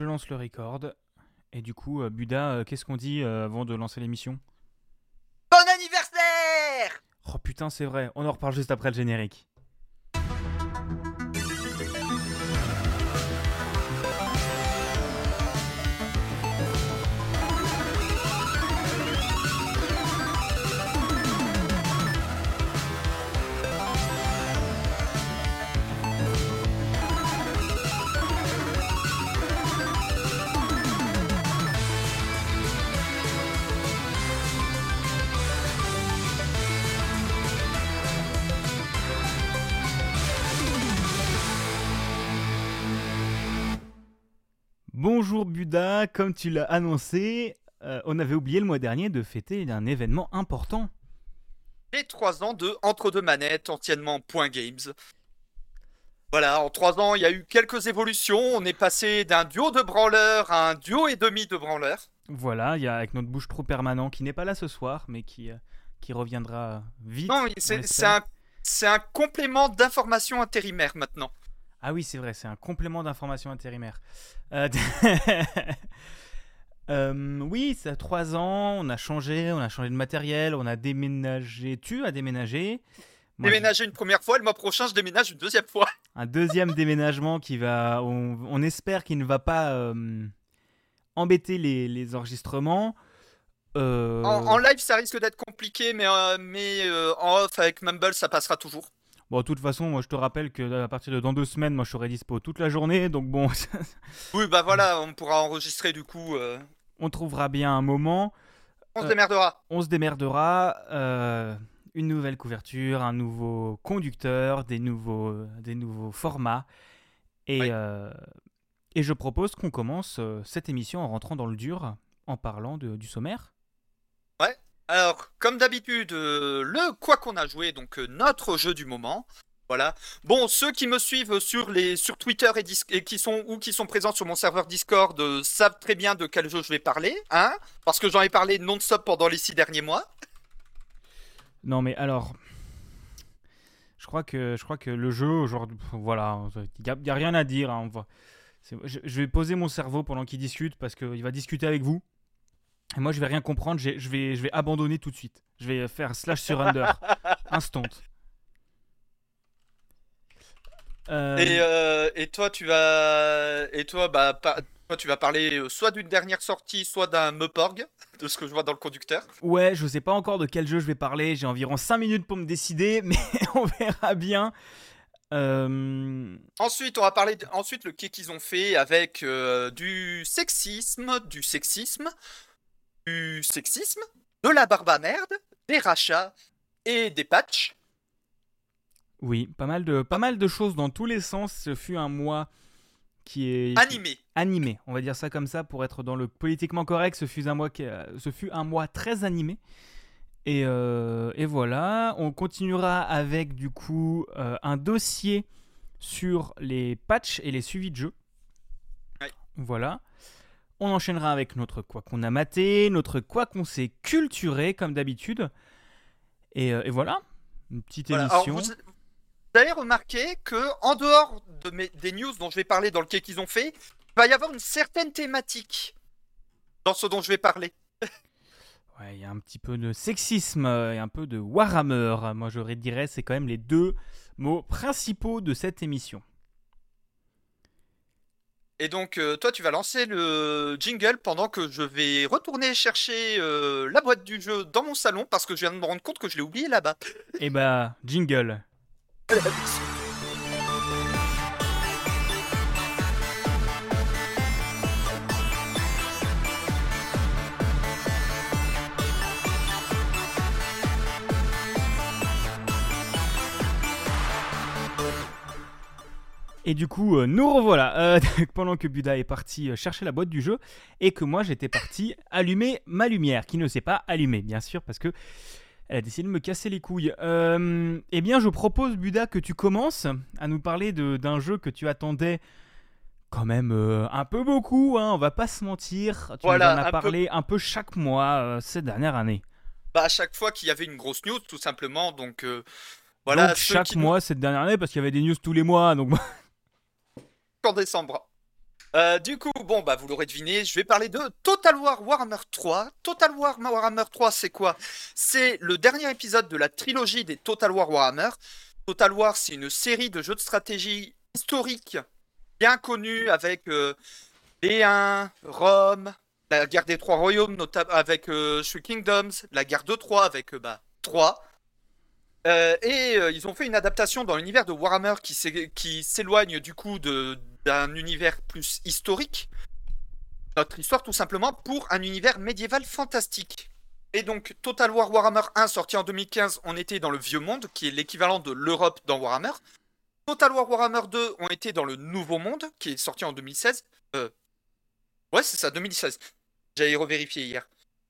Je lance le record. Et du coup, Buda, qu'est-ce qu'on dit avant de lancer l'émission? Bon anniversaire! Oh putain, c'est vrai, on en reparle juste après le générique. Bonjour Buda, comme tu l'as annoncé, on avait oublié le mois dernier de fêter un événement important. Les 3 ans de Entre deux manettes, anciennement Point Games. Voilà, en 3 ans, il y a eu quelques évolutions. On est passé d'un duo de branleurs à un duo et demi de branleurs. Voilà, il y a avec notre bouche-trou permanent qui n'est pas là ce soir, mais qui reviendra Non, vite, on c'est l'espère. un complément d'information intérimaire maintenant. Ah oui, c'est vrai, c'est un complément d'information intérimaire. Oui, ça a 3 ans, on a changé de matériel, on a déménagé. Tu as déménagé. Moi, Déménager une première fois, le mois prochain, je déménage une deuxième fois. un deuxième déménagement qui va. On espère qu'il ne va pas embêter les enregistrements. En live, ça risque d'être compliqué, mais en off, avec Mumble, ça passera toujours. Bon, de toute façon, moi je te rappelle que à partir de dans 2 semaines, moi je serai dispo toute la journée, donc bon, Oui, bah voilà, on pourra enregistrer du coup. on trouvera bien un moment. On se Euh, démerdera. on se démerdera. Une nouvelle couverture, un nouveau conducteur, des nouveaux formats. Et, Oui. euh, et je propose qu'on commence cette émission en rentrant dans le dur, en parlant du sommaire. Ouais. Alors, comme d'habitude, le quoi qu'on a joué, donc notre jeu du moment. Voilà. Bon, ceux qui me suivent sur Twitter et qui sont présents sur mon serveur Discord savent très bien de quel jeu je vais parler, hein, parce que j'en ai parlé non-stop pendant les 6 derniers mois. Non, mais alors, je crois que le jeu aujourd'hui, voilà, il y a rien à dire, hein, je vais poser mon cerveau pendant qu'il discute parce qu'il va discuter avec vous. Et moi, je vais rien comprendre. Je vais abandonner tout de suite. Je vais faire slash surrender instant. Et, Euh, euh, et toi, toi, tu vas parler soit d'une dernière sortie, soit d'un Meuporg, de ce que je vois dans le conducteur. ouais, je sais pas encore de quel jeu je vais parler. J'ai environ 5 minutes pour me décider, mais on verra bien. Euh, Ensuite, le quai qu'ils ont fait avec du sexisme, de la barbe à merde, des rachats et des patchs. oui, pas mal de choses dans tous les sens. Ce fut un mois qui Animé. animé. On va dire ça comme ça pour être dans le politiquement correct. Ce fut un mois très animé. Et voilà, on continuera avec du coup un dossier sur les patchs et les suivis de jeu. Ouais. Voilà. On enchaînera avec notre quoi qu'on a maté, notre quoi qu'on s'est culturé comme d'habitude. Et voilà, une petite Voilà. Alors, émission. vous avez remarqué que, en dehors des news dont je vais parler dans le quai qu'ils ont fait, il va y avoir une certaine thématique dans ce dont je vais parler. Ouais, il y a un petit peu de sexisme et un peu de Warhammer. Moi, je dirais c'est quand même les deux mots principaux de cette émission. Et donc, toi, tu vas lancer le jingle pendant que je vais retourner chercher la boîte du jeu dans mon salon parce que je viens de me rendre compte que je l'ai oublié là-bas. Et bah, jingle. Et du coup, nous revoilà. Pendant que Buda est parti chercher la boîte du jeu et que moi j'étais parti allumer ma lumière, qui ne s'est pas allumée, bien sûr, parce que elle a décidé de me casser les couilles. Eh bien, je propose, Buda, que tu commences à nous parler d'un jeu que tu attendais quand même un peu beaucoup, hein, on va pas se mentir. Tu nous en as Voilà, un peu. parlé un peu chaque mois ces dernières années. Bah, à chaque fois qu'il y avait une grosse news, tout simplement. Donc, voilà, Donc ceux chaque qui nous. mois cette dernière année, parce qu'il y avait des news tous les mois, donc En décembre. Du coup, bon, bah, vous l'aurez deviné, je vais parler de Total War Warhammer 3. Total War Warhammer 3, c'est quoi? C'est le dernier épisode de la trilogie des Total War Warhammer. Total War, c'est une série de jeux de stratégie historique bien connue avec B1, Rome, la guerre des Trois Royaumes, notamment avec Three Kingdoms, la guerre de Troie avec Troie. Ils ont fait une adaptation dans l'univers de Warhammer qui s'éloigne du coup d'un univers plus historique, notre histoire tout simplement, pour un univers médiéval fantastique. Et donc Total War Warhammer 1 sorti en 2015, on était dans le Vieux Monde, qui est l'équivalent de l'Europe dans Warhammer. Total War Warhammer 2, on était dans le Nouveau Monde, qui est sorti en 2016. Ouais, c'est ça, 2016. J'allais revérifier hier.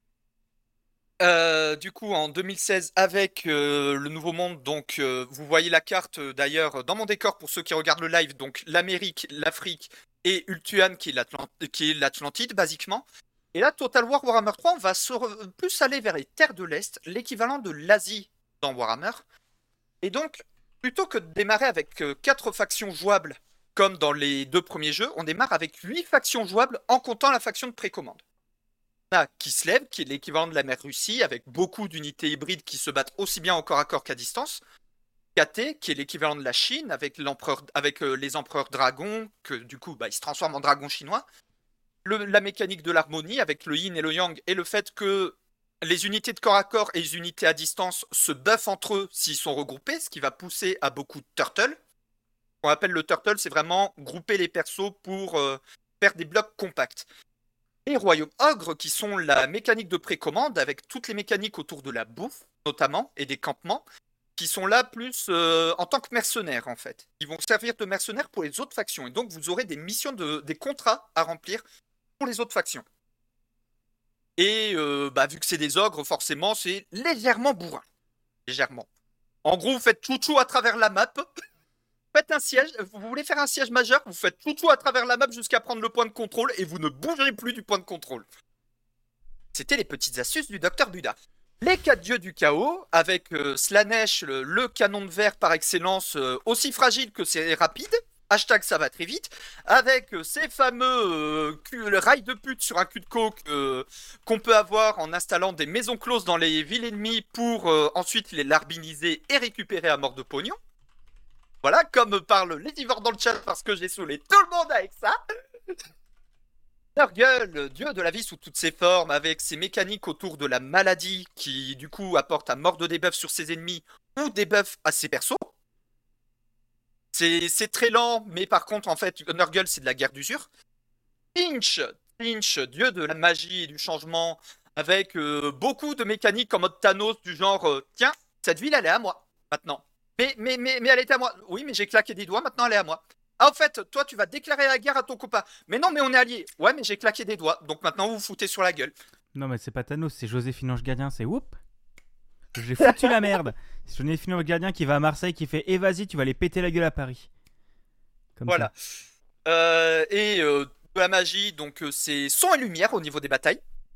Du coup, en 2016, avec le Nouveau Monde, donc vous voyez la carte d'ailleurs dans mon décor pour ceux qui regardent le live, donc l'Amérique, l'Afrique et Ultuan qui est l'Atlantide, basiquement. Et là, Total War Warhammer 3, on va plus aller vers les terres de l'Est, l'équivalent de l'Asie dans Warhammer. Et donc, plutôt que de démarrer avec 4 factions jouables, comme dans les 2 premiers jeux, on démarre avec 8 factions jouables en comptant la faction de précommande. Kislev, qui est l'équivalent de la mer Russie, avec beaucoup d'unités hybrides qui se battent aussi bien au corps à corps qu'à distance. KT, qui est l'équivalent de la Chine, avec les empereurs dragons, que du coup, ils se transforment en dragons chinois. La mécanique de l'harmonie, avec le yin et le yang, et le fait que les unités de corps à corps et les unités à distance se buffent entre eux s'ils sont regroupés, ce qui va pousser à beaucoup de turtle. Ce qu'on appelle le turtle, c'est vraiment grouper les persos pour faire des blocs compacts. Les royaumes ogres, qui sont la mécanique de précommande, avec toutes les mécaniques autour de la bouffe, notamment, et des campements, qui sont là plus en tant que mercenaires, en fait. Ils vont servir de mercenaires pour les autres factions. Et donc, vous aurez des missions, des contrats à remplir pour les autres factions. Et vu que c'est des ogres, forcément, c'est légèrement bourrin. Légèrement. En gros, vous faites chouchou à travers la map. Faites un siège, vous voulez faire un siège majeur, vous faites tout à travers la map jusqu'à prendre le point de contrôle et vous ne bougerez plus du point de contrôle. C'était les petites astuces du Docteur Buda. Les 4 dieux du chaos, avec Slanesh, le canon de verre par excellence, aussi fragile que c'est rapide, hashtag ça va très vite, avec ces fameux rails de pute sur un cul de coke qu'on peut avoir en installant des maisons closes dans les villes ennemies pour ensuite les larbiniser et récupérer à mort de pognon. Voilà, comme parle Ladyvore dans le chat parce que j'ai saoulé tout le monde avec ça. Nurgle, dieu de la vie sous toutes ses formes, avec ses mécaniques autour de la maladie qui du coup apporte à mort de debuff sur ses ennemis ou debuff à ses persos. C'est très lent, mais par contre en fait Nurgle c'est de la guerre d'usure. Tzeentch, dieu de la magie et du changement, avec beaucoup de mécaniques en mode Thanos du genre tiens, cette ville elle est à moi maintenant. Mais elle était à moi. Oui, mais j'ai claqué des doigts, maintenant elle est à moi. Ah, en fait, toi, tu vas déclarer la guerre à ton copain. Mais non, mais on est alliés. Ouais, mais j'ai claqué des doigts. Donc maintenant, vous vous foutez sur la gueule. Non, mais c'est pas Thanos, c'est Joséphine Ange Gardien, c'est whoop. J'ai foutu la merde. C'est Joséphine Ange Gardien qui va à Marseille, qui fait vas-y, tu vas aller péter la gueule à Paris. Comme voilà. De la magie, donc c'est son et lumière au niveau des batailles.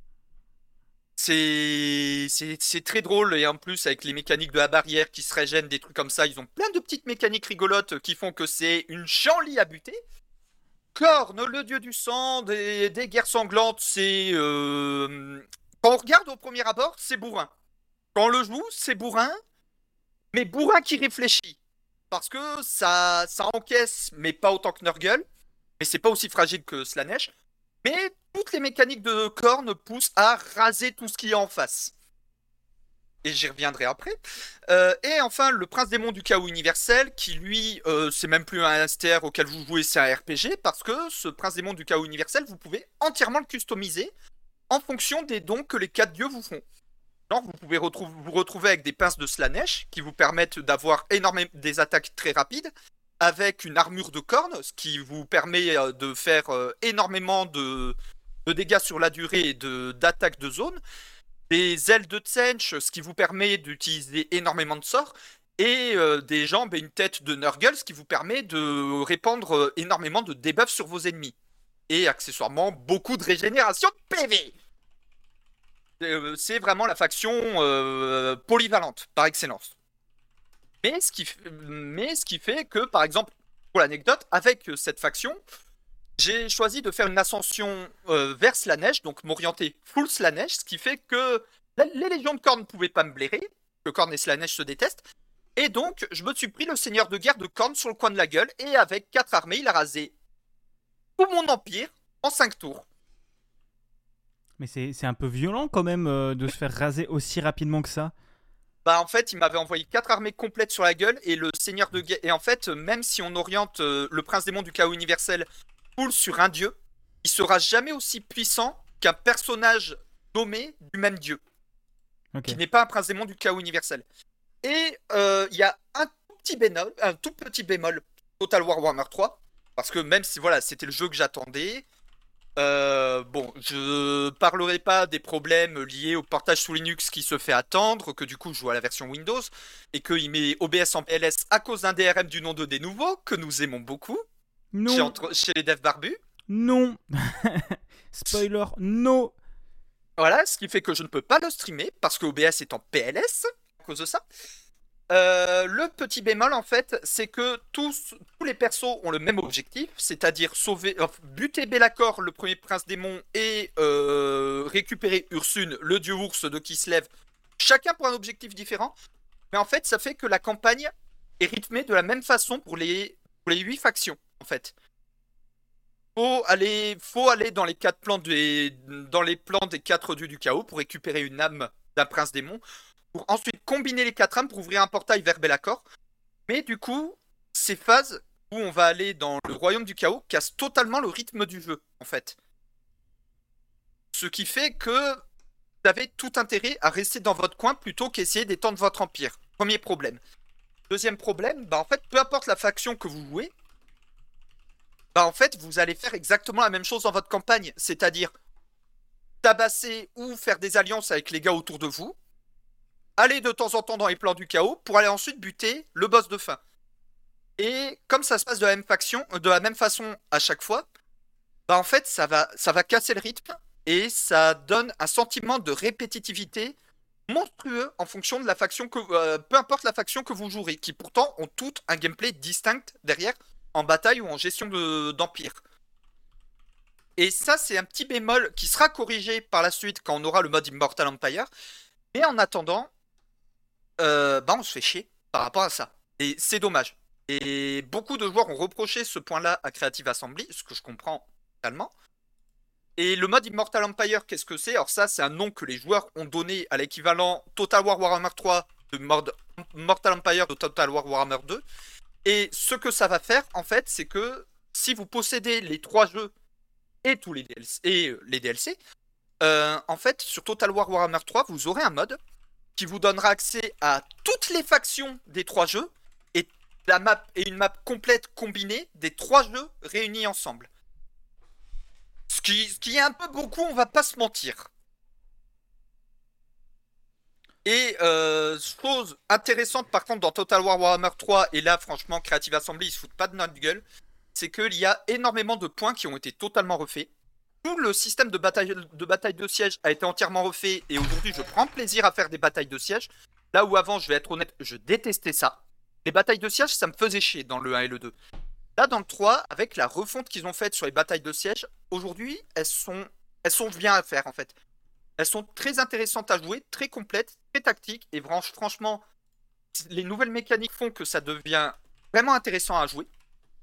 C'est très drôle et en plus avec les mécaniques de la barrière qui se régènent, des trucs comme ça, ils ont plein de petites mécaniques rigolotes qui font que c'est une chanlie à buter. Korn, le dieu du sang, des guerres sanglantes, c'est... Quand on regarde au premier abord, c'est bourrin. Quand on le joue, c'est bourrin, mais bourrin qui réfléchit. Parce que ça encaisse, mais pas autant que Nurgle, mais c'est pas aussi fragile que Slanesh. Mais toutes les mécaniques de Korn poussent à raser tout ce qui est en face. Et j'y reviendrai après. Et enfin, le Prince Démon du Chaos Universel, qui lui, c'est même plus un STR auquel vous jouez, c'est un RPG, parce que ce Prince Démon du Chaos Universel, vous pouvez entièrement le customiser en fonction des dons que les 4 dieux vous font. Genre, vous pouvez vous retrouver avec des pinces de Slanesh, qui vous permettent d'avoir énormément des attaques très rapides, avec une armure de corne, ce qui vous permet de faire énormément de dégâts sur la durée et d'attaques de zone. Des ailes de Tzeentch, ce qui vous permet d'utiliser énormément de sorts. Et des jambes et une tête de Nurgle, ce qui vous permet de répandre énormément de debuffs sur vos ennemis. Et accessoirement, beaucoup de régénération de PV. C'est vraiment la faction polyvalente, par excellence. Mais ce qui fait que, par exemple, pour l'anecdote, avec cette faction, j'ai choisi de faire une ascension vers Slanesh, donc m'orienter full Slanesh, ce qui fait que les légions de Khorne ne pouvaient pas me blairer, que Khorne et Slanesh se détestent. Et donc, je me suis pris le seigneur de guerre de Khorne sur le coin de la gueule, et avec 4 armées, il a rasé tout mon empire en 5 tours. Mais c'est un peu violent quand même de se faire raser aussi rapidement que ça. Bah en fait, il m'avait envoyé 4 armées complètes sur la gueule, et le seigneur de guerre... Et en fait, même si on oriente le prince démon du chaos universel full sur un dieu, il sera jamais aussi puissant qu'un personnage nommé du même dieu, Ok. qui n'est pas un prince démon du chaos universel. Et il y a un tout petit bémol Total War Warhammer 3, parce que même si voilà, c'était le jeu que j'attendais, bon, je parlerai pas des problèmes liés au portage sous Linux qui se fait attendre, que du coup je joue à la version Windows, et qu'il met OBS en PLS à cause d'un DRM du nom de des nouveaux, que nous aimons beaucoup, Non, chez les devs barbus. non. Spoiler, non. Voilà, ce qui fait que je ne peux pas le streamer, parce que OBS est en PLS, à cause de ça. Le petit bémol en fait, c'est que tous les persos ont le même objectif, c'est-à-dire buter Be'lakor, le premier prince démon, et récupérer Ursune, le dieu ours de Kislev, chacun pour un objectif différent. Mais en fait, ça fait que la campagne est rythmée de la même façon pour les 8 factions, en fait. Faut aller dans les dans les plans des 4 dieux du chaos pour récupérer une âme d'un prince démon, pour ensuite combiner les 4 âmes pour ouvrir un portail vers Be'lakor. Mais du coup, ces phases où on va aller dans le royaume du chaos cassent totalement le rythme du jeu, en fait. Ce qui fait que vous avez tout intérêt à rester dans votre coin plutôt qu'essayer d'étendre votre empire. Premier problème. Deuxième problème, bah en fait, peu importe la faction que vous jouez, bah en fait, vous allez faire exactement la même chose dans votre campagne, c'est-à-dire tabasser ou faire des alliances avec les gars autour de vous, aller de temps en temps dans les plans du chaos pour aller ensuite buter le boss de fin. Et comme ça se passe de la même façon à chaque fois, bah en fait ça va casser le rythme et ça donne un sentiment de répétitivité monstrueux en fonction de la faction peu importe la faction que vous jouerez, qui pourtant ont toutes un gameplay distinct derrière en bataille ou en gestion d'empire. Et ça c'est un petit bémol qui sera corrigé par la suite quand on aura le mode Immortal Empire. Mais en attendant, bah on se fait chier par rapport à ça. Et c'est dommage. Et beaucoup de joueurs ont reproché ce point-là à Creative Assembly, ce que je comprends totalement. Et le mode Immortal Empire, qu'est-ce que c'est? Alors ça, c'est un nom que les joueurs ont donné à l'équivalent Total War Warhammer 3 de mode Mortal Empire de Total War Warhammer 2. Et ce que ça va faire, en fait, c'est que si vous possédez les 3 jeux et tous les DLC, en fait, sur Total War Warhammer 3, vous aurez un mode qui vous donnera accès à toutes les factions des 3 jeux et une map complète combinée des 3 jeux réunis ensemble. Ce qui est un peu beaucoup, on va pas se mentir. Et chose intéressante par contre dans Total War Warhammer 3, et là franchement Creative Assembly ils se foutent pas de notre gueule, c'est qu'il y a énormément de points qui ont été totalement refaits. Tout le système de bataille de siège a été entièrement refait, et aujourd'hui je prends plaisir à faire des batailles de siège. Là où avant, je vais être honnête, je détestais ça. Les batailles de siège, ça me faisait chier dans le 1 et le 2. Là, dans le 3, avec la refonte qu'ils ont faite sur les batailles de siège, aujourd'hui, elles sont bien à faire en fait. Elles sont très intéressantes à jouer, très complètes, très tactiques, et franchement, les nouvelles mécaniques font que ça devient vraiment intéressant à jouer.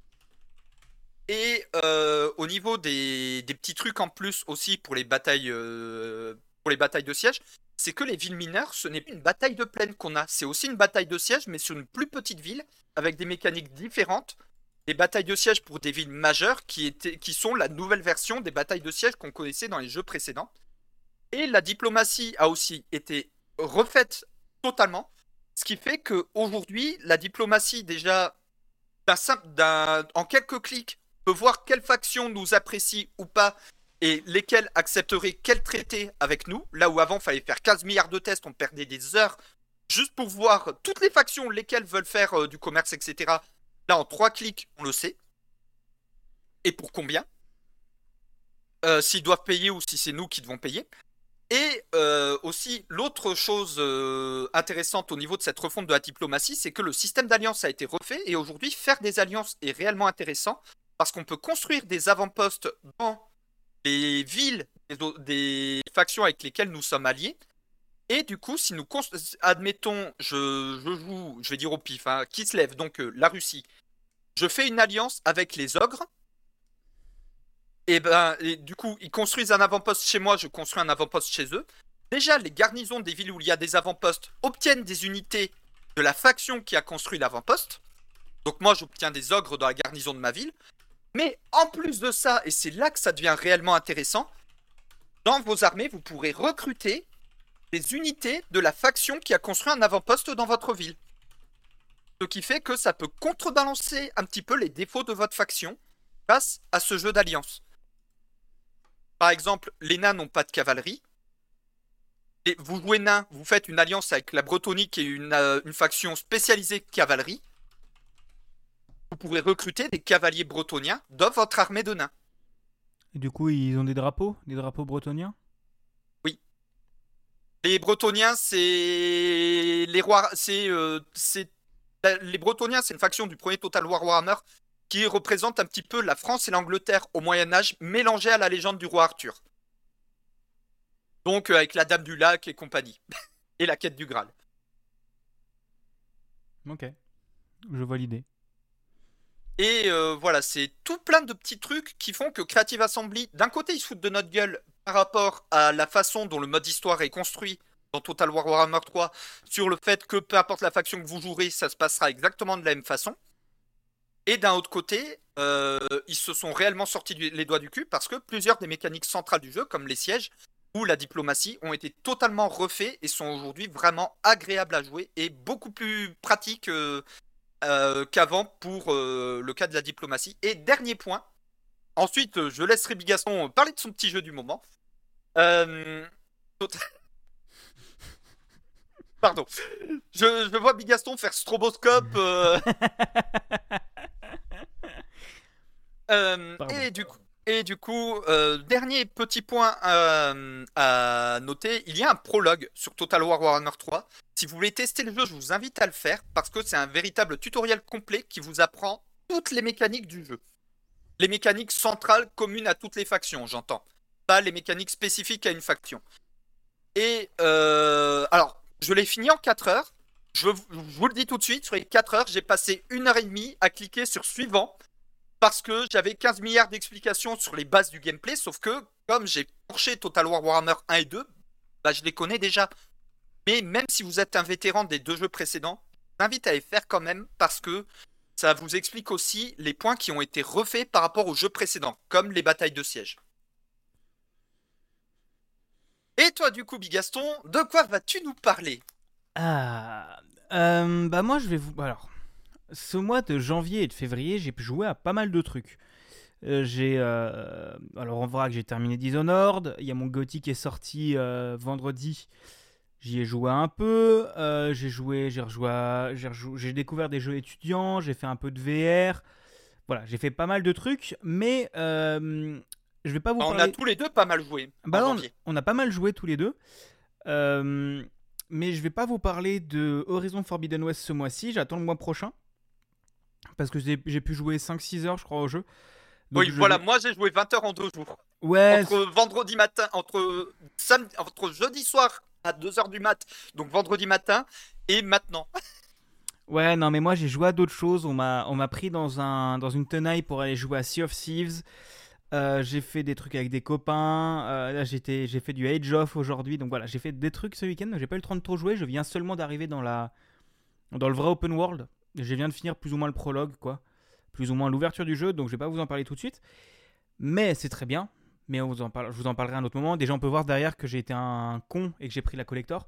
Et au niveau des petits trucs en plus aussi pour les batailles de siège, c'est que les villes mineures, ce n'est pas une bataille de plaine qu'on a, c'est aussi une bataille de siège, mais sur une plus petite ville, avec des mécaniques différentes. Des batailles de siège pour des villes majeures qui sont la nouvelle version des batailles de siège qu'on connaissait dans les jeux précédents. Et la diplomatie a aussi été refaite totalement, ce qui fait qu'aujourd'hui, la diplomatie déjà, en quelques clics, peut voir quelle faction nous apprécie ou pas et lesquelles accepteraient quel traité avec nous. Là où avant, il fallait faire 15 milliards de tests, on perdait des heures juste pour voir toutes les factions, lesquelles veulent faire du commerce, etc. Là, en 3 clics, on le sait. Et pour combien? S'ils doivent payer ou si c'est nous qui devons payer. Et aussi, l'autre chose intéressante au niveau de cette refonte de la diplomatie, c'est que le système d'alliance a été refait. Et aujourd'hui, faire des alliances est réellement intéressant. parce qu'on peut construire des avant-postes dans les villes des factions avec lesquelles nous sommes alliés. Et du coup, si nous admettons, je vais dire au pif, hein, qui se lève, donc la Russie, je fais une alliance avec les ogres. Et du coup, ils construisent un avant-poste chez moi, je construis un avant-poste chez eux. Déjà, les garnisons des villes où il y a des avant-postes obtiennent des unités de la faction qui a construit l'avant-poste. Donc moi, j'obtiens des ogres dans la garnison de ma ville. Mais en plus de ça, et c'est là que ça devient réellement intéressant, dans vos armées, vous pourrez recruter des unités de la faction qui a construit un avant-poste dans votre ville. Ce qui fait que ça peut contrebalancer un petit peu les défauts de votre faction face à ce jeu d'alliance. Par exemple, les nains n'ont pas de cavalerie. Et vous jouez nain, vous faites une alliance avec la Bretonie qui est une faction spécialisée cavalerie. Vous pourrez recruter des cavaliers bretoniens dans votre armée de nains. Et du coup, ils ont des drapeaux bretoniens? Oui. Les Bretoniens, c'est les rois, les Bretoniens, c'est une faction du premier Total War Warhammer qui représente un petit peu la France et l'Angleterre au Moyen-Âge mélangés à la légende du roi Arthur. Donc avec la Dame du Lac et compagnie. Et la quête du Graal. Ok, je vois l'idée. Et voilà, c'est tout plein de petits trucs qui font que Creative Assembly, d'un côté, ils se foutent de notre gueule par rapport à la façon dont le mode histoire est construit dans Total War Warhammer 3, sur le fait que peu importe la faction que vous jouerez, ça se passera exactement de la même façon. Et d'un autre côté, ils se sont réellement sortis les doigts du cul parce que plusieurs des mécaniques centrales du jeu, comme les sièges ou la diplomatie, ont été totalement refaits et sont aujourd'hui vraiment agréables à jouer et beaucoup plus pratiques qu'avant pour le cas de la diplomatie. Et dernier point, ensuite je laisserai Bigaston parler de son petit jeu du moment. Pardon. Je vois Bigaston faire stroboscope. Et du coup, dernier petit point à noter, il y a un prologue sur Total War Warhammer 3. Si vous voulez tester le jeu, je vous invite à le faire parce que c'est un véritable tutoriel complet qui vous apprend toutes les mécaniques du jeu. Les mécaniques centrales communes à toutes les factions, j'entends. Pas les mécaniques spécifiques à une faction. Et alors, je l'ai fini en 4 heures. Je vous le dis tout de suite, sur les 4 heures, j'ai passé 1h30 à cliquer sur suivant. Parce que j'avais 15 milliards d'explications sur les bases du gameplay, sauf que, comme j'ai torché Total War Warhammer 1 et 2, bah, je les connais déjà. Mais même si vous êtes un vétéran des 2 jeux précédents, je vous invite à les faire quand même, parce que ça vous explique aussi les points qui ont été refaits par rapport aux jeux précédents, comme les batailles de siège. Et toi, du coup, Bigaston, de quoi vas-tu nous parler? Bah moi, je vais vous... Alors... Ce mois de janvier et de février, j'ai joué à pas mal de trucs. Alors on verra que j'ai terminé Dishonored. Il y a mon GOTY qui est sorti vendredi. J'y ai joué un peu. J'ai découvert des jeux étudiants. J'ai fait un peu de VR. Voilà, j'ai fait pas mal de trucs. Mais je vais pas vous parler... On a tous les deux pas mal joué en janvier. On a pas mal joué tous les deux. Mais je vais pas vous parler de Horizon Forbidden West ce mois-ci. J'attends le mois prochain. Parce que j'ai pu jouer 5-6 heures, je crois, au jeu. Donc voilà, moi j'ai joué 20 heures en 2 jours. Ouais. Entre vendredi matin, entre jeudi soir à 2h du mat, donc vendredi matin, et maintenant. Ouais, non, mais moi j'ai joué à d'autres choses. On m'a pris dans une tenaille pour aller jouer à Sea of Thieves. J'ai fait des trucs avec des copains. Là, j'ai fait du Age of aujourd'hui. Donc voilà, j'ai fait des trucs ce week-end. J'ai pas eu le temps de trop jouer. Je viens seulement d'arriver dans le vrai open world. Je viens de finir plus ou moins le prologue, quoi. Plus ou moins l'ouverture du jeu, donc je vais pas vous en parler tout de suite. Mais c'est très bien. Mais je vous en parlerai à un autre moment. Déjà, on peut voir derrière que j'ai été un con et que j'ai pris la collector.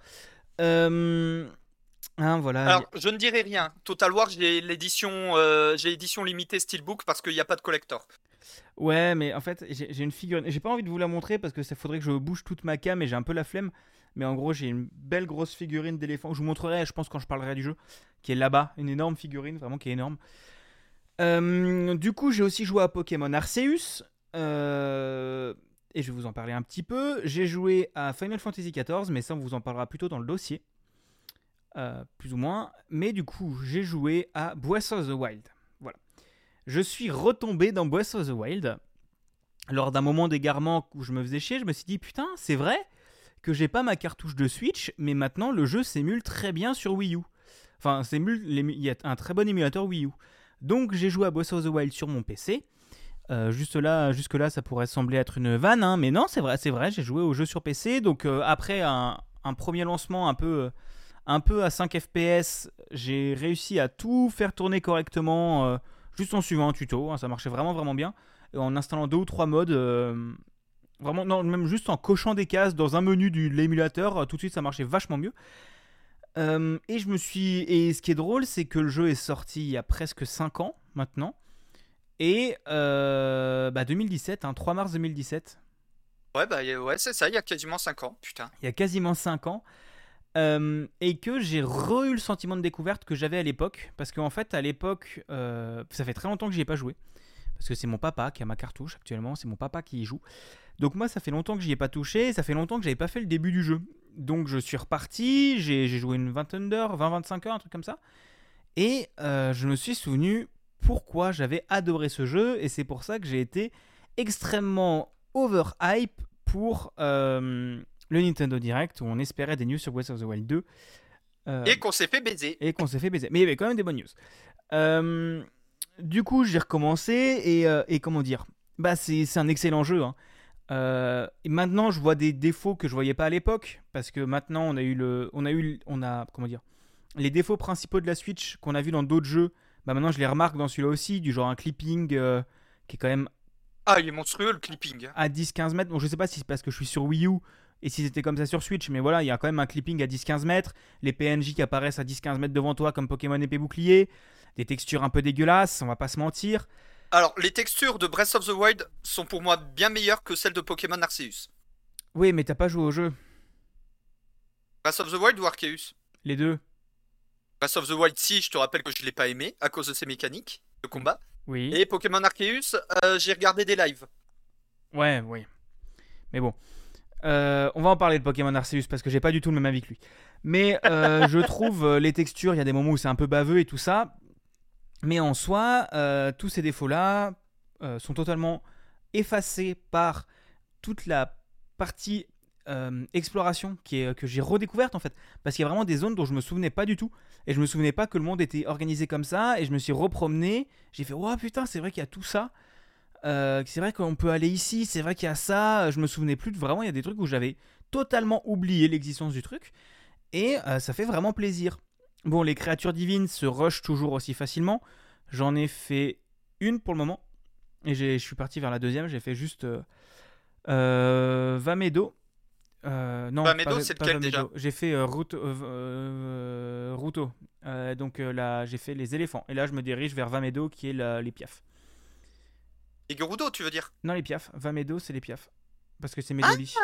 Voilà. Alors, je ne dirai rien. Total War, j'ai l'édition limitée Steelbook parce qu'il n'y a pas de collector. Ouais, mais en fait, j'ai une figurine. J'ai pas envie de vous la montrer parce que ça faudrait que je bouge toute ma cam et j'ai un peu la flemme. Mais en gros, j'ai une belle grosse figurine d'éléphant. Je vous montrerai, je pense, quand je parlerai du jeu, qui est là-bas. Une énorme figurine, vraiment, qui est énorme. Du coup, j'ai aussi joué à Pokémon Arceus. Et je vais vous en parler un petit peu. J'ai joué à Final Fantasy XIV, mais ça, on vous en parlera plutôt dans le dossier. Plus ou moins. Mais du coup, j'ai joué à Breath of the Wild. Voilà. je suis retombé dans Breath of the Wild. Lors d'un moment d'égarement où je me faisais chier, je me suis dit putain, c'est vrai que j'ai pas ma cartouche de Switch, mais maintenant le jeu s'émule très bien sur Wii U. Enfin, il y a un très bon émulateur Wii U. Donc j'ai joué à Breath of the Wild sur mon PC. Jusque-là, ça pourrait sembler être une vanne, hein, mais non, c'est vrai, j'ai joué au jeu sur PC. Donc après un premier lancement un peu à 5 FPS, j'ai réussi à tout faire tourner correctement, juste en suivant un tuto, hein, ça marchait vraiment vraiment bien. Et en installant 2 ou 3 modes, vraiment, non, même juste en cochant des cases dans un menu de l'émulateur, tout de suite ça marchait vachement mieux. Et ce qui est drôle, c'est que le jeu est sorti il y a presque 5 ans maintenant. Et 2017, 3 mars 2017. Ouais, c'est ça, il y a quasiment 5 ans, putain. Il y a quasiment 5 ans. Et que j'ai eu le sentiment de découverte que j'avais à l'époque. Parce qu'en fait, à l'époque, ça fait très longtemps que j'y ai pas joué. Parce que c'est mon papa qui a ma cartouche actuellement, c'est mon papa qui y joue. Donc moi, ça fait longtemps que j'y ai pas touché, ça fait longtemps que j'avais pas fait le début du jeu. Donc je suis reparti, j'ai joué une vingtaine d'heures, 20-25 heures, un truc comme ça. Et je me suis souvenu pourquoi j'avais adoré ce jeu, et c'est pour ça que j'ai été extrêmement overhype pour le Nintendo Direct, où on espérait des news sur Breath of the Wild 2. Et qu'on s'est fait baiser. Mais il y avait quand même des bonnes news. Du coup, j'ai recommencé et comment dire, c'est un excellent jeu. Hein. Et maintenant, je vois des défauts que je voyais pas à l'époque, parce que maintenant, comment dire, les défauts principaux de la Switch qu'on a vu dans d'autres jeux. Maintenant, je les remarque dans celui-là aussi, du genre un clipping qui est quand même. Ah, il est monstrueux le clipping. À 10-15 mètres. Bon, je sais pas si c'est parce que je suis sur Wii U et si c'était comme ça sur Switch, mais voilà, il y a quand même un clipping à 10-15 mètres. Les PNJ qui apparaissent à 10-15 mètres devant toi comme Pokémon épée bouclier. Des textures un peu dégueulasses, on va pas se mentir. Alors, les textures de Breath of the Wild sont pour moi bien meilleures que celles de Pokémon Arceus. Oui, mais t'as pas joué au jeu. Breath of the Wild ou Arceus? Les deux. Breath of the Wild, si, je te rappelle que je l'ai pas aimé à cause de ses mécaniques de combat. Oui. Et Pokémon Arceus, j'ai regardé des lives. Ouais, oui. Mais bon. On va en parler de Pokémon Arceus parce que j'ai pas du tout le même avis que lui. Mais je trouve les textures, il y a des moments où c'est un peu baveux et tout ça. Mais en soi, tous ces défauts-là sont totalement effacés par toute la partie exploration que j'ai redécouverte en fait. Parce qu'il y a vraiment des zones dont je me souvenais pas du tout. Et je me souvenais pas que le monde était organisé comme ça. Et je me suis repromené. J'ai fait, oh putain, c'est vrai qu'il y a tout ça. C'est vrai qu'on peut aller ici. C'est vrai qu'il y a ça. Je me souvenais plus de vraiment. Il y a des trucs où j'avais totalement oublié l'existence du truc. Et ça fait vraiment plaisir. Bon, les créatures divines se rushent toujours aussi facilement. J'en ai fait une pour le moment. Et je suis parti vers la deuxième. J'ai fait juste Vamedo. Non, Vamedo, c'est lequel déjà? J'ai fait Ruto. Donc là, j'ai fait les éléphants. Et là, je me dirige vers Vamedo qui est les piafs. Et Gerudo, tu veux dire? Non, les piafs. Vamedo, c'est les piafs. Parce que c'est Medoli.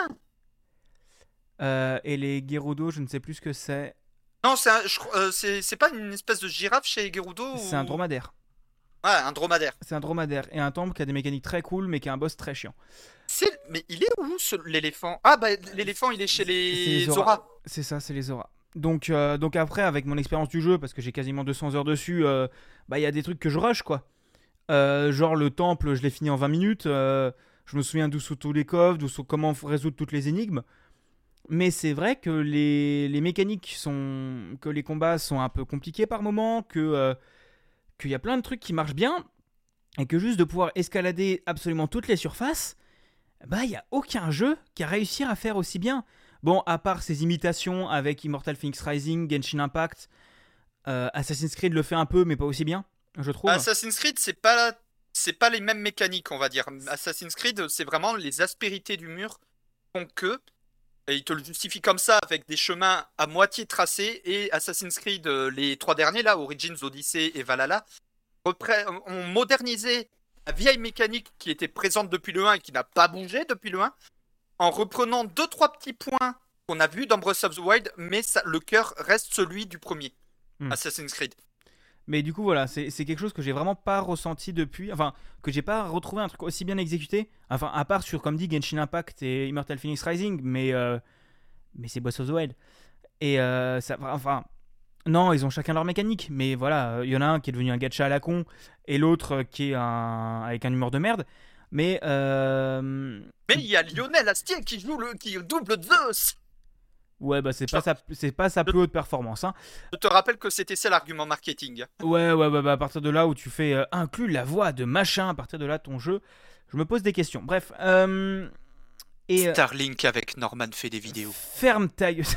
Et les Gerudo, je ne sais plus ce que c'est. Non, c'est pas une espèce de girafe chez Gerudo C'est un dromadaire. Ouais, un dromadaire. C'est un dromadaire. Et un temple qui a des mécaniques très cool, mais qui a un boss très chiant. Mais il est où l'éléphant? Ah, l'éléphant, il est chez les Zora. C'est ça, c'est les Zora. Donc après, avec mon expérience du jeu, parce que j'ai quasiment 200 heures dessus, il y a des trucs que je rush, quoi. Genre le temple, je l'ai fini en 20 minutes. Je me souviens d'où sont tous les coffres, comment résoudre toutes les énigmes. Mais c'est vrai que les mécaniques que les combats sont un peu compliqués par moments, qu'il y a plein de trucs qui marchent bien, et que juste de pouvoir escalader absolument toutes les surfaces, il n'y a aucun jeu qui a réussi à faire aussi bien. Bon, à part ses imitations avec Immortal Phoenix Rising, Genshin Impact, Assassin's Creed le fait un peu, mais pas aussi bien, je trouve. Assassin's Creed, c'est pas les mêmes mécaniques, on va dire. Assassin's Creed, c'est vraiment les aspérités du mur font que, et il te le justifie comme ça, avec des chemins à moitié tracés, et Assassin's Creed, les 3 derniers, là, Origins, Odyssey et Valhalla, ont modernisé la vieille mécanique qui était présente depuis le 1 et qui n'a pas bougé depuis le 1, en reprenant 2-3 petits points qu'on a vus dans Breath of the Wild, mais le cœur reste celui du premier, Assassin's Creed. Mais du coup, voilà, c'est quelque chose que j'ai vraiment pas ressenti depuis. Enfin, que j'ai pas retrouvé un truc aussi bien exécuté. Enfin, à part sur, comme dit, Genshin Impact et Immortal Phoenix Rising, mais c'est Breath of the Wild. Et Non, ils ont chacun leur mécanique, mais voilà, il y en a un qui est devenu un gacha à la con et l'autre qui est avec un humour de merde. Mais Mais il y a Lionel Astier qui double Zeus. ouais, bah c'est pas sa Je, plus haute performance, hein. je te rappelle que c'était ça l'argument marketing. Ouais, bah, à partir de là où tu fais inclus la voix de machin, à partir de là ton jeu, je me pose des questions. Bref, et Starlink avec Norman fait des vidéos. ferme ta gueule.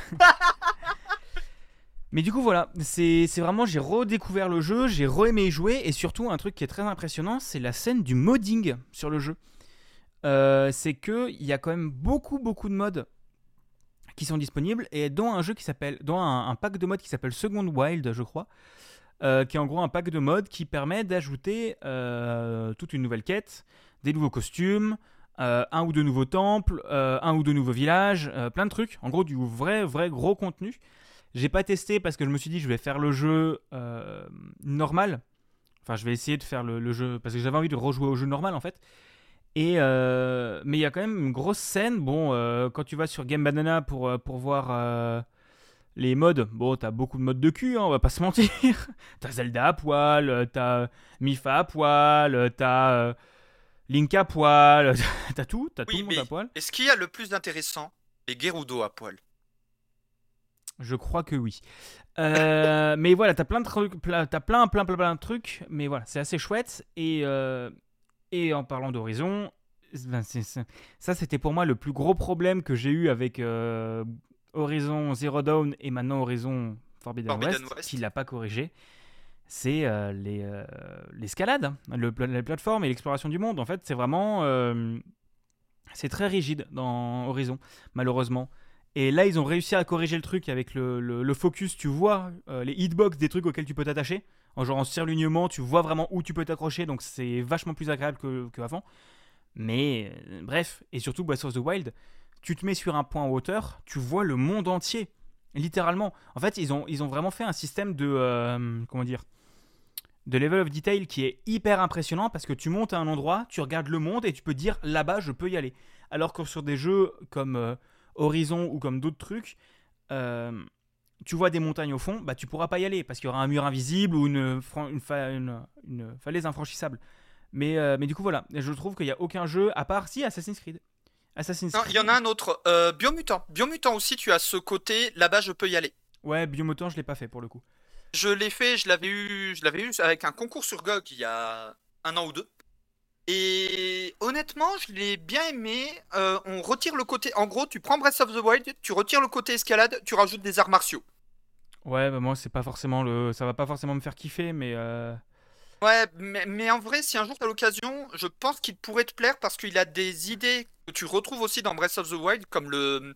Mais du coup voilà, c'est vraiment j'ai redécouvert le jeu, j'ai re-aimé y jouer et surtout un truc qui est très impressionnant, c'est la scène du modding sur le jeu. C'est que il y a quand même beaucoup de mods qui sont disponibles et dont un pack de mods qui s'appelle Second Wild, je crois, qui est en gros un pack de mods qui permet d'ajouter toute une nouvelle quête, des nouveaux costumes, un ou deux nouveaux temples, un ou deux nouveaux villages, plein de trucs. En gros, du vrai gros contenu. J'ai pas testé parce que je me suis dit je vais faire le jeu normal. Enfin, je vais essayer de faire le jeu parce que j'avais envie de rejouer au jeu normal en fait. Et mais il y a quand même une grosse scène. Bon, quand tu vas sur Game Banana pour voir les modes, bon, t'as beaucoup de modes de cul, hein, on va pas se mentir. T'as Zelda à poil, t'as Mifa à poil, t'as Link à poil, t'as tout Oui, le monde à mais poil. est-ce qu'il y a le plus d'intéressant? Les Gerudo à poil. Je crois que oui. Mais voilà, t'as plein de trucs, t'as plein de trucs, mais voilà, c'est assez chouette. Et en parlant d'Horizon, ben ça c'était pour moi le plus gros problème que j'ai eu avec Horizon Zero Dawn et maintenant Horizon Forbidden Forbidden West, qui West. l'a pas corrigé. C'est l'escalade, hein, la plateforme et l'exploration du monde. En fait, c'est vraiment c'est très rigide dans Horizon, malheureusement. Et là, ils ont réussi à corriger le truc avec le focus. Tu vois les hitbox des trucs auxquels tu peux t'attacher. Genre en surlignement, tu vois vraiment où tu peux t'accrocher. Donc c'est vachement plus agréable qu'avant. Mais bref, et surtout Breath of the Wild, tu te mets sur un point en hauteur, tu vois le monde entier. Littéralement. En fait, ils ont vraiment fait un système comment dire, de level of detail qui est hyper impressionnant parce que tu montes à un endroit, tu regardes le monde et tu peux dire là-bas je peux y aller. Alors que sur des jeux comme Horizon ou comme d'autres trucs, euh, tu vois des montagnes au fond, bah tu pourras pas y aller parce qu'il y aura un mur invisible ou une falaise infranchissable. Mais du coup voilà, je trouve qu'il n'y a aucun jeu à part si Assassin's Creed. Assassin's Non, il y en Creed. a un autre. Biomutant. Biomutant aussi, tu as ce côté, là-bas je peux y aller. Ouais, Biomutant, je l'ai pas fait pour le coup. Je l'ai fait, je l'avais eu avec un concours sur GOG il y a un an ou deux. Et honnêtement, je l'ai bien aimé. On retire le côté. En gros, tu prends Breath of the Wild, tu retires le côté escalade, tu rajoutes des arts martiaux. Ouais, bah moi c'est pas forcément ça va pas forcément me faire kiffer, mais Ouais, mais en vrai, si un jour t'as l'occasion, je pense qu'il pourrait te plaire parce qu'il a des idées que tu retrouves aussi dans Breath of the Wild, comme le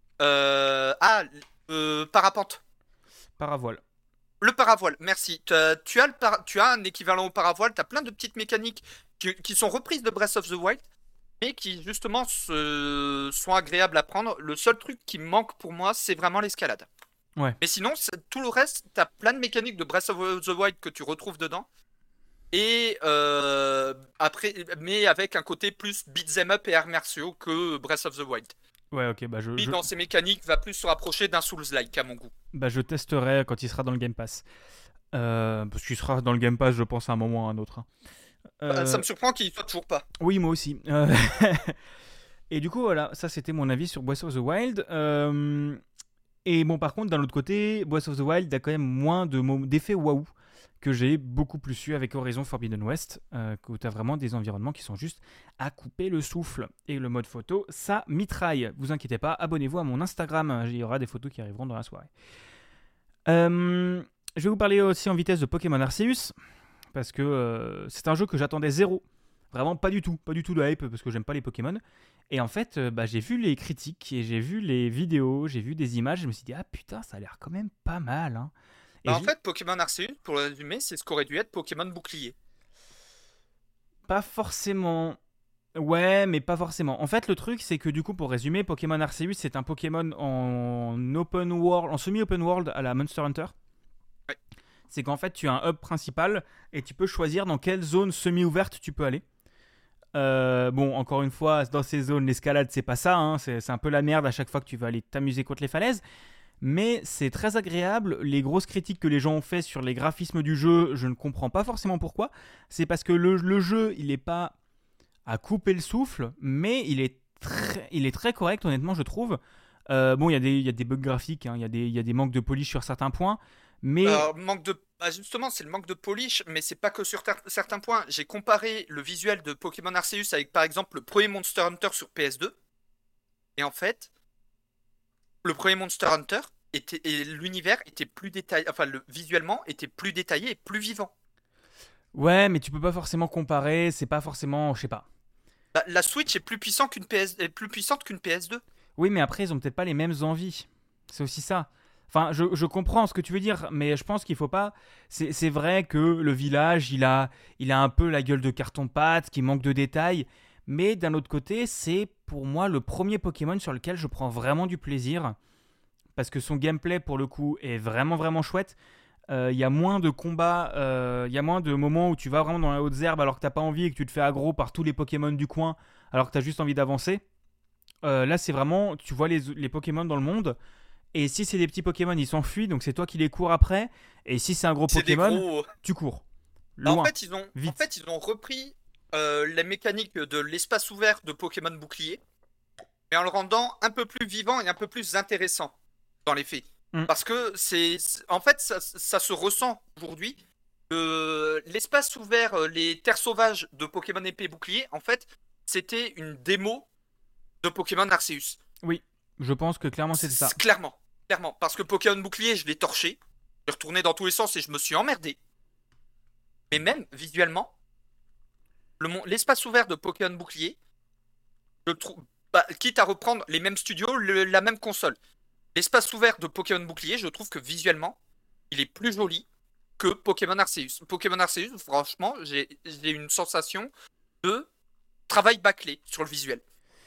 parapente. paravoile. Le paravoile, merci. Tu as un équivalent au paravoile, tu as plein de petites mécaniques qui sont reprises de Breath of the Wild, mais qui justement sont agréables à prendre. Le seul truc qui me manque pour moi, c'est vraiment l'escalade. Ouais. Mais sinon, tout le reste, tu as plein de mécaniques de Breath of the Wild que tu retrouves dedans. Et après, mais avec un côté plus beat'em up et arts martiaux que Breath of the Wild. Ouais, ok, bah Lui, dans ses mécaniques, va plus se rapprocher d'un Souls-like à mon goût. bah je testerai quand il sera dans le Game Pass. Parce qu'il sera dans le Game Pass, je pense, à un moment ou à un autre, hein. Ça me surprend qu'il y soit toujours pas. Oui, moi aussi. Et du coup, voilà, ça c'était mon avis sur Breath of the Wild. Et bon, par contre, d'un autre côté, Breath of the Wild a quand même moins d'effets waouh que j'ai beaucoup plus eu avec Horizon Forbidden West, où tu as vraiment des environnements qui sont juste à couper le souffle. Et le mode photo, ça mitraille. Vous inquiétez pas, abonnez-vous à mon Instagram, il y aura des photos qui arriveront dans la soirée. Je vais vous parler aussi en vitesse de Pokémon Arceus, parce que c'est un jeu que j'attendais zéro. Vraiment pas du tout de hype, parce que j'aime pas les Pokémon. Et en fait, j'ai vu les critiques, et j'ai vu les vidéos, j'ai vu des images, je me suis dit, ah putain, ça a l'air quand même pas mal, hein. Et En fait, Pokémon Arceus, pour le résumer, c'est ce qu'aurait dû être Pokémon Bouclier. pas forcément. Ouais, mais pas forcément. En fait, le truc, c'est que du coup, pour résumer, Pokémon Arceus, c'est un Pokémon en open world, en semi-open world à la Monster Hunter. Ouais. C'est qu'en fait, tu as un hub principal et tu peux choisir dans quelle zone semi-ouverte tu peux aller. Bon, encore une fois, dans ces zones, l'escalade, c'est pas ça, hein. C'est un peu la merde à chaque fois que tu vas aller t'amuser contre les falaises. mais c'est très agréable. Les grosses critiques que les gens ont fait sur les graphismes du jeu, je ne comprends pas forcément pourquoi. C'est parce que le jeu, il n'est pas à couper le souffle, mais il est très correct, honnêtement, je trouve. Bon, il y a des bugs graphiques, hein, il y a des manques de polish sur certains points, mais Justement, c'est le manque de polish, mais c'est pas que sur certains points. J'ai comparé le visuel de Pokémon Arceus avec par exemple le premier Monster Hunter sur PS2, et en fait, le premier Monster Hunter et l'univers était plus détaillé, enfin visuellement était plus détaillé et plus vivant. ouais, mais tu peux pas forcément comparer, c'est pas forcément, je sais pas. Bah, la Switch est plus puissante qu'une PS2. Oui, mais après, ils ont peut-être pas les mêmes envies. C'est aussi ça. Enfin, je comprends ce que tu veux dire, mais je pense qu'il faut pas. C'est vrai que le village, il a un peu la gueule de carton-pâte, qui manque de détails. Mais d'un autre côté, c'est pour moi le premier Pokémon sur lequel je prends vraiment du plaisir. Parce que son gameplay, pour le coup, est vraiment, vraiment chouette. Il y a moins de combats, il y a moins de moments où tu vas vraiment dans les hautes herbes alors que t'as pas envie et que tu te fais aggro par tous les Pokémon du coin alors que t'as juste envie d'avancer. Là, c'est vraiment, tu vois les Pokémon dans le monde. Et si c'est des petits Pokémon, ils s'enfuient, donc c'est toi qui les cours après. Et si c'est un gros C'est des Pokémon, gros. tu cours. Bah, Loin, en vite. fait, ils ont repris la mécanique de l'espace ouvert de Pokémon Bouclier, mais en le rendant un peu plus vivant et un peu plus intéressant dans les faits. Mm. Parce que en fait, ça se ressent aujourd'hui. L'espace ouvert, les terres sauvages de Pokémon Épée et Bouclier, en fait, c'était une démo de Pokémon Arceus. Oui, je pense que clairement c'était ça. Clairement, clairement. Parce que Pokémon Bouclier, je l'ai torché. J'ai retourné dans tous les sens et je me suis emmerdé. Mais même visuellement, l'espace ouvert de Pokémon Bouclier, je trouve, bah, quitte à reprendre les mêmes studios, la même console. L'espace ouvert de Pokémon Bouclier, je trouve que visuellement, il est plus joli que Pokémon Arceus. Pokémon Arceus, franchement, j'ai une sensation de travail bâclé sur le visuel.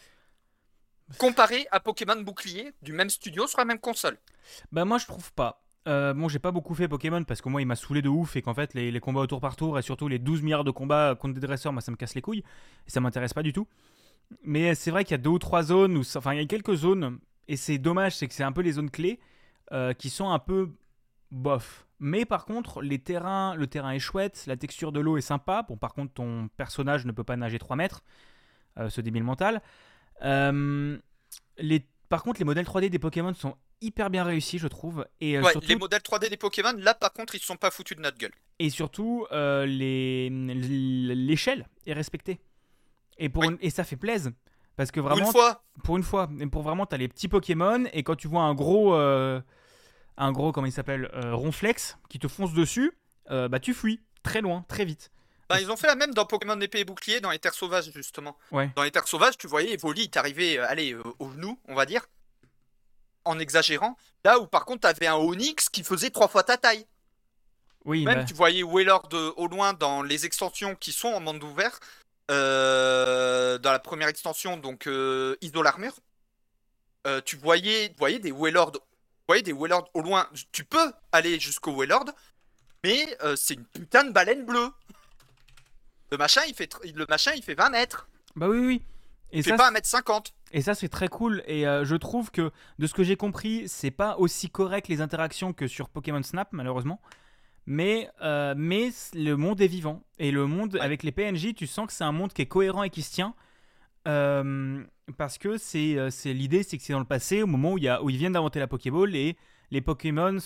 Comparé à Pokémon Bouclier du même studio sur la même console. Bah moi je trouve pas. Bon, j'ai pas beaucoup fait Pokémon parce que moi il m'a saoulé de ouf et qu'en fait les combats au tour par tour et surtout les 12 milliards de combats contre des dresseurs, moi ça me casse les couilles et ça m'intéresse pas du tout. Mais c'est vrai qu'il y a deux ou trois zones, enfin il y a quelques zones et c'est dommage, c'est que c'est un peu les zones clés qui sont un peu bof. Mais par contre, le terrain est chouette, la texture de l'eau est sympa. Bon, par contre, ton personnage ne peut pas nager 3 mètres, ce débile mental. Euh, par contre, les modèles 3D des Pokémon sont hyper bien réussis, je trouve. Ouais, les modèles 3D des Pokémon, là par contre, ils se sont pas foutus de notre gueule. Et surtout, l'échelle est respectée. Oui. Et ça fait plaisir. Parce que Pour une vraiment, fois, pour une fois, et pour vraiment, t'as les petits Pokémon, et quand tu vois un gros, comment il s'appelle, Ronflex, qui te fonce dessus, bah tu fuis très loin, très vite. bah, ils ont fait la même dans Pokémon Épée et Bouclier, dans les terres sauvages justement. Ouais. Dans les terres sauvages, tu voyais Evoli, il t'arrivait, allez, au genou, on va dire, en exagérant. Là où par contre, t'avais un Onix qui faisait 3 fois ta taille. Oui, Même, bah, tu voyais Wailord au loin dans les extensions qui sont en monde ouvert. Dans la première extension, donc Idol Armor, tu voyais des Wailord au loin. Tu peux aller jusqu'au Wailord, mais c'est une putain de baleine bleue. Le machin, il fait 20 mètres. bah oui, oui. Et Il fait ça, pas 1m50. et ça, c'est très cool. Et je trouve que, de ce que j'ai compris, c'est pas aussi correct les interactions que sur Pokémon Snap, malheureusement. Mais le monde est vivant. Et le monde, Ouais. avec les PNJ, tu sens que c'est un monde qui est cohérent et qui se tient. Parce que l'idée, c'est que c'est dans le passé, au moment où ils viennent d'inventer la Pokéball, et les Pokémon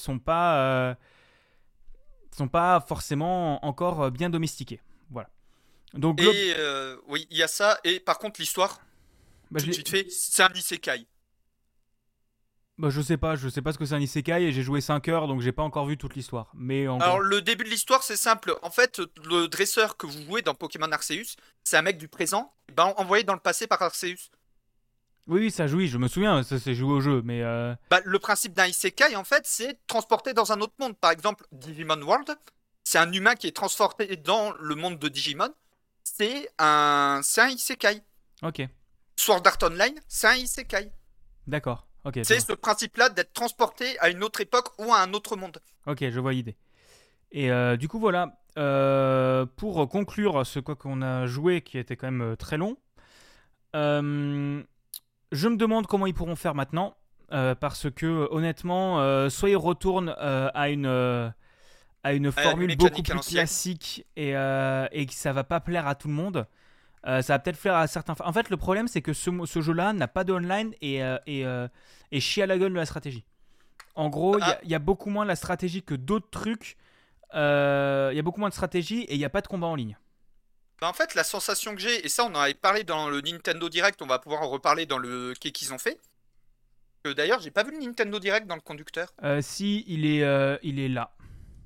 sont pas forcément encore bien domestiqués. Voilà. Donc, Et oui, il y a ça. Et par contre, l'histoire, bah, tout de suite fait, c'est un isekai. bah, je sais pas ce que c'est un isekai et j'ai joué 5 heures donc j'ai pas encore vu toute l'histoire. Mais en Alors, gros. le début de l'histoire, c'est simple. En fait, le dresseur que vous jouez dans Pokémon Arceus, c'est un mec du présent, envoyé dans le passé par Arceus. Oui, oui, ça joue, oui, je me souviens, ça c'est joué au jeu, mais Bah, le principe d'un isekai, en fait, c'est transporter dans un autre monde. Par exemple, Digimon World, c'est un humain qui est transporté dans le monde de Digimon. C'est un isekai. ok, Sword Art Online, c'est un isekai. d'accord, ok, C'est ce principe-là d'être transporté à une autre époque ou à un autre monde. ok, je vois l'idée. Et du coup, voilà, pour conclure ce quoi qu'on a joué qui était quand même très long, je me demande comment ils pourront faire maintenant. parce que honnêtement, soit ils retournent à une formule beaucoup mécanique à plus l'ancienne. classique et que ça va pas plaire à tout le monde. Ça va peut-être plaire à certains. En fait, le problème, c'est que ce jeu-là n'a pas de online et chie à la gueule de la stratégie. En gros, Ah, il y a beaucoup moins de la stratégie que d'autres trucs. Il y a beaucoup moins de stratégie et il n'y a pas de combat en ligne. bah, en fait, la sensation que j'ai, et ça on en avait parlé dans le Nintendo Direct, on va pouvoir en reparler dans le quai qu'ils ont fait. Que d'ailleurs, j'ai pas vu le Nintendo Direct dans le conducteur. Si, il est là.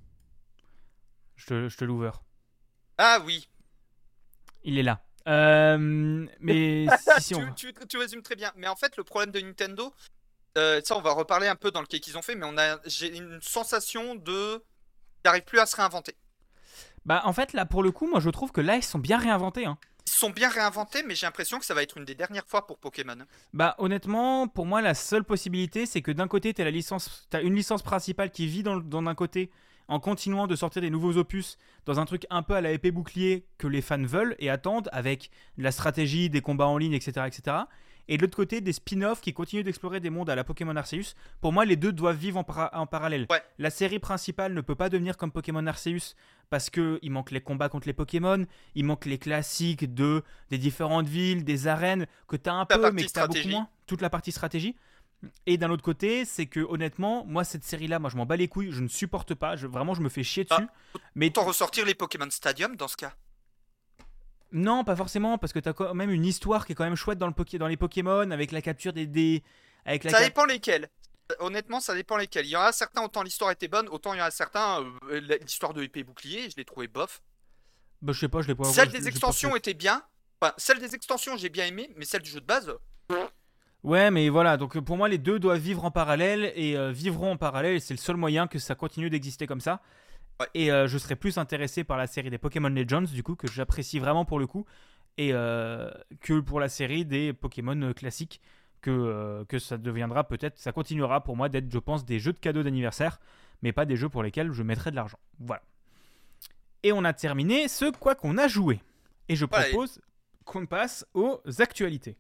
Je te l'ouvre. Ah oui, Il est là. Mais si on va. tu résumes très bien. Mais en fait, le problème de Nintendo, ça on va reparler un peu dans le quai qu'ils ont fait, mais j'ai une sensation de... Ils n'arrivent plus à se réinventer. Bah, en fait, là, pour le coup, moi, je trouve que là, ils sont bien réinventés. Hein. Ils se sont bien réinventés, mais j'ai l'impression que ça va être une des dernières fois pour Pokémon. Bah, honnêtement, pour moi, la seule possibilité, c'est que d'un côté, t'as une licence principale qui vit dans d'un côté, en continuant de sortir des nouveaux opus dans un truc un peu à la épée bouclier que les fans veulent et attendent, avec de la stratégie, des combats en ligne, etc., etc. Et de l'autre côté, des spin-offs qui continuent d'explorer des mondes à la Pokémon Arceus. Pour moi, les deux doivent vivre en parallèle. Ouais, La série principale ne peut pas devenir comme Pokémon Arceus parce qu'il manque les combats contre les Pokémon, il manque les classiques des différentes villes, des arènes que tu as un la peu, mais partie que tu as beaucoup stratégie. moins. Toute la partie stratégie. Et d'un autre côté, c'est que honnêtement, moi, cette série-là, moi, je m'en bats les couilles, je ne supporte pas. Vraiment, je me fais chier dessus. Bah, Mais autant ressortir les Pokémon Stadium dans ce cas. non, pas forcément, parce que tu as quand même une histoire qui est quand même chouette dans les Pokémon, avec la capture des avec la Ça cap... dépend lesquels. Honnêtement, ça dépend lesquels. Il y en a certains, autant l'histoire était bonne, autant il y en a certains, l'histoire de épée bouclier, je l'ai trouvé bof. Bah, je sais pas, je l'ai pas. Celle des J'ai pas fait. extensions était bien. Enfin, celle des extensions, j'ai bien aimé, mais celle du jeu de base, Ouais, mais voilà, donc pour moi, les deux doivent vivre en parallèle et vivront en parallèle, et c'est le seul moyen que ça continue d'exister comme ça. ouais. Et je serais plus intéressé par la série des Pokémon Legends, du coup, que j'apprécie vraiment pour le coup, et que pour la série des Pokémon classiques, que ça deviendra peut-être, ça continuera pour moi d'être, je pense, des jeux de cadeaux d'anniversaire, mais pas des jeux pour lesquels je mettrai de l'argent. Voilà. Et on a terminé ce quoi qu'on a joué. Et je Voilà. propose qu'on passe aux actualités.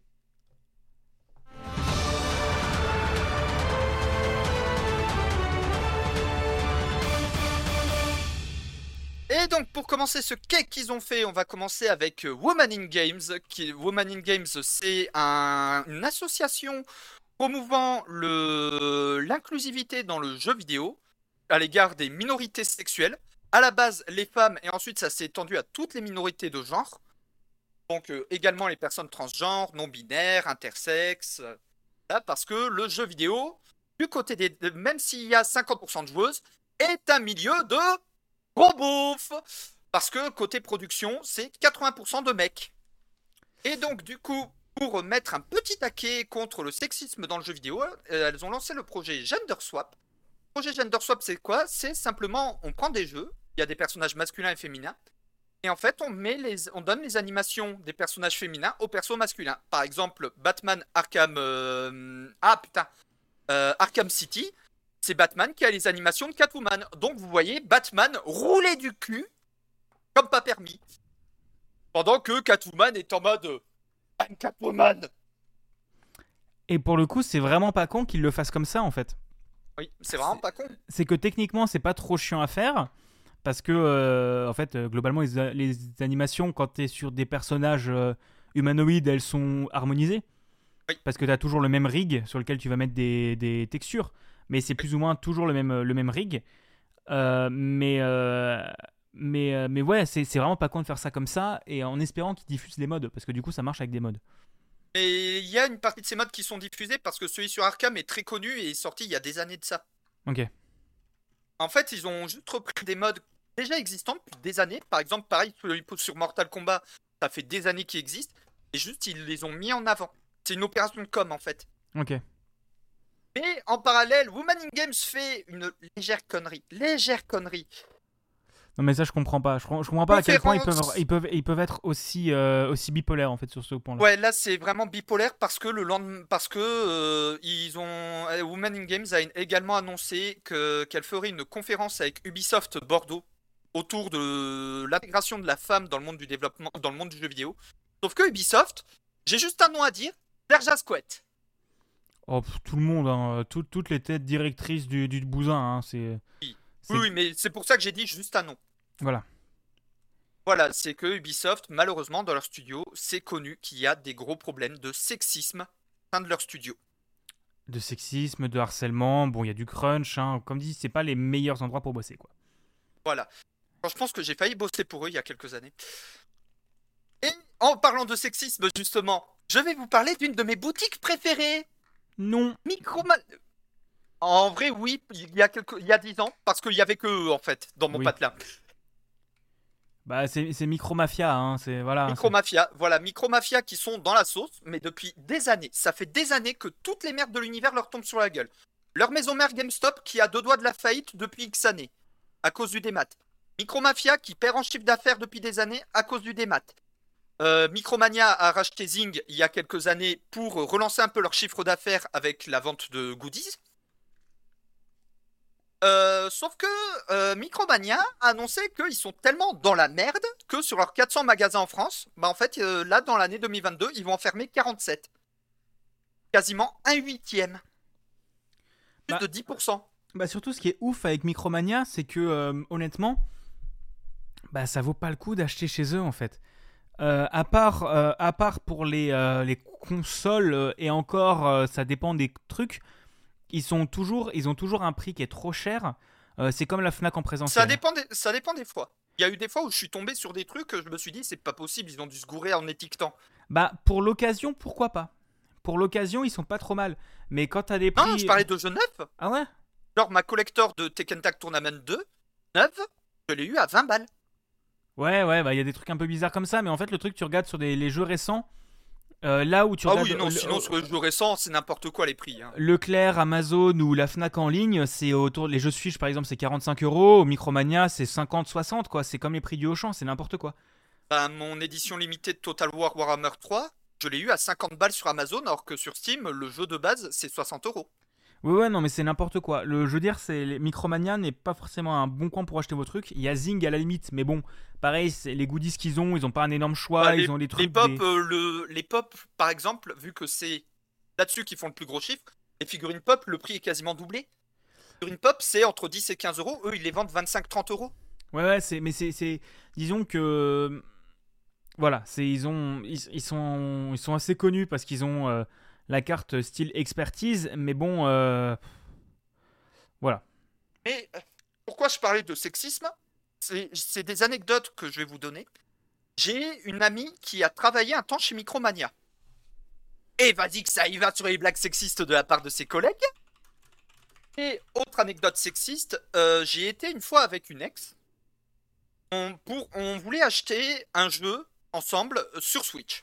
Et donc, pour commencer ce cake qu'ils ont fait, on va commencer avec Woman in Games. Woman in Games, c'est une association promouvant l'inclusivité dans le jeu vidéo à l'égard des minorités sexuelles. À la base, les femmes, et ensuite ça s'est étendu à toutes les minorités de genre. Donc également les personnes transgenres, non-binaires, intersexes. Là, parce que le jeu vidéo, du côté même s'il y a 50% de joueuses, est un milieu de gros beauf. Parce que côté production, c'est 80% de mecs. Et donc du coup, pour mettre un petit taquet contre le sexisme dans le jeu vidéo, elles ont lancé le projet Gender Swap. Le projet Gender Swap, c'est quoi? C'est simplement, on prend des jeux, il y a des personnages masculins et féminins, et en fait, on donne les animations des personnages féminins aux persos masculins. Par exemple, Batman Arkham, Arkham City, c'est Batman qui a les animations de Catwoman. Donc vous voyez Batman rouler du cul comme pas permis, pendant que Catwoman est en mode I'm Catwoman. Et pour le coup, c'est vraiment pas con qu'ils le fassent comme ça en fait. Oui, c'est vraiment pas con. C'est que techniquement, c'est pas trop chiant à faire. Parce que, en fait, globalement, les animations, quand tu es sur des personnages humanoïdes, elles sont harmonisées. Oui. Parce que tu as toujours le même rig sur lequel tu vas mettre des textures. Mais c'est plus ou moins toujours le même rig. Mais ouais, c'est vraiment pas con de faire ça comme ça. Et en espérant qu'ils diffusent les modes. Parce que du coup, ça marche avec des modes. Et il y a une partie de ces modes qui sont diffusés parce que celui sur Arkham est très connu et est sorti il y a des années de ça. Ok. En fait, ils ont juste repris des modes déjà existants depuis des années. Par exemple, pareil, sur Mortal Kombat, ça fait des années qu'il existe. Et juste, ils les ont mis en avant. C'est une opération de com, en fait. Ok. Mais en parallèle, Woman in Games fait une légère connerie. Légère connerie. Non, mais ça, je comprends pas. Je comprends pas à quel point Conférence. ils peuvent être aussi bipolaires, en fait, sur ce point-là. Ouais, là, c'est vraiment bipolaire parce que le lendemain, parce que Woman in Games a également annoncé qu'elle ferait une conférence avec Ubisoft Bordeaux autour de l'intégration de la femme dans le monde du développement, dans le monde du jeu vidéo. Sauf que Ubisoft, j'ai juste un nom à dire, Berja Squat. Oh, tout le monde, hein, toutes les têtes directrices du Bousin, hein, Oui, oui, c'est, oui, mais c'est pour ça que j'ai dit juste un nom. voilà, Voilà, c'est que Ubisoft, malheureusement, dans leur studio, c'est connu qu'il y a des gros problèmes de sexisme au sein de leur studio. de sexisme, de harcèlement. Bon, il y a du crunch, hein. Comme dit, c'est pas les meilleurs endroits pour bosser, quoi. Voilà. Alors, je pense que j'ai failli bosser pour eux il y a quelques années. Et en parlant de sexisme, justement, je vais vous parler d'une de mes boutiques préférées. Non, Microman. En vrai, oui, il y a 10 ans, parce qu'il y avait que eux, en fait, dans mon oui. patelin. Bah, c'est Micromafia, hein. C'est voilà. Micromafia, voilà, Micromafia qui sont dans la sauce, mais depuis des années. Ça fait des années que toutes les merdes de l'univers leur tombent sur la gueule. Leur maison mère GameStop qui a deux doigts de la faillite depuis X années, à cause du démat. Micromafia qui perd en chiffre d'affaires depuis des années à cause du démat. Micromania a racheté Zing il y a quelques années pour relancer un peu leur chiffre d'affaires avec la vente de goodies. Sauf que Micromania a annoncé qu'ils sont tellement dans la merde que sur leurs 400 magasins en France, bah en fait, là, dans l'année 2022, ils vont en fermer 47. Quasiment un huitième. Plus Bah, de 10%. bah, surtout, ce qui est ouf avec Micromania, c'est que honnêtement, bah, ça vaut pas le coup d'acheter chez eux, en fait. À part pour les consoles, et encore, ça dépend des trucs. Ils ont toujours un prix qui est trop cher. C'est comme la Fnac en présentiel. Ça dépend des fois. Il y a eu des fois où je suis tombé sur des trucs, je me suis dit, c'est pas possible, ils ont dû se gourer en étiquetant. Bah, pour l'occasion, pourquoi pas? Pour l'occasion, ils sont pas trop mal. Mais quand t'as des Non, je prix. parlais de jeux neufs. Ah ouais? Genre, ma collector de Tekken Tag Tournament 2, neuve, je l'ai eu à 20 balles. Ouais, ouais, bah il y a des trucs un peu bizarres comme ça. Mais en fait, le truc, tu regardes sur les jeux récents. Là où tu Ah regardes oui, non, sinon sur le jeu récent, c'est n'importe quoi les prix. Hein. Leclerc, Amazon ou la Fnac en ligne, c'est autour. Les jeux Switch, par exemple, c'est 45 €. Au Micromania, c'est 50-60, quoi. C'est comme les prix du Auchan, c'est n'importe quoi. Bah, mon édition limitée de Total War Warhammer 3, je l'ai eu à 50 balles sur Amazon, alors que sur Steam, le jeu de base, c'est 60 €. Ouais, ouais, non, mais c'est n'importe quoi. Je veux dire, Micromania n'est pas forcément un bon coin pour acheter vos trucs. Il y a Zing à la limite, mais bon, pareil, c'est les goodies qu'ils ont, ils ont pas un énorme Bah, choix, ils ont des les trucs. pop, les pop, par exemple, vu que c'est là-dessus qu'ils font le plus gros chiffre, les figurines pop, le prix est quasiment doublé. Les figurines pop, c'est entre 10 et 15 €. Eux, ils les vendent 25-30 €. Ouais, ouais, mais disons que. Voilà, ils sont assez connus parce qu'ils ont la carte style expertise, mais bon, voilà. Mais pourquoi je parlais de sexisme? C'est des anecdotes que je vais vous donner. J'ai une amie qui a travaillé un temps chez Micromania. Et vas-y que ça y va sur les blagues sexistes de la part de ses collègues. Et autre anecdote sexiste, j'ai été une fois avec une ex. On voulait acheter un jeu ensemble sur Switch.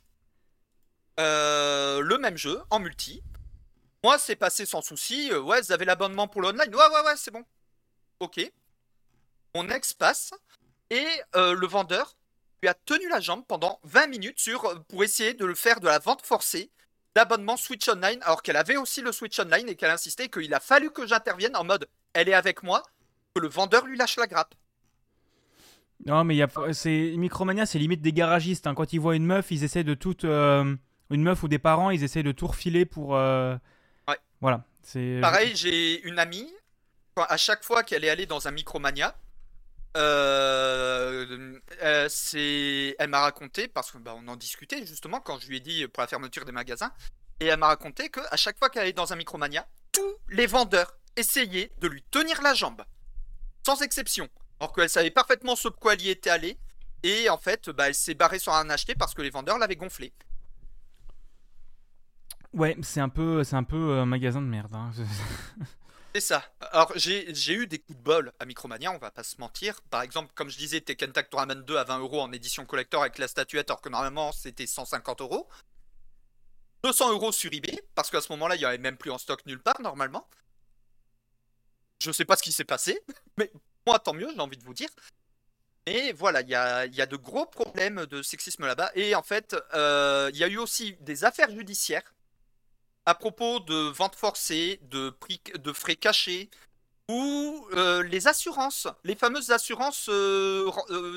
Le même jeu, en multi. Moi, c'est passé sans souci. Ouais, vous avez l'abonnement pour l'online. Ouais, ouais, ouais, c'est bon. Ok. Mon ex passe. Et le vendeur lui a tenu la jambe pendant 20 minutes pour essayer de le faire de la vente forcée d'abonnement Switch Online, alors qu'elle avait aussi le Switch Online et qu'elle insistait qu'il a fallu que j'intervienne en mode elle est avec moi, que le vendeur lui lâche la grappe. Non, mais Micromania, c'est limite des garagistes, hein. Quand ils voient une meuf, ils essaient de tout. Une meuf ou des parents, ils essaient de tout refiler pour. Ouais. Voilà. C'est. Pareil, j'ai une amie, à chaque fois qu'elle est allée dans un Micromania, elle m'a raconté, parce que bah, on en discutait justement quand je lui ai dit pour la fermeture des magasins, et elle m'a raconté que à chaque fois qu'elle allait dans un Micromania, tous les vendeurs essayaient de lui tenir la jambe, sans exception, alors qu'elle savait parfaitement ce quoi elle y était allée, et en fait, bah, elle s'est barrée sans rien acheter parce que les vendeurs l'avaient gonflé. Ouais, c'est un peu un magasin de merde, hein. C'est ça. Alors, j'ai eu des coups de bol à Micromania, on va pas se mentir. Par exemple, comme je disais, Tekken Tag Tournament 2 à 20 € en édition collector avec la statuette, alors que normalement c'était 150 €. 200 € sur eBay, parce qu'à ce moment-là, il n'y avait même plus en stock nulle part, normalement. Je sais pas ce qui s'est passé, mais moi, tant mieux, j'ai envie de vous dire. Mais voilà, il y a de gros problèmes de sexisme là-bas. Et en fait, il y a eu aussi des affaires judiciaires à propos de ventes forcées, de frais cachés, ou les assurances, les fameuses assurances,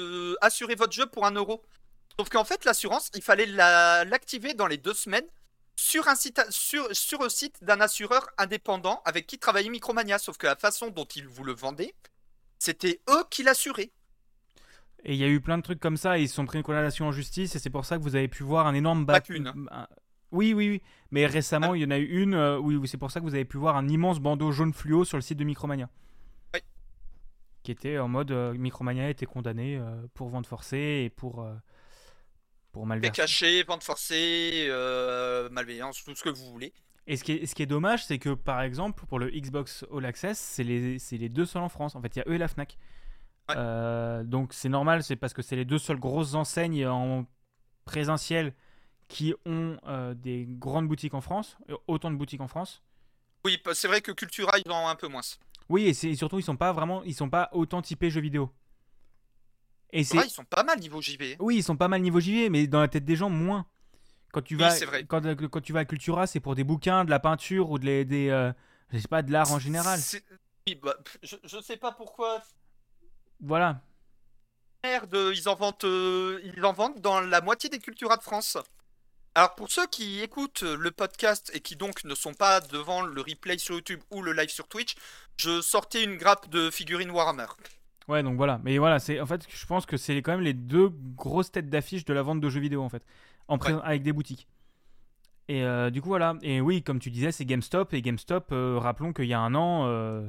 assurer votre jeu pour 1 €. Sauf qu'en fait, l'assurance, il fallait l'activer dans les 2 semaines sur un site d'un assureur indépendant avec qui travaillait Micromania. Sauf que la façon dont ils vous le vendaient, c'était eux qui l'assuraient. Et il y a eu plein de trucs comme ça, et ils se sont pris une condamnation en justice, et c'est pour ça que vous avez pu voir un énorme Pas qu'une. Oui, oui, oui. Mais récemment, il y en a eu une, oui, c'est pour ça que vous avez pu voir un immense bandeau jaune fluo sur le site de Micromania. Oui. Qui était en mode Micromania a été condamné pour vente forcée et pour Fait malversation. caché, vente forcée, malveillance, tout ce que vous voulez. Et ce qui est dommage, c'est que par exemple, pour le Xbox All Access, c'est les deux seuls en France. En fait, il y a eux et la Fnac. Ouais. Donc c'est normal, c'est parce que c'est les deux seules grosses enseignes en présentiel qui ont des grandes boutiques en France, autant de boutiques en France. Oui, c'est vrai que Cultura, ils en ont un peu moins. Oui, et surtout, ils sont pas autant typés jeux vidéo. Et Ouais, ils sont pas mal niveau JV. oui, ils sont pas mal niveau JV, mais dans la tête des gens, moins. Quand tu Oui, vas, c'est vrai. quand tu vas à Cultura, c'est pour des bouquins, de la peinture ou je sais pas, de l'art en général. Oui, bah, je sais pas pourquoi. Voilà. Merde, ils en vendent dans la moitié des Cultura de France. Alors pour ceux qui écoutent le podcast et qui donc ne sont pas devant le replay sur YouTube ou le live sur Twitch, je sortais une grappe de figurines Warhammer. Ouais, donc voilà. Mais voilà, en fait, je pense que c'est quand même les deux grosses têtes d'affiche de la vente de jeux vidéo, en fait, avec des boutiques. Et du coup, voilà. Et oui, comme tu disais, c'est GameStop. Et GameStop, rappelons qu'il y a un an,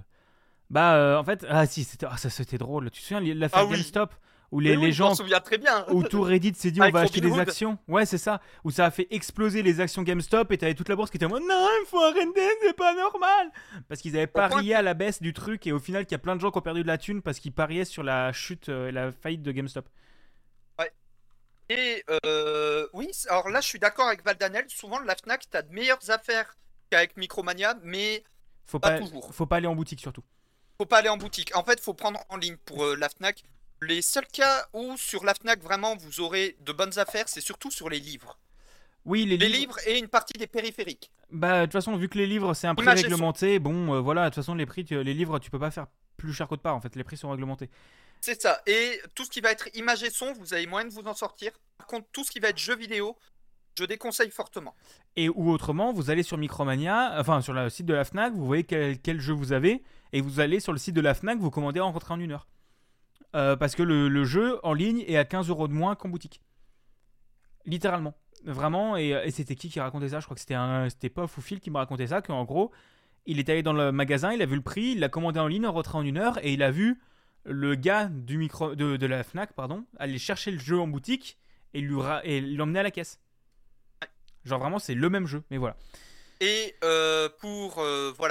en fait, si, c'était drôle. Tu te souviens de l'affaire Oui. GameStop où Oui, les je m'en gens, souviens très bien. où tout Reddit s'est dit on Avec va acheter des Robinhood. actions. Ouais, c'est ça. Où ça a fait exploser les actions GameStop et t'avais toute la bourse qui était en mode non, il faut arrêter, c'est pas normal. Parce qu'ils avaient parié à la baisse du truc et au final, qu'il y a plein de gens qui ont perdu de la thune parce qu'ils pariaient sur la chute et la faillite de GameStop. Ouais. Et oui, alors là je suis d'accord avec Valdanel, souvent la Fnac t'as de meilleures affaires qu'avec Micromania, mais pas toujours. Faut pas aller en boutique surtout. Faut pas aller en boutique. En fait, faut prendre en ligne pour la Fnac. Les seuls cas où sur la Fnac vraiment vous aurez de bonnes affaires, c'est surtout sur les livres. Oui, Les livres et une partie des périphériques. Bah, de toute façon, vu que les livres c'est un prix Images et réglementé, bon, voilà, de toute façon, les livres, tu peux pas faire plus cher qu'autre part, en fait, les prix sont réglementés. C'est ça. Et tout ce qui va être image et son, vous avez moyen de vous en sortir. Par contre, tout ce qui va être jeu vidéo, je déconseille fortement. Et ou autrement, vous allez sur Micromania, enfin, sur le site de la Fnac, vous voyez quel jeu vous avez, et vous allez sur le site de la Fnac, vous commandez en rentrant en 1 heure. Parce que le jeu en ligne est à 15 € de moins qu'en boutique. Littéralement. Vraiment, et c'était qui racontait ça? Je crois que c'était Pof ou Phil qui me racontait ça, qu'en gros, il est allé dans le magasin, il a vu le prix, il l'a commandé en ligne, en rentrant en 1 heure, et il a vu le gars de la Fnac, pardon, aller chercher le jeu en boutique et l'emmener à la caisse. Genre vraiment, c'est le même jeu, mais voilà. Et pour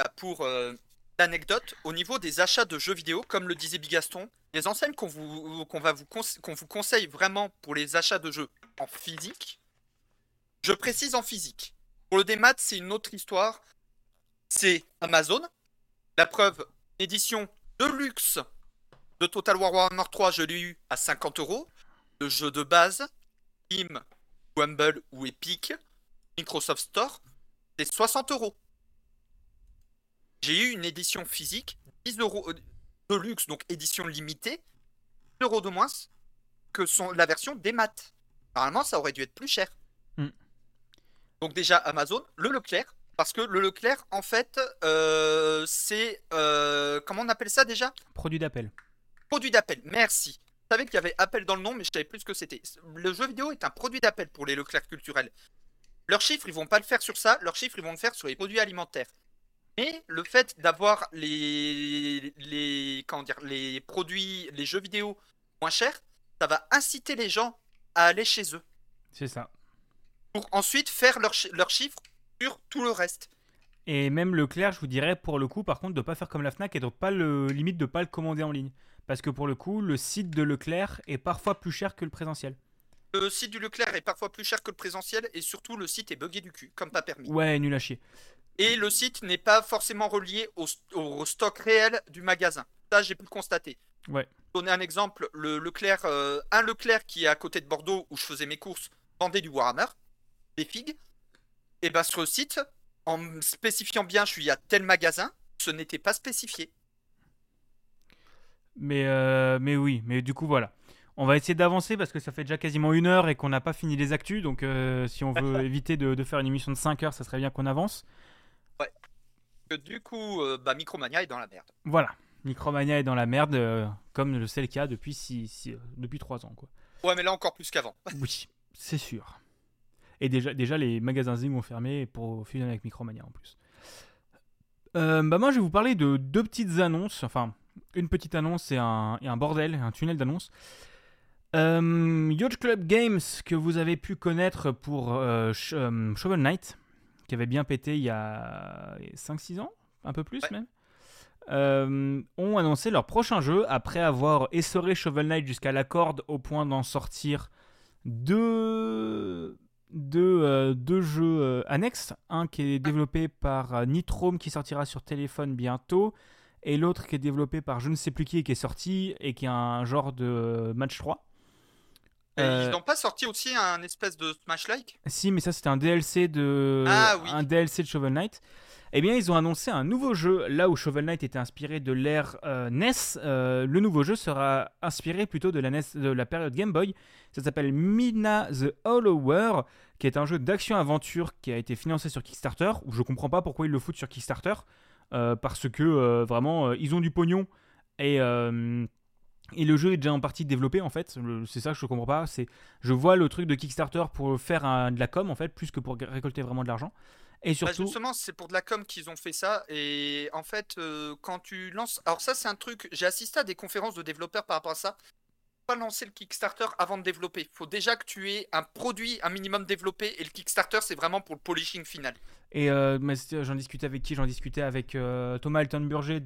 l'anecdote, au niveau des achats de jeux vidéo, comme le disait Bigaston, les enseignes qu'on vous conseille vraiment pour les achats de jeux en physique, je précise en physique. Pour le démat, c'est une autre histoire. C'est Amazon. La preuve, édition de luxe de Total War Warhammer 3, je l'ai eu à 50 €. Le jeu de base, Steam, Humble ou Epic, Microsoft Store, c'est 60 €. J'ai eu une édition physique, 10 € de luxe, donc édition limitée, 10 € de moins que la version des maths. Normalement, ça aurait dû être plus cher. Mm. Donc déjà, Amazon, le Leclerc, parce que le Leclerc, en fait, c'est... comment on appelle ça déjà? Produit d'appel. Produit d'appel, merci. Je savais qu'il y avait appel dans le nom, mais je savais plus ce que c'était. Le jeu vidéo est un produit d'appel pour les Leclerc culturels. Leurs chiffres, ils vont pas le faire sur ça, leurs chiffres, ils vont le faire sur les produits alimentaires. Mais le fait d'avoir les produits, les jeux vidéo moins chers, ça va inciter les gens à aller chez eux. C'est ça. Pour ensuite faire leurs chiffres sur tout le reste. Et même Leclerc, je vous dirais pour le coup, par contre, de pas faire comme la Fnac et limite de pas le commander en ligne. Parce que pour le coup, le site de Leclerc est parfois plus cher que le présentiel. Le site du Leclerc est parfois plus cher que le présentiel et surtout le site est buggé du cul, comme pas permis. Ouais, nul à chier. Et le site n'est pas forcément relié au stock réel du magasin. Ça, j'ai pu le constater. Ouais. Pour donner un exemple, un Leclerc qui est à côté de Bordeaux où je faisais mes courses vendait du Warhammer, des figues. Et ben sur le site, en spécifiant bien je suis à tel magasin, ce n'était pas spécifié. Mais oui, mais du coup voilà. On va essayer d'avancer parce que ça fait déjà quasiment 1 heure et qu'on n'a pas fini les actus. Donc, si on veut éviter de faire une émission de 5 heures, ça serait bien qu'on avance. Ouais. Du coup, Micromania est dans la merde. Voilà. Micromania est dans la merde, comme c'est le cas depuis 3 ans, quoi. Ouais, mais là encore plus qu'avant. Oui, c'est sûr. Et déjà, les magasins Zing ont fermé pour fusionner avec Micromania en plus. Moi, je vais vous parler de 2 petites annonces. Enfin, une petite annonce et un bordel, un tunnel d'annonces. Yacht Club Games, que vous avez pu connaître pour Shovel Knight, qui avait bien pété il y a 5-6 ans, un peu plus même, ont annoncé leur prochain jeu après avoir essoré Shovel Knight jusqu'à la corde au point d'en sortir deux jeux annexes. Un qui est développé par Nitrome qui sortira sur téléphone bientôt, et l'autre qui est développé par je ne sais plus qui et qui est sorti et qui est un genre de match 3. Ils n'ont pas sorti aussi un espèce de Smash-like? Si, mais ça c'était un DLC un DLC de Shovel Knight. Eh bien, ils ont annoncé un nouveau jeu. Là où Shovel Knight était inspiré de l'ère NES, le nouveau jeu sera inspiré plutôt de la NES, de la période Game Boy. Ça s'appelle Mina the Hollower, qui est un jeu d'action-aventure qui a été financé sur Kickstarter. Où je comprends pas pourquoi ils le foutent sur Kickstarter, parce que vraiment ils ont du pognon et le jeu est déjà en partie développé en fait. C'est ça que je comprends pas. Je vois le truc de Kickstarter pour faire de la com en fait, plus que pour récolter vraiment de l'argent. Et surtout, justement, c'est pour de la com qu'ils ont fait ça. Et en fait, quand tu lances. Alors, ça, c'est un truc. J'ai assisté à des conférences de développeurs par rapport à ça. Faut pas lancer le Kickstarter avant de développer. Il faut déjà que tu aies un produit un minimum développé. Et le Kickstarter, c'est vraiment pour le polishing final. et j'en discutais avec qui? J'en discutais avec Thomas Altenburger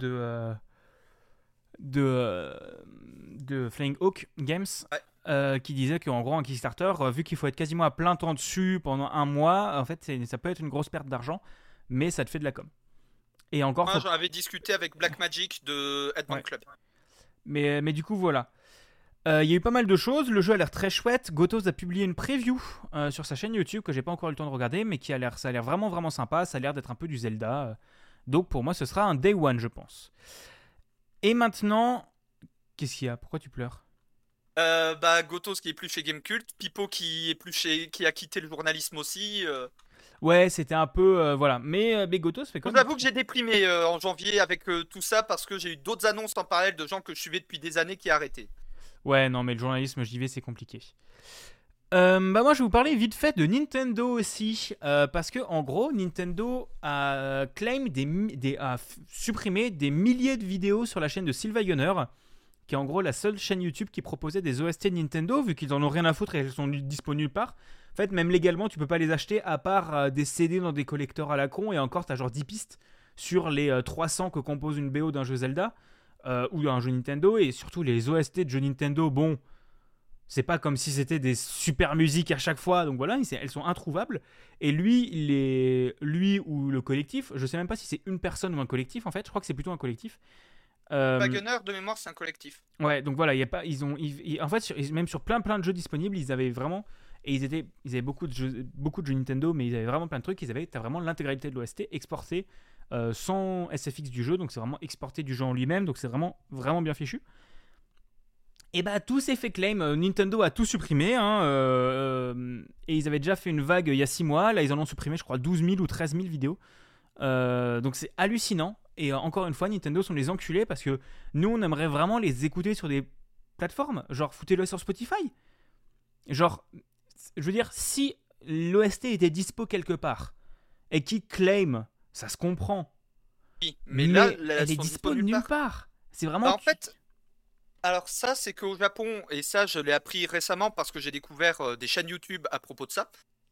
de Flying Hawk Games. Ouais. Qui disait qu'en gros un Kickstarter, vu qu'il faut être quasiment à plein temps dessus pendant un mois, en fait ça peut être une grosse perte d'argent, mais ça te fait de la com. Et encore, Moi, j'en avais discuté avec Blackmagic de Headband Ouais. Club. mais du coup voilà. Il y a eu pas mal de choses, le jeu a l'air très chouette. Gotos a publié une preview sur sa chaîne YouTube que j'ai pas encore eu le temps de regarder, mais ça a l'air vraiment vraiment sympa, ça a l'air d'être un peu du Zelda. Donc pour moi ce sera un Day One je pense. Et maintenant, qu'est-ce qu'il y a? Pourquoi tu pleures? Gotos qui est plus chez Gamecult, Pipo qui est plus qui a quitté le journalisme aussi. Ouais, c'était un peu voilà, mais Gotos fait Je comme. vous avoue que j'ai déprimé en janvier avec tout ça parce que j'ai eu d'autres annonces en parallèle de gens que je suivais depuis des années qui arrêtaient. Ouais, non, mais le journalisme, j'y vais, c'est compliqué. Moi, je vais vous parler vite fait de Nintendo aussi, parce que en gros, Nintendo a supprimé des milliers de vidéos sur la chaîne de Sylvain Gunner, qui est en gros la seule chaîne YouTube qui proposait des OST de Nintendo, vu qu'ils en ont rien à foutre et elles sont disponibles nulle part. En fait, même légalement, tu peux pas les acheter à part des CD dans des collecteurs à la con, et encore, t'as genre 10 pistes sur les 300 que compose une BO d'un jeu Zelda ou d'un jeu Nintendo, et surtout les OST de jeux Nintendo, bon, c'est pas comme si c'était des super musiques à chaque fois, donc voilà, elles sont introuvables. Et lui ou le collectif, je sais même pas si c'est une personne ou un collectif en fait, je crois que c'est plutôt un collectif. Wagoner, de mémoire, c'est un collectif. Ouais, donc voilà, il y a pas, en fait, même sur plein de jeux disponibles, ils avaient vraiment, et ils avaient beaucoup de jeux Nintendo, mais ils avaient vraiment plein de trucs. T'as vraiment l'intégralité de l'OST exporté sans SFX du jeu, donc c'est vraiment exporté du jeu en lui-même, donc c'est vraiment vraiment bien fichu. Et bah tout s'est fait claim, Nintendo a tout supprimé, hein, et ils avaient déjà fait une vague il y a 6 mois, là ils en ont supprimé je crois 12 000 ou 13 000 vidéos. Donc c'est hallucinant, et encore une fois Nintendo sont les enculés parce que nous on aimerait vraiment les écouter sur des plateformes, genre foutez-le sur Spotify. Genre, je veux dire, si l'OST était dispo quelque part et qui claim, ça se comprend, Oui, mais là, elle est sont dispo nulle part. C'est vraiment... en fait, alors ça, c'est qu'au Japon, et ça, je l'ai appris récemment parce que j'ai découvert des chaînes YouTube à propos de ça.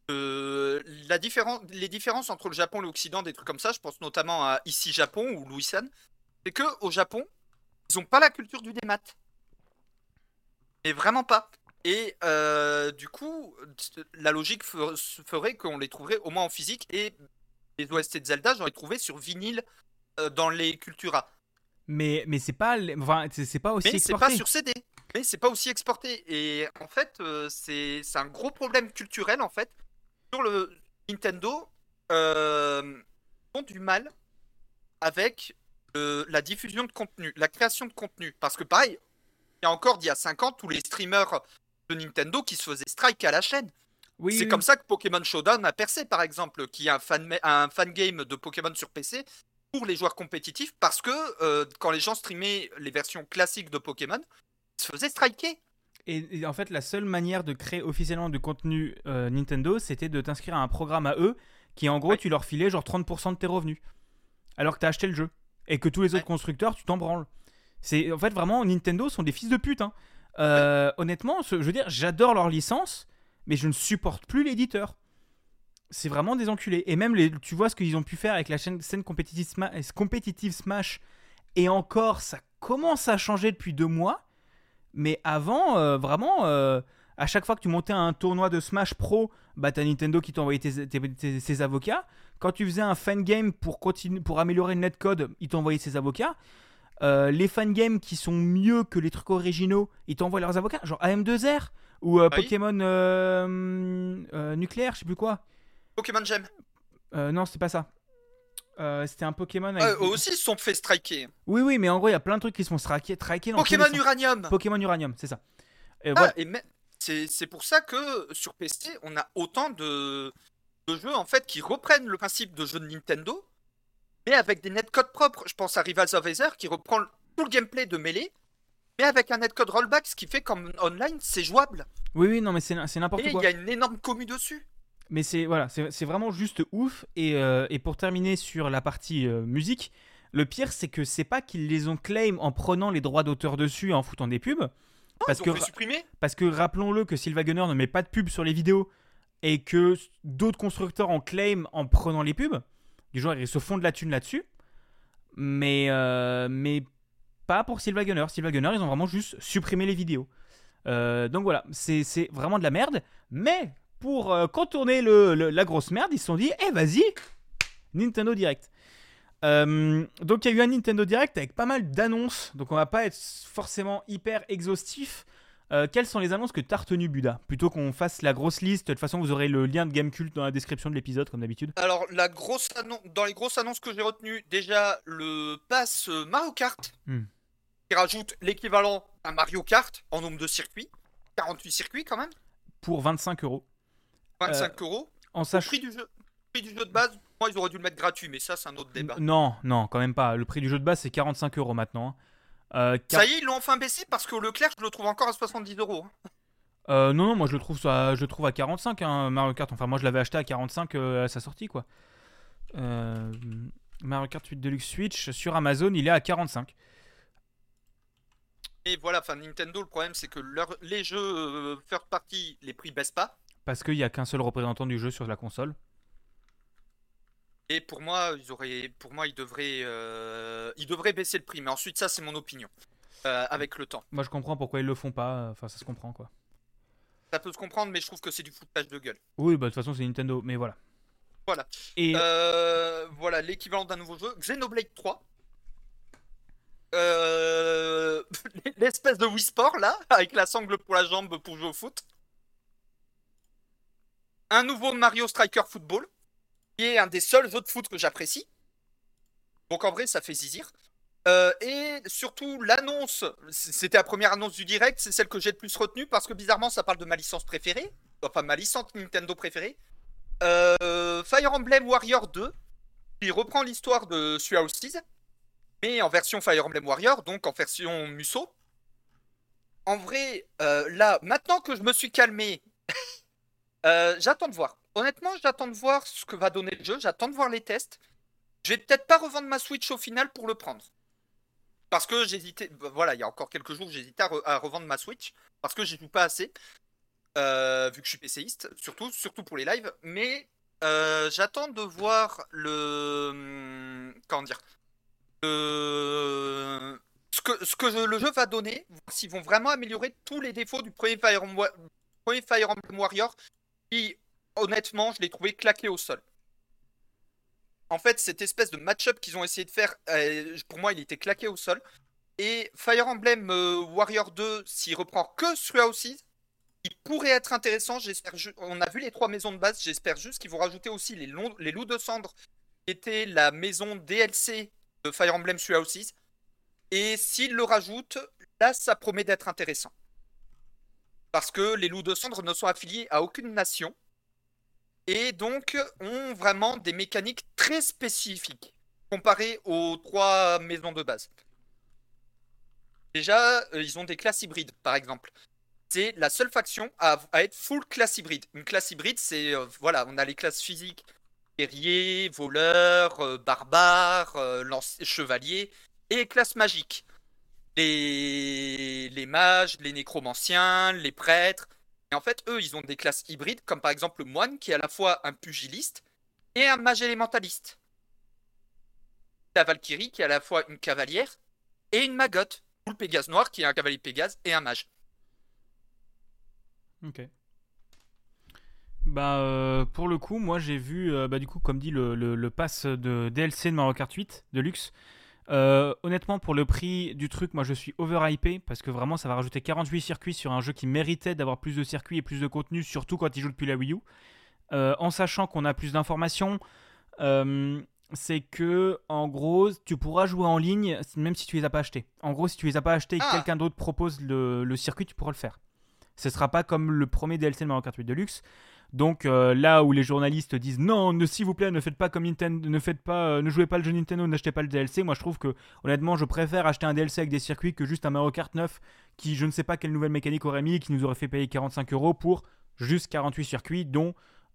Les différences entre le Japon et l'Occident, des trucs comme ça, je pense notamment à Ici Japon ou Louis-san, c'est que au Japon, ils ont pas la culture du démat. Mais vraiment pas. Et du coup, la logique ferait qu'on les trouverait au moins en physique, et les OST de Zelda, j'en ai trouvé sur vinyle dans les Cultura. Mais c'est pas, enfin, c'est pas aussi Mais c'est exporté. pas sur CD. Mais c'est pas aussi exporté. Et en fait, c'est un gros problème culturel en fait. Sur le Nintendo, ont du mal avec la diffusion de contenu, la création de contenu. Parce que pareil, y a encore d'il y a 5 ans tous les streamers de Nintendo qui se faisaient strike à la chaîne. Oui, C'est oui, comme ça que Pokémon Showdown a percé, par exemple, qui est un fan game de Pokémon sur PC pour les joueurs compétitifs, parce que quand les gens streamaient les versions classiques de Pokémon, ils se faisaient striker. et en fait, la seule manière de créer officiellement du contenu Nintendo, c'était de t'inscrire à un programme à eux, qui en gros, Ouais. tu leur filais genre 30% de tes revenus. Alors que t'as acheté le jeu. Et que tous les autres Ouais. constructeurs, tu t'en branles. En fait, vraiment, Nintendo sont des fils de pute. Hein. Honnêtement, je veux dire, j'adore leur licence, mais je ne supporte plus l'éditeur. C'est vraiment des enculés. Et même, tu vois ce qu'ils ont pu faire avec la scène compétitive Smash. Et encore, ça commence à changer depuis 2 mois. Mais avant, vraiment, à chaque fois que tu montais un tournoi de Smash Pro, bah t'as Nintendo qui t'envoyait ses avocats. Quand tu faisais un fan game pour améliorer le netcode, ils t'envoyaient ses avocats. Les fan games qui sont mieux que les trucs originaux, ils t'envoient leurs avocats. Genre AM2R ou Oui. Pokémon nucléaire, je sais plus quoi. Pokémon Gem. Non, c'était pas ça. C'était un Pokémon avec. Eux aussi se sont fait striker. Oui, oui, mais en gros, il y a plein de trucs qui se font traquer dans tous Pokémon les sens. Uranium. Pokémon Uranium, c'est ça. Et Ah, voilà. et c'est pour ça que sur PC, on a autant de jeux en fait qui reprennent le principe de jeux de Nintendo, mais avec des netcodes propres. Je pense à Rivals of Aether qui reprend tout le gameplay de Melee, mais avec un netcode rollback, ce qui fait qu'en online, c'est jouable. Oui, oui, non, mais c'est n'importe Et il quoi. y a une énorme commu dessus. Mais c'est vraiment juste ouf. Et pour terminer sur la partie musique, le pire, c'est que c'est pas qu'ils les ont claim en prenant les droits d'auteur dessus et en foutant des pubs. Parce Ils que, ont fait supprimer. parce que rappelons-le que Sylvain Gunner ne met pas de pub sur les vidéos et que d'autres constructeurs en claim en prenant les pubs. Du genre, ils se font de la thune là-dessus. Mais pas pour Sylvain Gunner. Sylvain Gunner, ils ont vraiment juste supprimé les vidéos. Donc voilà, c'est vraiment de la merde. Mais pour contourner la grosse merde, ils se sont dit, vas-y, Nintendo Direct. Donc il y a eu un Nintendo Direct avec pas mal d'annonces. Donc on va pas être forcément hyper exhaustif. Quelles sont les annonces que tu as retenues, Buda? Plutôt qu'on fasse la grosse liste, de toute façon vous aurez le lien de Gamecult dans la description de l'épisode comme d'habitude. Alors, dans les grosses annonces que j'ai retenues, déjà le pass Mario Kart, qui rajoute l'équivalent à Mario Kart en nombre de circuits, 48 circuits quand même, Pour 25 euros. 25 euros. En Au sachant. prix du jeu de base, moi ils auraient dû le mettre gratuit, mais ça c'est un autre débat. Non, non, quand même pas. Le prix du jeu de base c'est 45 euros maintenant. Hein. Ça y est, ils l'ont enfin baissé parce qu'au Leclerc, je le trouve encore à 70 euros. Non, non, moi je le trouve à 45 hein, Mario Kart. Enfin, moi je l'avais acheté à 45 à sa sortie quoi. Mario Kart 8 Deluxe Switch sur Amazon, il est à 45. Et voilà, enfin Nintendo, le problème c'est que les jeux first party, les prix baissent pas. Parce qu'il n'y a qu'un seul représentant du jeu sur la console. Et pour moi, ils devraient baisser le prix. Mais ensuite, ça c'est mon opinion. Avec le temps. Moi je comprends pourquoi ils le font pas. Enfin, ça se comprend quoi. Ça peut se comprendre, mais je trouve que c'est du foutage de gueule. Oui, bah de toute façon c'est Nintendo, mais voilà. Voilà. Et Voilà l'équivalent d'un nouveau jeu. Xenoblade 3. L'espèce de Wii Sport là, avec la sangle pour la jambe pour jouer au foot. Un nouveau Mario Striker Football, qui est un des seuls jeux de foot que j'apprécie. Donc en vrai, ça fait zizir. Et surtout, l'annonce, c'était la première annonce du direct, c'est celle que j'ai le plus retenue parce que bizarrement, ça parle de ma licence préférée, enfin ma licence Nintendo préférée. Fire Emblem Warrior 2, qui reprend l'histoire de Three Houses, mais en version Fire Emblem Warrior, donc en version Muso. En vrai, là, maintenant que je me suis calmé, j'attends de voir. Honnêtement, j'attends de voir ce que va donner le jeu, j'attends de voir les tests. Je vais peut-être pas revendre ma Switch au final pour le prendre. Parce que j'hésitais, voilà, il y a encore quelques jours, j'hésitais à revendre ma Switch, parce que j'y joue pas assez, vu que je suis PCiste, surtout pour les lives, mais j'attends de voir comment dire, ce que le jeu va donner, voir s'ils vont vraiment améliorer tous les défauts du premier Fire Emblem Warrior, qui, honnêtement, je l'ai trouvé claqué au sol. En fait, cette espèce de match-up qu'ils ont essayé de faire, pour moi, il était claqué au sol. Et Fire Emblem Warrior 2, s'il reprend que Three Houses, il pourrait être intéressant. On a vu les 3 maisons de base, j'espère juste qu'ils vont rajouter aussi les loups de cendre, qui était la maison DLC de Fire Emblem Three Houses. Et s'ils le rajoutent, là, ça promet d'être intéressant. Parce que les loups de cendre ne sont affiliés à aucune nation et donc ont vraiment des mécaniques très spécifiques comparées aux 3 maisons de base. Déjà, ils ont des classes hybrides, par exemple. C'est la seule faction à être full classe hybride. Une classe hybride, c'est, voilà, on a les classes physiques, guerrier, voleur, barbare, chevalier, et classe magique. Les mages, les nécromanciens, les prêtres. Et en fait, eux, ils ont des classes hybrides, comme par exemple le moine, qui est à la fois un pugiliste et un mage élémentaliste. La Valkyrie, qui est à la fois une cavalière et une magotte. Ou le Pégase noir, qui est un cavalier Pégase et un mage. Ok. Bah, pour le coup, moi j'ai vu, bah, du coup, comme dit, le pass de DLC de Mario Kart 8 de luxe. Honnêtement, pour le prix du truc, moi je suis overhypé parce que vraiment ça va rajouter 48 circuits sur un jeu qui méritait d'avoir plus de circuits et plus de contenu, surtout quand il joue depuis la Wii U. En sachant qu'on a plus d'informations, c'est que en gros, tu pourras jouer en ligne même si tu les as pas achetés. En gros, si tu les as pas achetés et que quelqu'un d'autre propose le circuit, tu pourras le faire. Ce sera pas comme le premier DLC de Mario Kart 8 Deluxe. Donc là où les journalistes disent non, s'il vous plaît, ne faites pas comme Nintendo, ne jouez pas le jeu Nintendo, n'achetez pas le DLC. Moi, je trouve que honnêtement, je préfère acheter un DLC avec des circuits que juste un Mario Kart 9 qui, je ne sais pas quelle nouvelle mécanique aurait mis, qui nous aurait fait payer 45€ pour juste 48 circuits, dont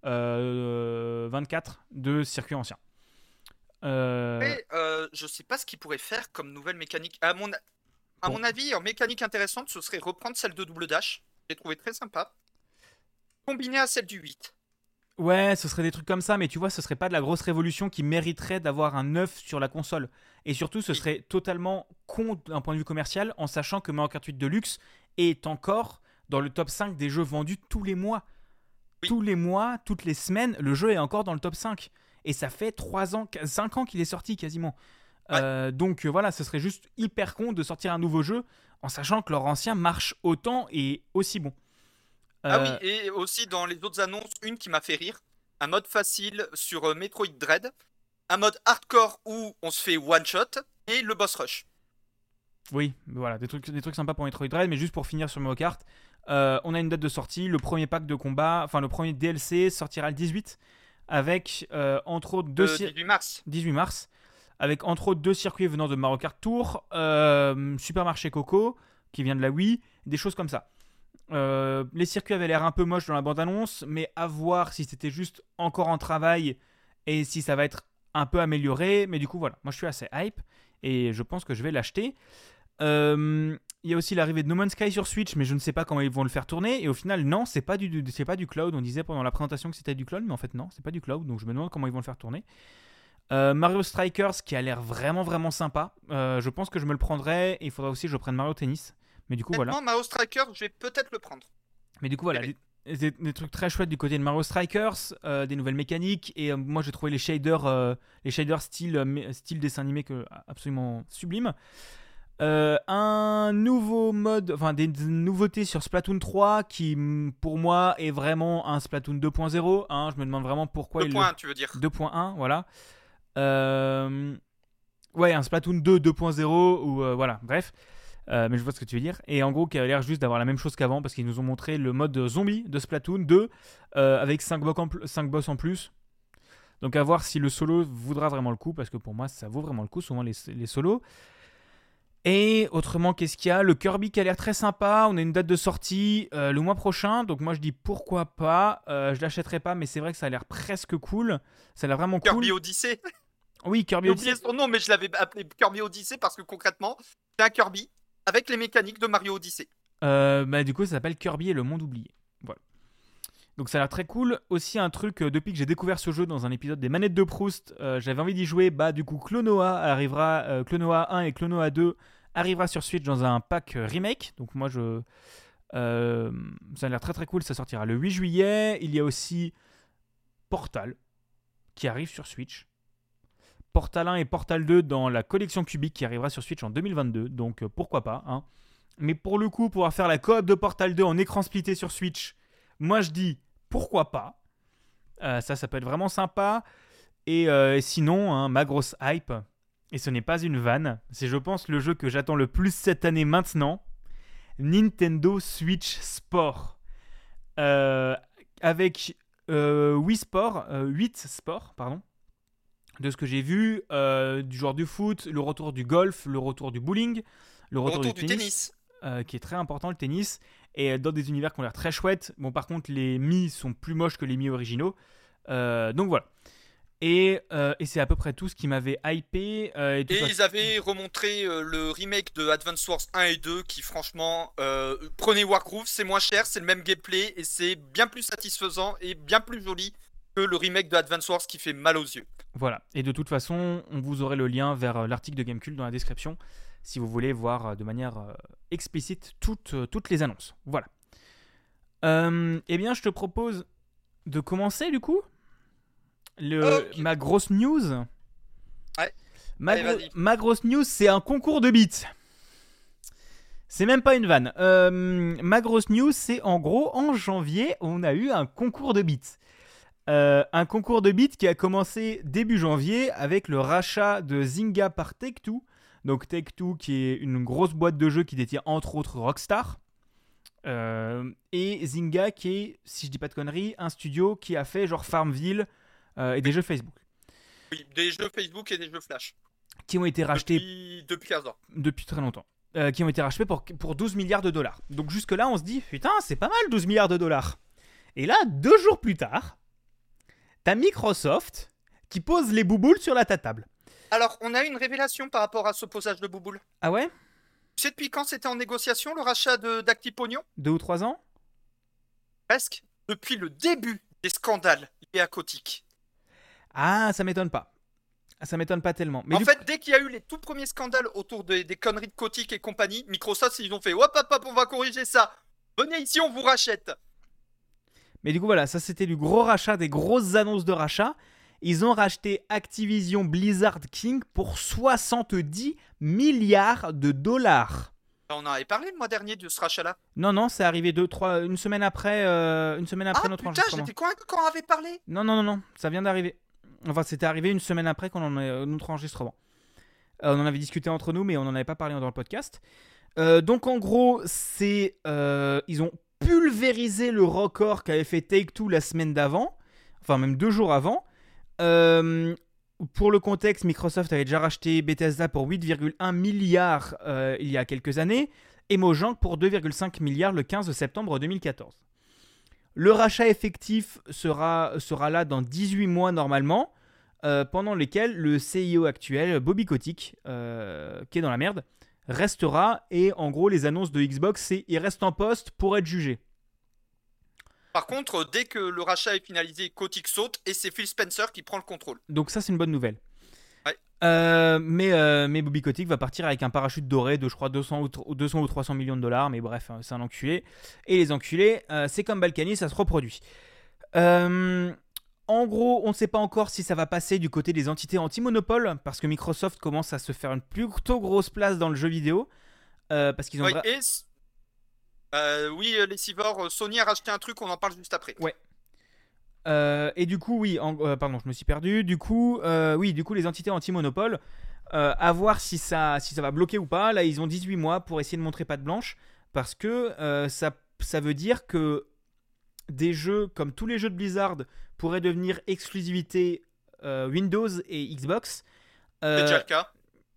24 de circuits anciens. Mais je sais pas ce qu'ils pourraient faire comme nouvelle mécanique. À mon avis, en mécanique intéressante, ce serait reprendre celle de Double Dash. J'ai trouvé très sympa. Combinée à celle du 8. Ouais, ce serait des trucs comme ça, mais tu vois, ce serait pas de la grosse révolution qui mériterait d'avoir un neuf sur la console. Et surtout, ce serait totalement con d'un point de vue commercial, en sachant que Mario Kart 8 Deluxe est encore dans le top 5 des jeux vendus tous les mois. Oui. Tous les mois, toutes les semaines, le jeu est encore dans le top 5. Et ça fait 3 ans, 5 ans qu'il est sorti quasiment. Ouais. Donc voilà, ce serait juste hyper con de sortir un nouveau jeu en sachant que leur ancien marche autant et aussi bon. Ah oui, et aussi dans les autres annonces, une qui m'a fait rire. Un mode facile sur Metroid Dread. Un mode hardcore où on se fait one shot. Et le boss rush. Oui, voilà, des trucs sympas pour Metroid Dread, mais juste pour finir sur Mario Kart, on a une date de sortie, le premier pack de combat, enfin le premier DLC sortira le 18, avec entre autres 18 mars. 18 mars, avec entre autres 2 circuits venant de Mario Kart Tour, Supermarché Coco, qui vient de la Wii, des choses comme ça. Les circuits avaient l'air un peu moches dans la bande-annonce, mais à voir si c'était juste encore en travail et si ça va être un peu amélioré. Mais du coup, voilà, moi je suis assez hype et je pense que je vais l'acheter. Il y a aussi l'arrivée de No Man's Sky sur Switch, mais je ne sais pas comment ils vont le faire tourner. Et au final, non, c'est pas du cloud. On disait pendant la présentation que c'était du cloud, mais en fait, non, c'est pas du cloud. Donc je me demande comment ils vont le faire tourner. Mario Strikers qui a l'air vraiment vraiment sympa. Je pense que je me le prendrai. Et il faudra aussi que je prenne Mario Tennis. Mais du coup, Maintenant, voilà. Mario Striker, je vais peut-être le prendre. Mais du coup, voilà. Des trucs très chouettes du côté de Mario Strikers, des nouvelles mécaniques. Et moi, j'ai trouvé les shaders style dessin animé absolument sublime. Un nouveau mode, enfin des nouveautés sur Splatoon 3 qui pour moi est vraiment un Splatoon 2.0. Hein, je me demande vraiment pourquoi 2.1, tu veux dire. 2.1, voilà. Ouais, un Splatoon 2 2.0 ou voilà, bref. Mais je vois ce que tu veux dire. Et en gros, qui a l'air juste d'avoir la même chose qu'avant parce qu'ils nous ont montré le mode zombie de Splatoon 2 avec 5 boss en plus. Donc à voir si le solo vaudra vraiment le coup parce que pour moi, ça vaut vraiment le coup, souvent les solos. Et autrement, qu'est-ce qu'il y a? Le Kirby qui a l'air très sympa. On a une date de sortie le mois prochain. Donc moi, je dis pourquoi pas. Je l'achèterai pas, mais c'est vrai que ça a l'air presque cool. Ça a l'air vraiment Kirby cool. Odyssey. Oui, Kirby J'ai Odyssey. oublié son nom, mais je l'avais appelé Kirby Odyssey parce que concrètement, c'est un Kirby avec les mécaniques de Mario Odyssey. Bah, du coup, ça s'appelle Kirby et le monde oublié. Voilà. Donc ça a l'air très cool. Aussi un truc, depuis que j'ai découvert ce jeu dans un épisode des Manettes de Proust, j'avais envie d'y jouer. Bah du coup, Clonoa arrivera, Clonoa 1 et Clonoa 2 arrivera sur Switch dans un pack remake. Donc moi, ça a l'air très très cool. Ça sortira le 8 juillet. Il y a aussi Portal qui arrive sur Switch. Portal 1 et Portal 2 dans la collection cubique qui arrivera sur Switch en 2022. Donc pourquoi pas, hein. Mais pour le coup, pouvoir faire la coop de Portal 2 en écran splitté sur Switch, moi je dis pourquoi pas. Ça peut être vraiment sympa. Et sinon, hein, ma grosse hype, et ce n'est pas une vanne, c'est je pense le jeu que j'attends le plus cette année maintenant, Nintendo Switch Sport. Avec 8 sports, pardon. De ce que j'ai vu, du joueur du foot, le retour du golf, le retour du bowling, le retour du tennis. Qui est très important, le tennis, et dans des univers qui ont l'air très chouettes. Bon, par contre, les Mi sont plus moches que les Mi originaux. Donc voilà. Et c'est à peu près tout ce qui m'avait hypé. Et ils avaient remontré le remake de Advance Wars 1 et 2 qui franchement, prenez Wargroove, c'est moins cher, c'est le même gameplay et c'est bien plus satisfaisant et bien plus joli que le remake de Advance Wars qui fait mal aux yeux. Voilà, et de toute façon, on vous aurez le lien vers l'article de Gamecult dans la description si vous voulez voir de manière explicite toutes les annonces. Voilà. Eh bien, je te propose de commencer du coup ma grosse news. Ouais. Ma grosse news, c'est un concours de beats. C'est même pas une vanne. Ma grosse news, c'est en gros, en janvier, on a eu un concours de beats. Un concours de beats qui a commencé début janvier avec le rachat de Zynga par Take-Two. Donc Take-Two qui est une grosse boîte de jeux qui détient entre autres Rockstar. Et Zynga qui est, si je dis pas de conneries, un studio qui a fait genre Farmville et des jeux Facebook. Oui, des jeux Facebook et des jeux Flash. Qui ont été rachetés depuis 15 ans. Depuis très longtemps. Qui ont été rachetés pour 12 milliards de dollars. Donc jusque là on se dit, putain c'est pas mal 12 milliards de dollars. Et là 2 jours plus tard, t'as Microsoft qui pose les bouboules sur la table. Alors, on a une révélation par rapport à ce posage de bouboules. Ah ouais ? Tu sais depuis quand c'était en négociation le rachat d'Actipognon ? 2 ou 3 ans ? Presque. Depuis le début des scandales liés à Kotick. Ah, ça m'étonne pas. Ça m'étonne pas tellement. Mais en fait, dès qu'il y a eu les tout premiers scandales autour des conneries de Kotick et compagnie, Microsoft, ils ont fait hop, on va corriger ça. Venez ici, on vous rachète. Mais du coup, voilà, ça c'était du gros rachat, des grosses annonces de rachat. Ils ont racheté Activision Blizzard King pour 70 milliards de dollars. On en avait parlé le mois dernier de ce rachat-là. Non, c'est arrivé une semaine après notre enregistrement. J'étais convaincu qu'on en avait parlé. Non, ça vient d'arriver. Enfin, c'était arrivé une semaine après notre enregistrement. On en avait discuté entre nous, mais on n'en avait pas parlé dans le podcast. Donc en gros, ils ont pulvérisé le record qu'avait fait Take-Two la semaine d'avant, enfin même 2 jours avant. Pour le contexte, Microsoft avait déjà racheté Bethesda pour 8,1 milliards il y a quelques années et Mojang pour 2,5 milliards le 15 septembre 2014. Le rachat effectif sera là dans 18 mois normalement, pendant lesquels le CEO actuel, Bobby Kotick, qui est dans la merde, restera. Et en gros, les annonces de Xbox, c'est il reste en poste pour être jugé. Par contre, dès que le rachat est finalisé, Kotick saute et c'est Phil Spencer qui prend le contrôle. Donc ça, c'est une bonne nouvelle. Ouais. Mais Bobby Kotick va partir avec un parachute doré de, je crois, 200 ou 300 millions de dollars. Mais bref, c'est un enculé. Et les enculés, c'est comme Balkany, ça se reproduit. En gros, on ne sait pas encore si ça va passer du côté des entités anti-monopole, parce que Microsoft commence à se faire une plutôt grosse place dans le jeu vidéo. Parce qu'ils ont... Oui, les Civors, Sony a racheté un truc, on en parle juste après. Ouais. Et du coup, oui, pardon, je me suis perdu. Du coup, les entités anti-monopole, à voir si ça va bloquer ou pas. Là, ils ont 18 mois pour essayer de montrer patte blanche, parce que ça veut dire que des jeux comme tous les jeux de Blizzard pourraient devenir exclusivité Windows et Xbox. C'est déjà le cas.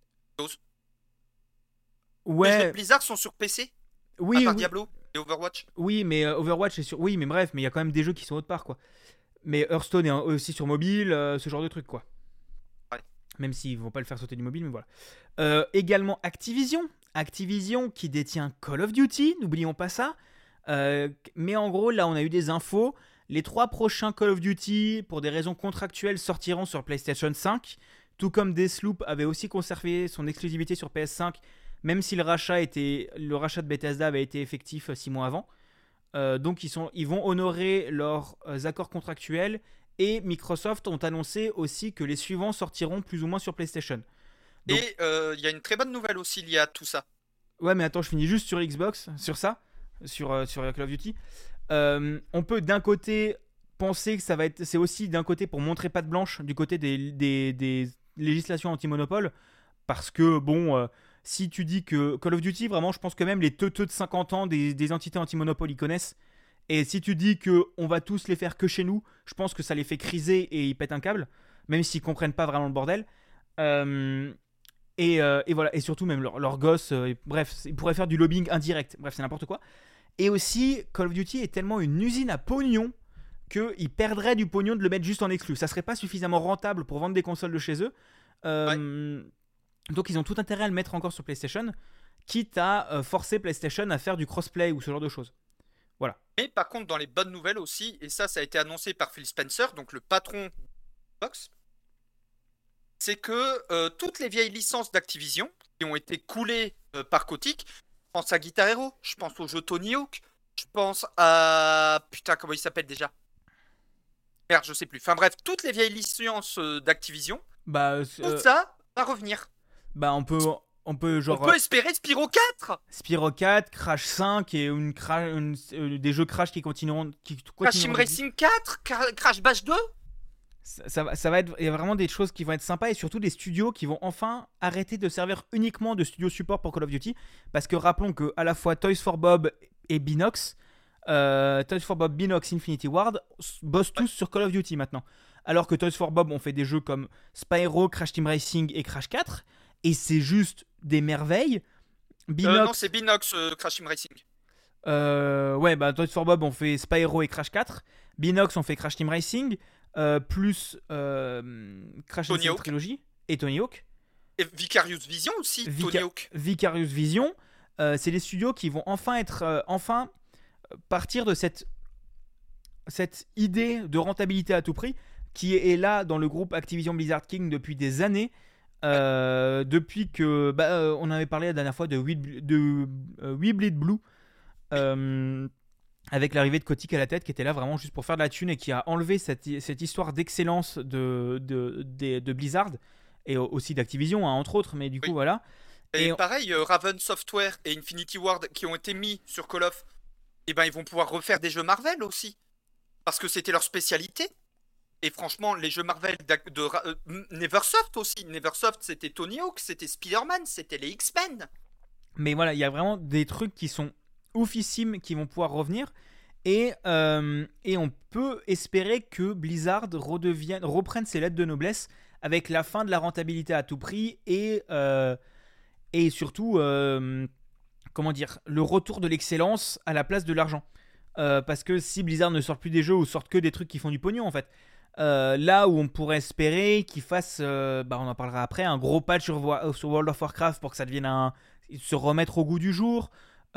Ouais. Les jeux de Blizzard sont sur PC. Oui, à part Diablo et Overwatch. Oui, mais Overwatch est sur... Oui, mais bref, mais il y a quand même des jeux qui sont autre part, quoi. Mais Hearthstone est aussi sur mobile, ce genre de truc, quoi. Ouais. Même s'ils vont pas le faire sauter du mobile, mais voilà. Également Activision qui détient Call of Duty, n'oublions pas ça. Mais en gros, là, on a eu des infos. Les 3 prochains Call of Duty, pour des raisons contractuelles, sortiront sur PlayStation 5. Tout comme Deathloop avait aussi conservé son exclusivité sur PS5, même si le rachat de Bethesda avait été effectif 6 mois avant. Donc ils vont honorer leurs accords contractuels. Et Microsoft ont annoncé aussi que les suivants sortiront plus ou moins sur PlayStation. Donc... Et il y a une très bonne nouvelle aussi liée à tout ça. Ouais, mais attends, je finis juste sur Xbox, sur ça, sur Call of Duty. On peut d'un côté penser que c'est aussi d'un côté pour montrer patte blanche du côté des législations anti-monopole, parce que bon, Si tu dis que Call of Duty, vraiment, je pense que même les teuteux de 50 ans des entités anti-monopole, ils connaissent. Et si tu dis que on va tous les faire que chez nous, je pense que ça les fait criser et ils pètent un câble, même s'ils comprennent pas vraiment le bordel. Euh, et voilà, et surtout même leurs gosses, bref, ils pourraient faire du lobbying indirect, bref, c'est n'importe quoi. Et aussi, Call of Duty est tellement une usine à pognon qu'ils perdraient du pognon de le mettre juste en exclu. Ça serait pas suffisamment rentable pour vendre des consoles de chez eux. Euh, donc ils ont tout intérêt à le mettre encore sur PlayStation, quitte à forcer PlayStation à faire du crossplay ou ce genre de choses. Voilà. Mais par contre, dans les bonnes nouvelles aussi, et ça a été annoncé par Phil Spencer, donc le patron de Xbox, c'est que toutes les vieilles licences d'Activision qui ont été coulées par Kotick, je pense à Guitar Hero, je pense au jeu Tony Hawk, je pense à... Putain, comment il s'appelle déjà? Merde, je sais plus. Enfin bref, toutes les vieilles licences d'Activision, Bah, tout ça va revenir. bah on peut genre On peut espérer Spyro 4, Spyro 4, Crash 5 et des jeux Crash qui continueront Crash Team Racing 4, Crash Bash 2. Ça va être, il y a vraiment des choses qui vont être sympas et surtout des studios qui vont enfin arrêter de servir uniquement de studio support pour Call of Duty, parce que rappelons que à la fois Toys for Bob et Binox, Toys for Bob, Binox, Infinity Ward bossent tous sur Call of Duty maintenant, alors que Toys for Bob ont fait des jeux comme Spyro, Crash Team Racing et Crash 4 et c'est juste des merveilles. Non, c'est Binox, Crash Team Racing. Ouais, bah Toys for Bob ont fait Spyro et Crash 4, Binox ont fait Crash Team Racing, plus Crash Tony Hawk. Trilogy et Tony Hawk. Et Vicarious Vision aussi, Tony Hawk. Vicarious Vision, c'est les studios qui vont enfin partir de cette idée de rentabilité à tout prix qui est là dans le groupe Activision Blizzard King depuis des années. Depuis que on avait parlé la dernière fois de Weebly Blue, avec l'arrivée de Kotick à la tête, qui était là vraiment juste pour faire de la thune et qui a enlevé cette histoire d'excellence de Blizzard et aussi d'Activision, hein, entre autres, mais du coup voilà. Et pareil, Raven Software et Infinity Ward qui ont été mis sur Call of, et ben ils vont pouvoir refaire des jeux Marvel aussi, parce que c'était leur spécialité. Et franchement, les jeux Marvel Neversoft aussi. Neversoft, c'était Tony Hawk, c'était Spider-Man, c'était les X-Men. Mais voilà, il y a vraiment des trucs qui sont oufissimes qui vont pouvoir revenir. Et on peut espérer que Blizzard reprenne ses lettres de noblesse avec la fin de la rentabilité à tout prix et surtout, comment dire, le retour de l'excellence à la place de l'argent. Parce que si Blizzard ne sort plus des jeux ou sortent que des trucs qui font du pognon en fait, là où on pourrait espérer qu'ils fassent, on en parlera après, un gros patch sur World of Warcraft pour que ça devienne se remettre au goût du jour,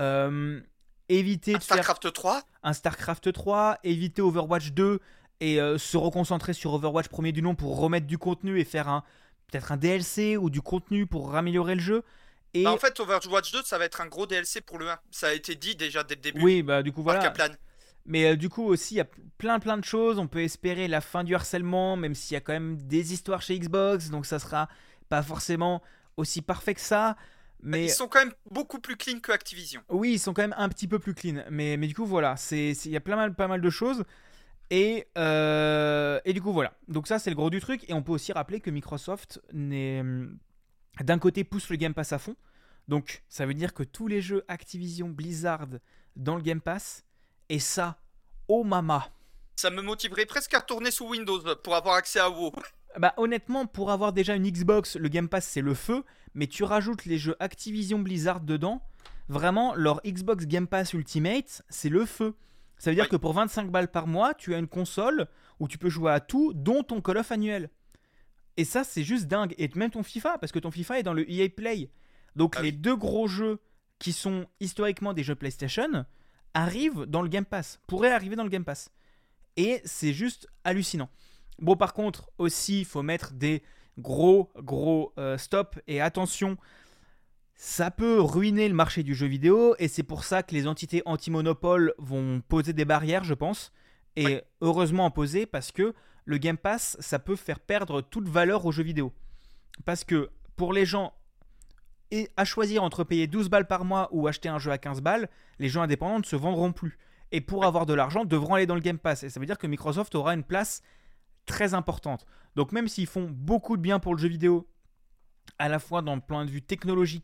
éviter un de faire StarCraft 3, un StarCraft 3, éviter Overwatch 2 et se reconcentrer sur Overwatch premier du nom pour remettre du contenu et faire peut-être un DLC ou du contenu pour améliorer le jeu. Et... en fait, Overwatch 2, ça va être un gros DLC pour le 1. Ça a été dit déjà dès le début. Oui, du coup, voilà. Kaplan. Mais du coup, aussi, il y a plein de choses. On peut espérer la fin du harcèlement, même s'il y a quand même des histoires chez Xbox. Donc, ça sera pas forcément aussi parfait que ça. Mais... ils sont quand même beaucoup plus clean que Activision. Oui, ils sont quand même un petit peu plus clean. Mais du coup, voilà. Il y a pas mal de choses. Et du coup, voilà. Donc, ça, c'est le gros du truc. Et on peut aussi rappeler que Microsoft d'un côté pousse le Game Pass à fond, donc ça veut dire que tous les jeux Activision Blizzard dans le Game Pass, et ça, oh mama, ça me motiverait presque à retourner sous Windows pour avoir accès à WoW. Bah honnêtement, pour avoir déjà une Xbox, le Game Pass c'est le feu, mais tu rajoutes les jeux Activision Blizzard dedans, vraiment leur Xbox Game Pass Ultimate c'est le feu. Ça veut dire que pour 25 balles par mois, tu as une console où tu peux jouer à tout, dont ton Call of annuel. Et ça, c'est juste dingue. Et même ton FIFA, parce que ton FIFA est dans le EA Play. Donc les deux gros jeux qui sont historiquement des jeux PlayStation arrivent dans le Game Pass, pourraient arriver dans le Game Pass. Et c'est juste hallucinant. Bon, par contre, aussi, il faut mettre des gros stop et attention. Ça peut ruiner le marché du jeu vidéo et c'est pour ça que les entités anti-monopole vont poser des barrières, je pense. Et heureusement en poser parce que le Game Pass, ça peut faire perdre toute valeur aux jeux vidéo. Parce que pour les gens, à choisir entre payer 12 balles par mois ou acheter un jeu à 15 balles, les jeux indépendants ne se vendront plus. Et pour avoir de l'argent, devront aller dans le Game Pass. Et ça veut dire que Microsoft aura une place très importante. Donc même s'ils font beaucoup de bien pour le jeu vidéo, à la fois dans le point de vue technologique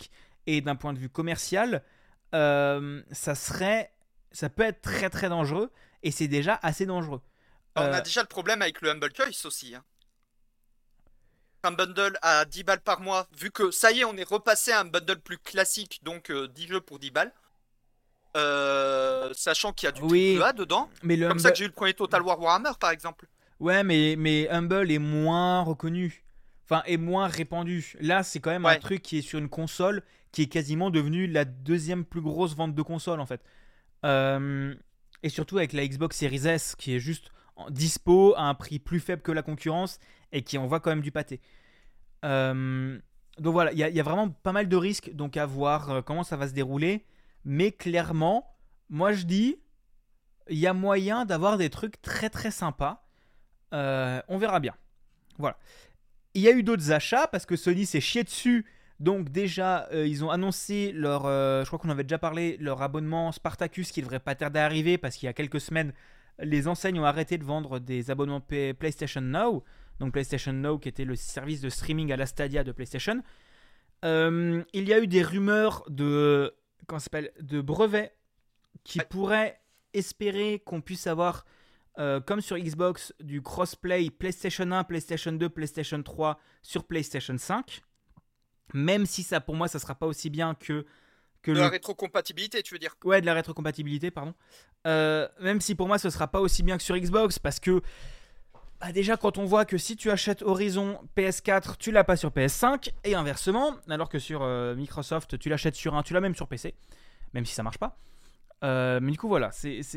et d'un point de vue commercial, ça peut être très très dangereux, et c'est déjà assez dangereux. On a déjà le problème avec le Humble Choice aussi. Hein. Un bundle à 10 balles par mois, vu que ça y est, on est repassé à un bundle plus classique, donc 10 jeux pour 10 balles. Sachant qu'il y a du Oui, AAA dedans. mais le Comme ça Humble... que j'ai eu le premier Total War Warhammer, par exemple. Ouais, mais Humble est moins reconnu. Enfin, est moins répandu. Là, c'est quand même un Ouais. truc qui est sur une console qui est quasiment devenue la deuxième plus grosse vente de console, en fait. Euh, et surtout avec la Xbox Series S, qui est juste dispo à un prix plus faible que la concurrence et qui envoie quand même du pâté. Euh, donc voilà, il y a vraiment pas mal de risques, donc à voir comment ça va se dérouler. Mais clairement, moi je dis, il y a moyen d'avoir des trucs très très sympas. On verra bien. Voilà. Il y a eu d'autres achats parce que Sony s'est chié dessus. Donc déjà, ils ont annoncé leur, je crois qu'on avait déjà parlé, leur abonnement Spartacus qui devrait pas tarder à arriver parce qu'il y a quelques semaines, les enseignes ont arrêté de vendre des abonnements PlayStation Now. Donc PlayStation Now qui était le service de streaming à la Stadia de PlayStation. Il y a eu des rumeurs de, comment ça s'appelle, de brevets qui pourraient espérer qu'on puisse avoir, comme sur Xbox, du crossplay PlayStation 1, PlayStation 2, PlayStation 3 sur PlayStation 5. Même si ça, pour moi, ça sera pas aussi bien que De la rétrocompatibilité, tu veux dire? Ouais, de la rétrocompatibilité, pardon. Même si pour moi, ce sera pas aussi bien que sur Xbox, parce que bah déjà, quand on voit que si tu achètes Horizon PS4, tu l'as pas sur PS5, et inversement, alors que sur Microsoft, tu l'achètes sur un, tu l'as même sur PC, même si ça marche pas. Mais du coup, voilà,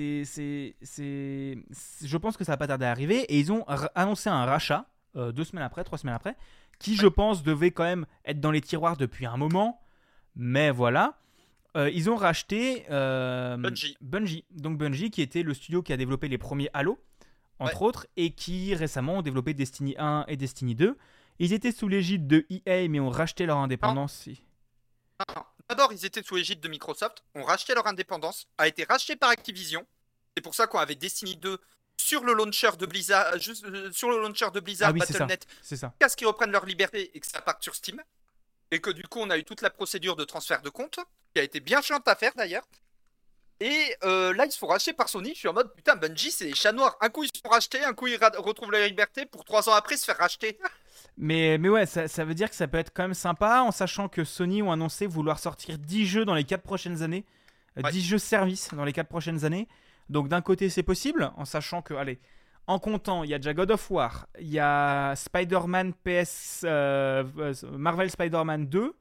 je pense que ça va pas tarder à arriver, et ils ont annoncé un rachat 2 semaines après, 3 semaines après, qui je pense devait quand même être dans les tiroirs depuis un moment, mais voilà. Ils ont racheté Bungie. Donc Bungie qui était le studio qui a développé les premiers Halo, entre autres, et qui récemment ont développé Destiny 1 et Destiny 2. Ils étaient sous l'égide de EA mais ont racheté leur indépendance. Non. D'abord, ils étaient sous l'égide de Microsoft, ont racheté leur indépendance, a été racheté par Activision. C'est pour ça qu'on avait Destiny 2 sur le launcher de Blizzard, sur le launcher de Blizzard, Ah oui, Battle.net, c'est ça. qu'à ce qu'ils reprennent leur liberté et que ça parte sur Steam. Et que du coup, on a eu toute la procédure de transfert de compte, qui a été bien chiante à faire d'ailleurs. Et là, ils se font racheter par Sony. Je suis en mode, putain, Bungie, c'est les chats noirs. Un coup, ils se font racheter, un coup, ils retrouvent leur liberté pour 3 ans après se faire racheter. Mais ouais, ça veut dire que ça peut être quand même sympa, en sachant que Sony ont annoncé vouloir sortir 10 jeux dans les 4 prochaines années. 10 jeux services dans les 4 prochaines années. Donc d'un côté, c'est possible, en sachant que, allez, en comptant, il y a déjà God of War, il y a Spider-Man PS, Marvel Spider-Man 2,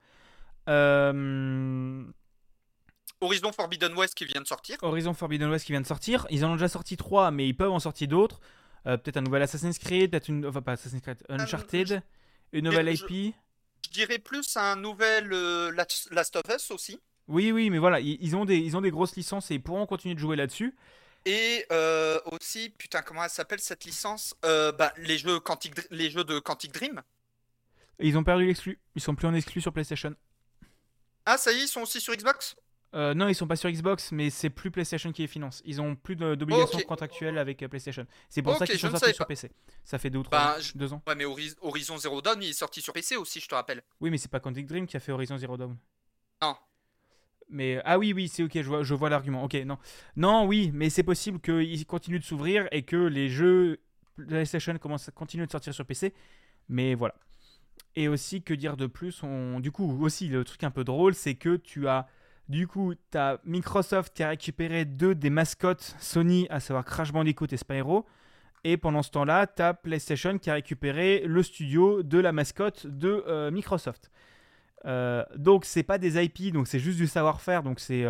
Horizon Forbidden West qui vient de sortir. Horizon Forbidden West qui vient de sortir. Ils en ont déjà sorti 3, mais ils peuvent en sortir d'autres. Peut-être un nouvel Assassin's Creed, peut-être une... Enfin, pas Assassin's Creed, Uncharted, une nouvelle IP. Je dirais plus un nouvel Last of Us aussi. Oui, mais voilà, ils ont des grosses licences et ils pourront continuer de jouer là-dessus. Et aussi, putain, comment elle s'appelle cette licence les jeux de Quantic Dream. Et ils ont perdu l'exclu. Ils sont plus en exclu sur PlayStation. Ah, ça y est, ils sont aussi sur Xbox? Non, ils sont pas sur Xbox, mais c'est plus PlayStation qui les finance. Ils ont plus d'obligations contractuelles avec PlayStation. C'est pour ça qu'ils sont sortis sur PC. Ça fait 2 ou 2 ans. Ouais, mais Horizon Zero Dawn, il est sorti sur PC aussi, je te rappelle. Oui, mais c'est pas Quantic Dream qui a fait Horizon Zero Dawn. Non. Mais ah oui, c'est ok, je vois l'argument. Ok, non, oui, mais c'est possible qu'ils continuent de s'ouvrir et que les jeux PlayStation continuent de sortir sur PC. Mais voilà. Et aussi, que dire de plus, du coup, aussi, le truc un peu drôle, c'est que t'as Microsoft qui a récupéré 2 des mascottes Sony, à savoir Crash Bandicoot et Spyro. Et pendant ce temps-là, t'as PlayStation qui a récupéré le studio de la mascotte de Microsoft. Donc, c'est pas des IP, donc c'est juste du savoir-faire, donc c'est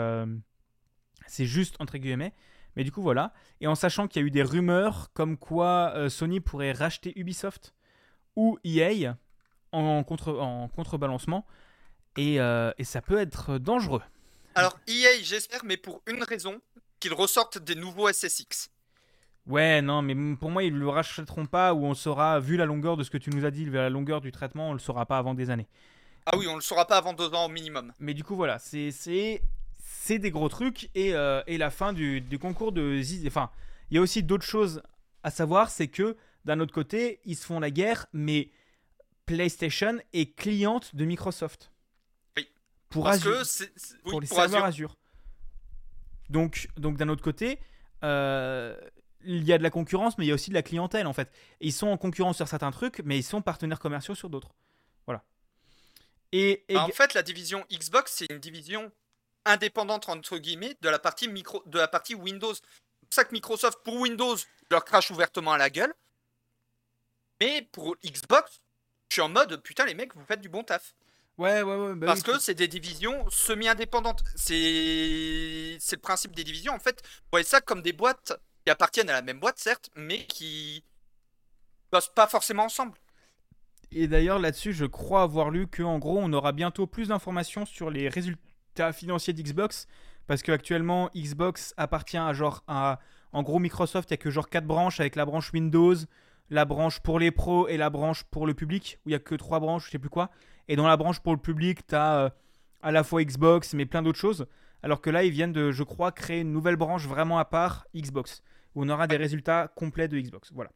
juste entre guillemets. Mais du coup, voilà. Et en sachant qu'il y a eu des rumeurs comme quoi Sony pourrait racheter Ubisoft ou EA en contrebalancement. Et ça peut être dangereux. Alors, EA, j'espère, mais pour une raison, qu'ils ressortent des nouveaux SSX. Ouais, non, mais pour moi, ils le rachèteront pas, ou on saura, vu la longueur de ce que tu nous as dit, vu la longueur du traitement, on le saura pas avant des années. Ah oui, on le saura pas avant 2 ans au minimum. Mais du coup, voilà, c'est des gros trucs, et la fin du concours de Ziz. Enfin, il y a aussi d'autres choses à savoir, c'est que, d'un autre côté, ils se font la guerre, mais PlayStation est cliente de Microsoft. Oui. pour Parce Azure, que pour oui, les pour serveurs Azure. Azure. Donc d'un autre côté, euh, il y a de la concurrence, mais il y a aussi de la clientèle en fait. Et ils sont en concurrence sur certains trucs, mais ils sont partenaires commerciaux sur d'autres. Voilà. Et Bah, en fait, la division Xbox, c'est une division indépendante entre guillemets de la partie Windows. C'est pour ça que Microsoft, pour Windows, leur crache ouvertement à la gueule. Mais pour Xbox, je suis en mode putain les mecs, vous faites du bon taf. ouais, bah Parce oui. que c'est des divisions semi-indépendantes. C'est le principe des divisions. En fait, vous voyez ça comme des boîtes qui appartiennent à la même boîte, certes, mais qui bossent pas forcément ensemble. Et d'ailleurs là-dessus, je crois avoir lu qu'en gros, on aura bientôt plus d'informations sur les résultats financiers d'Xbox, parce qu'actuellement, Xbox appartient en gros, Microsoft, il y a que genre 4 branches avec la branche Windows, la branche pour les pros et la branche pour le public, où il y a que 3 branches, je sais plus quoi. Et dans la branche pour le public, tu as à la fois Xbox, mais plein d'autres choses. Alors que là, ils viennent de, je crois, créer une nouvelle branche vraiment à part, Xbox, où on aura des résultats complets de Xbox. Voilà.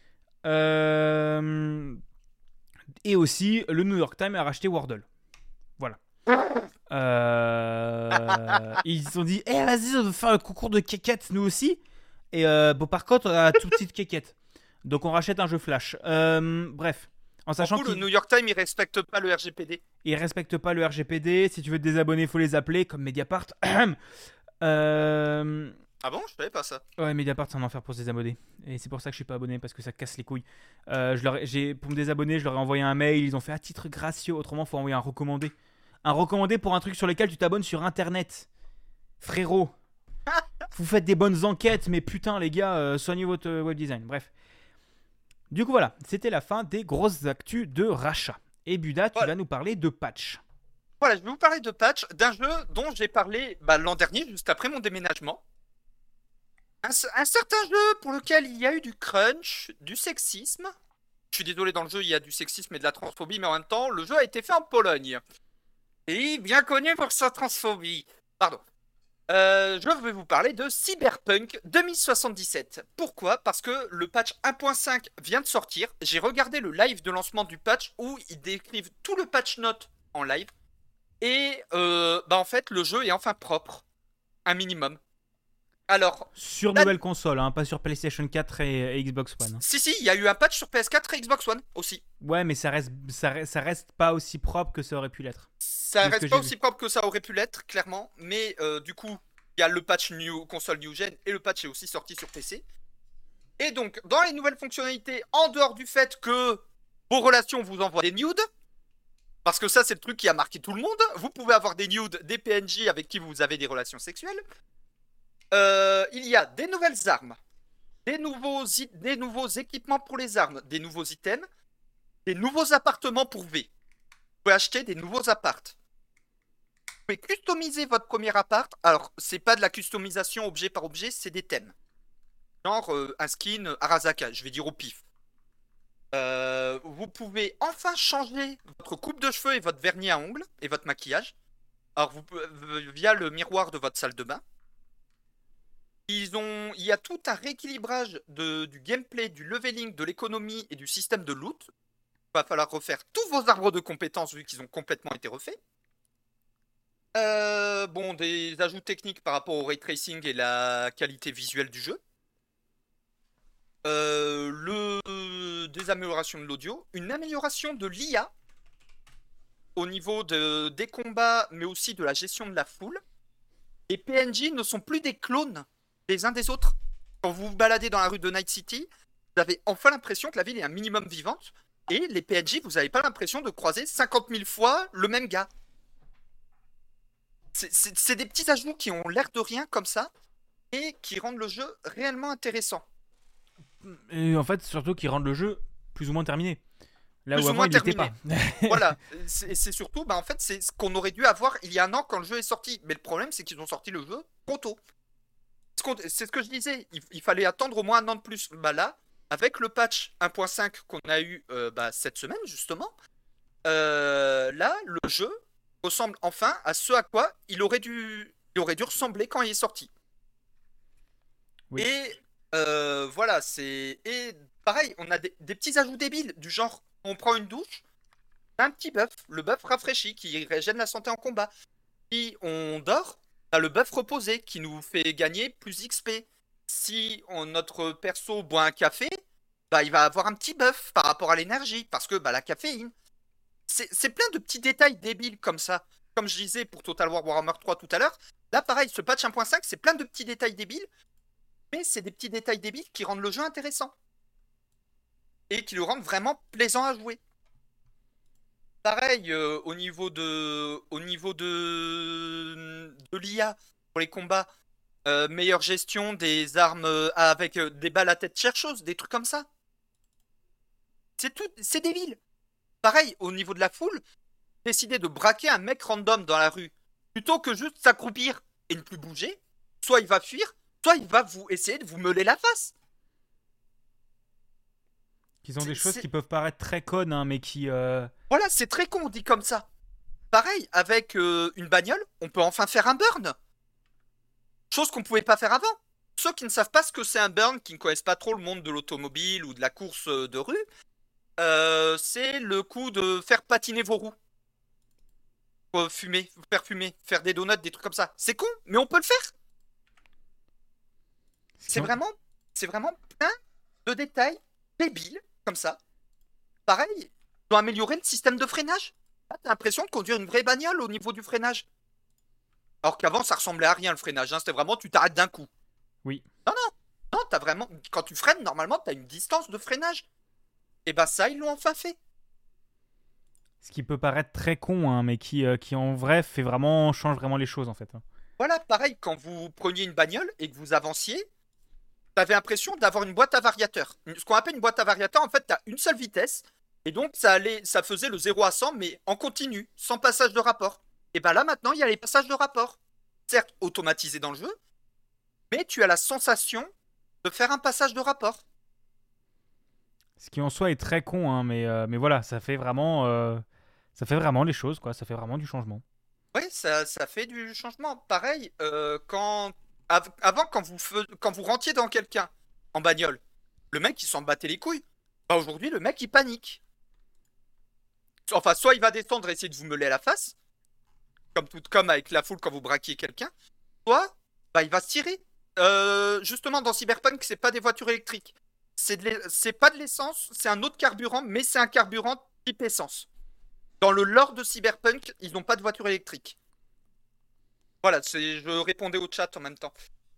Euh, Et aussi, le New York Times a racheté Wordle. Voilà. Ils se sont dit, eh vas-y, on va faire le concours de quéquettes, nous aussi. Et bon, par contre, on a tout petite quéquette. Donc on rachète un jeu Flash. Bref. En En sachant gros, le qu'ils New York Times, il respecte pas le RGPD. respectent pas le RGPD. Si tu veux te désabonner, il faut les appeler, comme Mediapart. euh... Ah bon, je savais pas ça. Ouais, Mediapart, c'est un enfer pour se désabonner. Et c'est pour ça que je suis pas abonné, parce que ça casse les couilles. Pour me désabonner, je leur ai envoyé un mail. Ils ont fait à titre gracieux. Autrement, faut envoyer un recommandé. Un recommandé pour un truc sur lequel tu t'abonnes sur internet. Frérot. Vous faites des bonnes enquêtes, mais putain, les gars, soignez votre web design. Bref. Du coup, voilà. C'était la fin des grosses actus de rachat. Et Buda, tu Voilà. vas nous parler de patch. Voilà, je vais vous parler de patch d'un jeu dont j'ai parlé l'an dernier, juste après mon déménagement. Un certain jeu pour lequel il y a eu du crunch, du sexisme. Je suis désolé, dans le jeu, il y a du sexisme et de la transphobie, mais en même temps, le jeu a été fait en Pologne. Et bien connu pour sa transphobie. Pardon. Je vais vous parler de Cyberpunk 2077. Pourquoi? Parce que le patch 1.5 vient de sortir. J'ai regardé le live de lancement du patch où ils décrivent tout le patch note en live. Et en fait, le jeu est enfin propre. Un minimum. Alors, Sur nouvelle console, hein, pas sur PlayStation 4 et Xbox One. si, il y a eu un patch sur PS4 et Xbox One aussi. Ouais, mais ça reste pas aussi propre que ça aurait pu l'être. Ça De ce que reste pas j'ai aussi vu. propre que ça aurait pu l'être, clairement. Mais du coup, il y a le patch console New Gen et le patch est aussi sorti sur PC. Et donc, dans les nouvelles fonctionnalités, en dehors du fait que vos relations vous envoient des nudes, parce que ça, c'est le truc qui a marqué tout le monde, vous pouvez avoir des nudes, des PNJ avec qui vous avez des relations sexuelles. Il y a des nouvelles armes, des nouveaux équipements pour les armes, des nouveaux items, des nouveaux appartements pour V. Vous pouvez acheter des nouveaux appartes. Vous pouvez customiser votre premier appart. Alors, c'est pas de la customisation objet par objet, c'est des thèmes. Genre un skin Arasaka, je vais dire au pif. Vous pouvez enfin changer votre coupe de cheveux et votre vernis à ongles et votre maquillage. Alors, via le miroir de votre salle de bain. Il y a tout un rééquilibrage du gameplay, du leveling, de l'économie et du système de loot. Il va falloir refaire tous vos arbres de compétences vu qu'ils ont complètement été refaits. Des ajouts techniques par rapport au ray tracing et la qualité visuelle du jeu. Des améliorations de l'audio. Une amélioration de l'IA au niveau des combats, mais aussi de la gestion de la foule. Les PNJ ne sont plus des clones les uns des autres. Quand vous vous baladez dans la rue de Night City, vous avez enfin l'impression que la ville est un minimum vivante. Et les PNJ, vous n'avez pas l'impression de croiser 50 000 fois le même gars. C'est des petits ajouts qui ont l'air de rien comme ça et qui rendent le jeu réellement intéressant. Et en fait, surtout qu'ils rendent le jeu plus ou moins terminé. Là Plus où ou avant, moins il l'était terminé. pas. Voilà, c'est surtout, en fait, c'est ce qu'on aurait dû avoir il y a un an quand le jeu est sorti. Mais le problème, c'est qu'ils ont sorti le jeu trop tôt. C'est ce que je disais, il fallait attendre au moins un an de plus. Là, avec le patch 1.5 qu'on a eu cette semaine, justement, là, le jeu ressemble enfin à ce à quoi il aurait dû ressembler quand il est sorti. Oui. Et voilà, et pareil, on a des petits ajouts débiles, du genre, on prend une douche, t'as un petit buff, le buff rafraîchi qui régène la santé en combat. Si on dort, t'as le buff reposé qui nous fait gagner plus XP. Si notre perso boit un café, bah il va avoir un petit buff par rapport à l'énergie, parce que bah la caféine. C'est plein de petits détails débiles comme ça. Comme je disais pour Total War Warhammer 3 tout à l'heure, là pareil, ce patch 1.5, c'est plein de petits détails débiles, mais c'est des petits détails débiles qui rendent le jeu intéressant. Et qui le rendent vraiment plaisant à jouer. Pareil, au niveau de l'IA pour les combats, meilleure gestion des armes avec des balles à tête chercheuse, des trucs comme ça. C'est tout, c'est débile. Pareil, au niveau de la foule, décider de braquer un mec random dans la rue, plutôt que juste s'accroupir et ne plus bouger, soit il va fuir, soit il va vous essayer de vous meuler la face. Ils ont des C'est- choses c'est- qui peuvent paraître très connes, hein, mais qui. Voilà, c'est très con, dit comme ça. Pareil, avec une bagnole, on peut enfin faire un burn. Chose qu'on pouvait pas faire avant. Ceux qui ne savent pas ce que c'est un burn, qui ne connaissent pas trop le monde de l'automobile ou de la course de rue, c'est le coup de faire patiner vos roues. Faire fumer, faire des donuts, des trucs comme ça. C'est con, mais on peut le faire. C'est Sinon- vraiment, c'est vraiment plein de détails débiles comme ça. Pareil, ils ont amélioré le système de freinage. Là, t'as l'impression de conduire une vraie bagnole au niveau du freinage. Alors qu'avant, ça ressemblait à rien le freinage, hein. C'était vraiment tu t'arrêtes d'un coup. Oui. Non, t'as vraiment. Quand tu freines, normalement, t'as une distance de freinage. Et bah, ça, ils l'ont enfin fait. Ce qui peut paraître très con, hein, mais qui en vrai change vraiment les choses en fait, hein. Voilà, pareil, quand vous preniez une bagnole et que vous avanciez, t'avais l'impression d'avoir une boîte à variateur. Ce qu'on appelle une boîte à variateur, en fait, t'as une seule vitesse. Et donc, ça faisait le 0 à 100, mais en continu, sans passage de rapport. Et bah là, maintenant, il y a les passages de rapport. Certes, automatisés dans le jeu, mais tu as la sensation de faire un passage de rapport. Ce qui en soi est très con, hein, mais voilà, ça fait vraiment les choses, quoi. Ça fait vraiment du changement. Oui, ça fait du changement. Pareil, avant, quand vous rentiez dans quelqu'un en bagnole, le mec il s'en battait les couilles. Bah, aujourd'hui, le mec il panique. Enfin, soit il va descendre et essayer de vous meuler à la face, comme avec la foule quand vous braquiez quelqu'un, soit bah, il va se tirer. Justement, dans Cyberpunk, c'est pas des voitures électriques. C'est pas de l'essence, c'est un autre carburant, mais c'est un carburant type essence. Dans le lore de Cyberpunk, ils n'ont pas de voiture électrique. Voilà, je répondais au chat en même temps.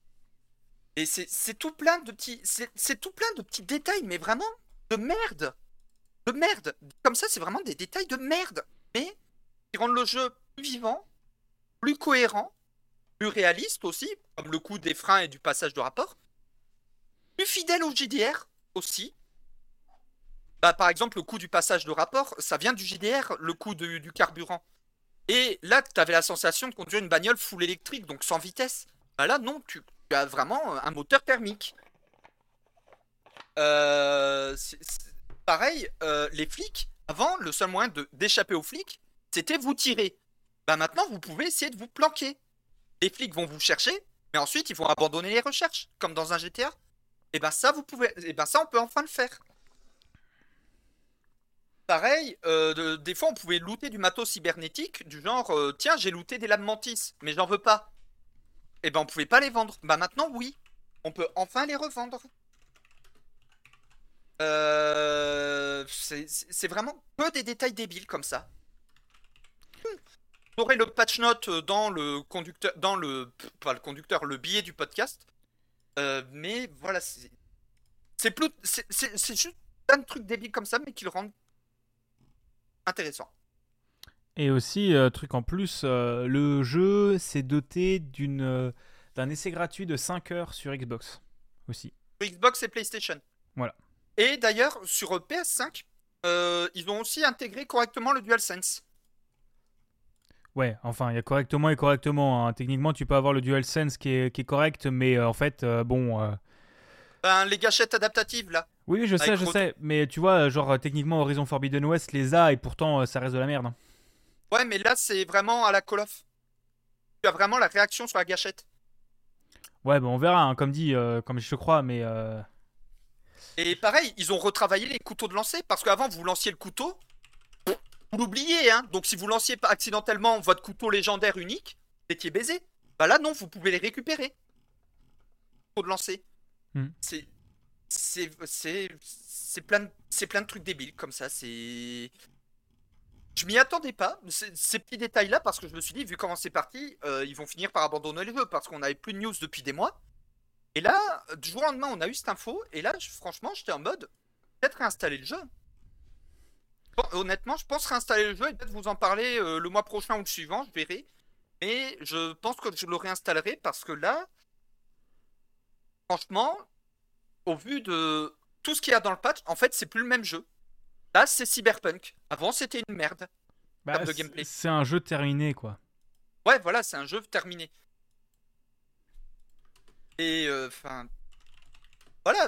Et c'est tout plein de petits, c'est tout plein de petits détails, mais vraiment de merde, de merde. Comme ça, c'est vraiment des détails de merde, mais qui rendent le jeu plus vivant, plus cohérent, plus réaliste aussi, comme le coup des freins et du passage de rapport, plus fidèle au JDR aussi. Bah, par exemple, le coup du passage de rapport, ça vient du JDR, le coup du carburant. Et là, tu avais la sensation de conduire une bagnole full électrique, donc sans vitesse. Bah là, non, tu as vraiment un moteur thermique. Pareil, les flics, avant, le seul moyen d'échapper aux flics, c'était vous tirer. Bah maintenant, vous pouvez essayer de vous planquer. Les flics vont vous chercher, mais ensuite, ils vont abandonner les recherches, comme dans un GTA. Et ben ça, on peut enfin le faire. Pareil, des fois, on pouvait looter du matos cybernétique, du genre, tiens, j'ai looté des lames mantis, mais j'en veux pas. Et ben, on pouvait pas les vendre. Bah maintenant, oui. On peut enfin les revendre. C'est vraiment peu des détails débiles comme ça. Vous aurez le patch note dans le conducteur, pas le conducteur, le billet du podcast. Mais voilà, c'est juste plein de trucs débiles comme ça, mais qui le rendent intéressant. Et aussi, truc en plus, le jeu s'est doté d'un essai gratuit de 5 heures sur Xbox aussi. Sur Xbox et PlayStation. Voilà. Et d'ailleurs, sur PS5, ils ont aussi intégré correctement le DualSense. Ouais, enfin, il y a correctement et correctement, hein. Techniquement, tu peux avoir le DualSense qui est correct, mais en fait, bon. Ben, les gâchettes adaptatives, là. Oui, je Avec sais, mais tu vois, genre, techniquement, Horizon Forbidden West les a et pourtant, ça reste de la merde, hein. Ouais, mais là, c'est vraiment à la Call of. Tu as vraiment la réaction sur la gâchette. Ouais, bon, on verra, hein, comme dit, comme je crois, mais. Et pareil, ils ont retravaillé les couteaux de lancer, parce qu'avant, vous lanciez le couteau, vous l'oubliez, hein. Donc si vous lanciez pas accidentellement votre couteau légendaire unique, vous étiez baisé. Bah là, non, vous pouvez les récupérer. Faut de lancer. Hmm. C'est, c'est plein de trucs débiles comme ça. Je m'y attendais pas, ces petits détails-là, parce que je me suis dit, vu comment c'est parti, ils vont finir par abandonner le jeu, parce qu'on n'avait plus de news depuis des mois. Et là, du jour au lendemain, on a eu cette info, et là, franchement, j'étais en mode, peut-être réinstaller le jeu. Bon, honnêtement, je pense réinstaller le jeu et peut-être vous en parler le mois prochain ou le suivant, je verrai. Mais je pense que je le réinstallerai parce que là, franchement, au vu de tout ce qu'il y a dans le patch, en fait, c'est plus le même jeu. Là, c'est Cyberpunk. Avant, c'était une merde en Bah, termes de gameplay. c'est un jeu terminé, quoi. Ouais, voilà, c'est un jeu terminé. Et enfin, voilà,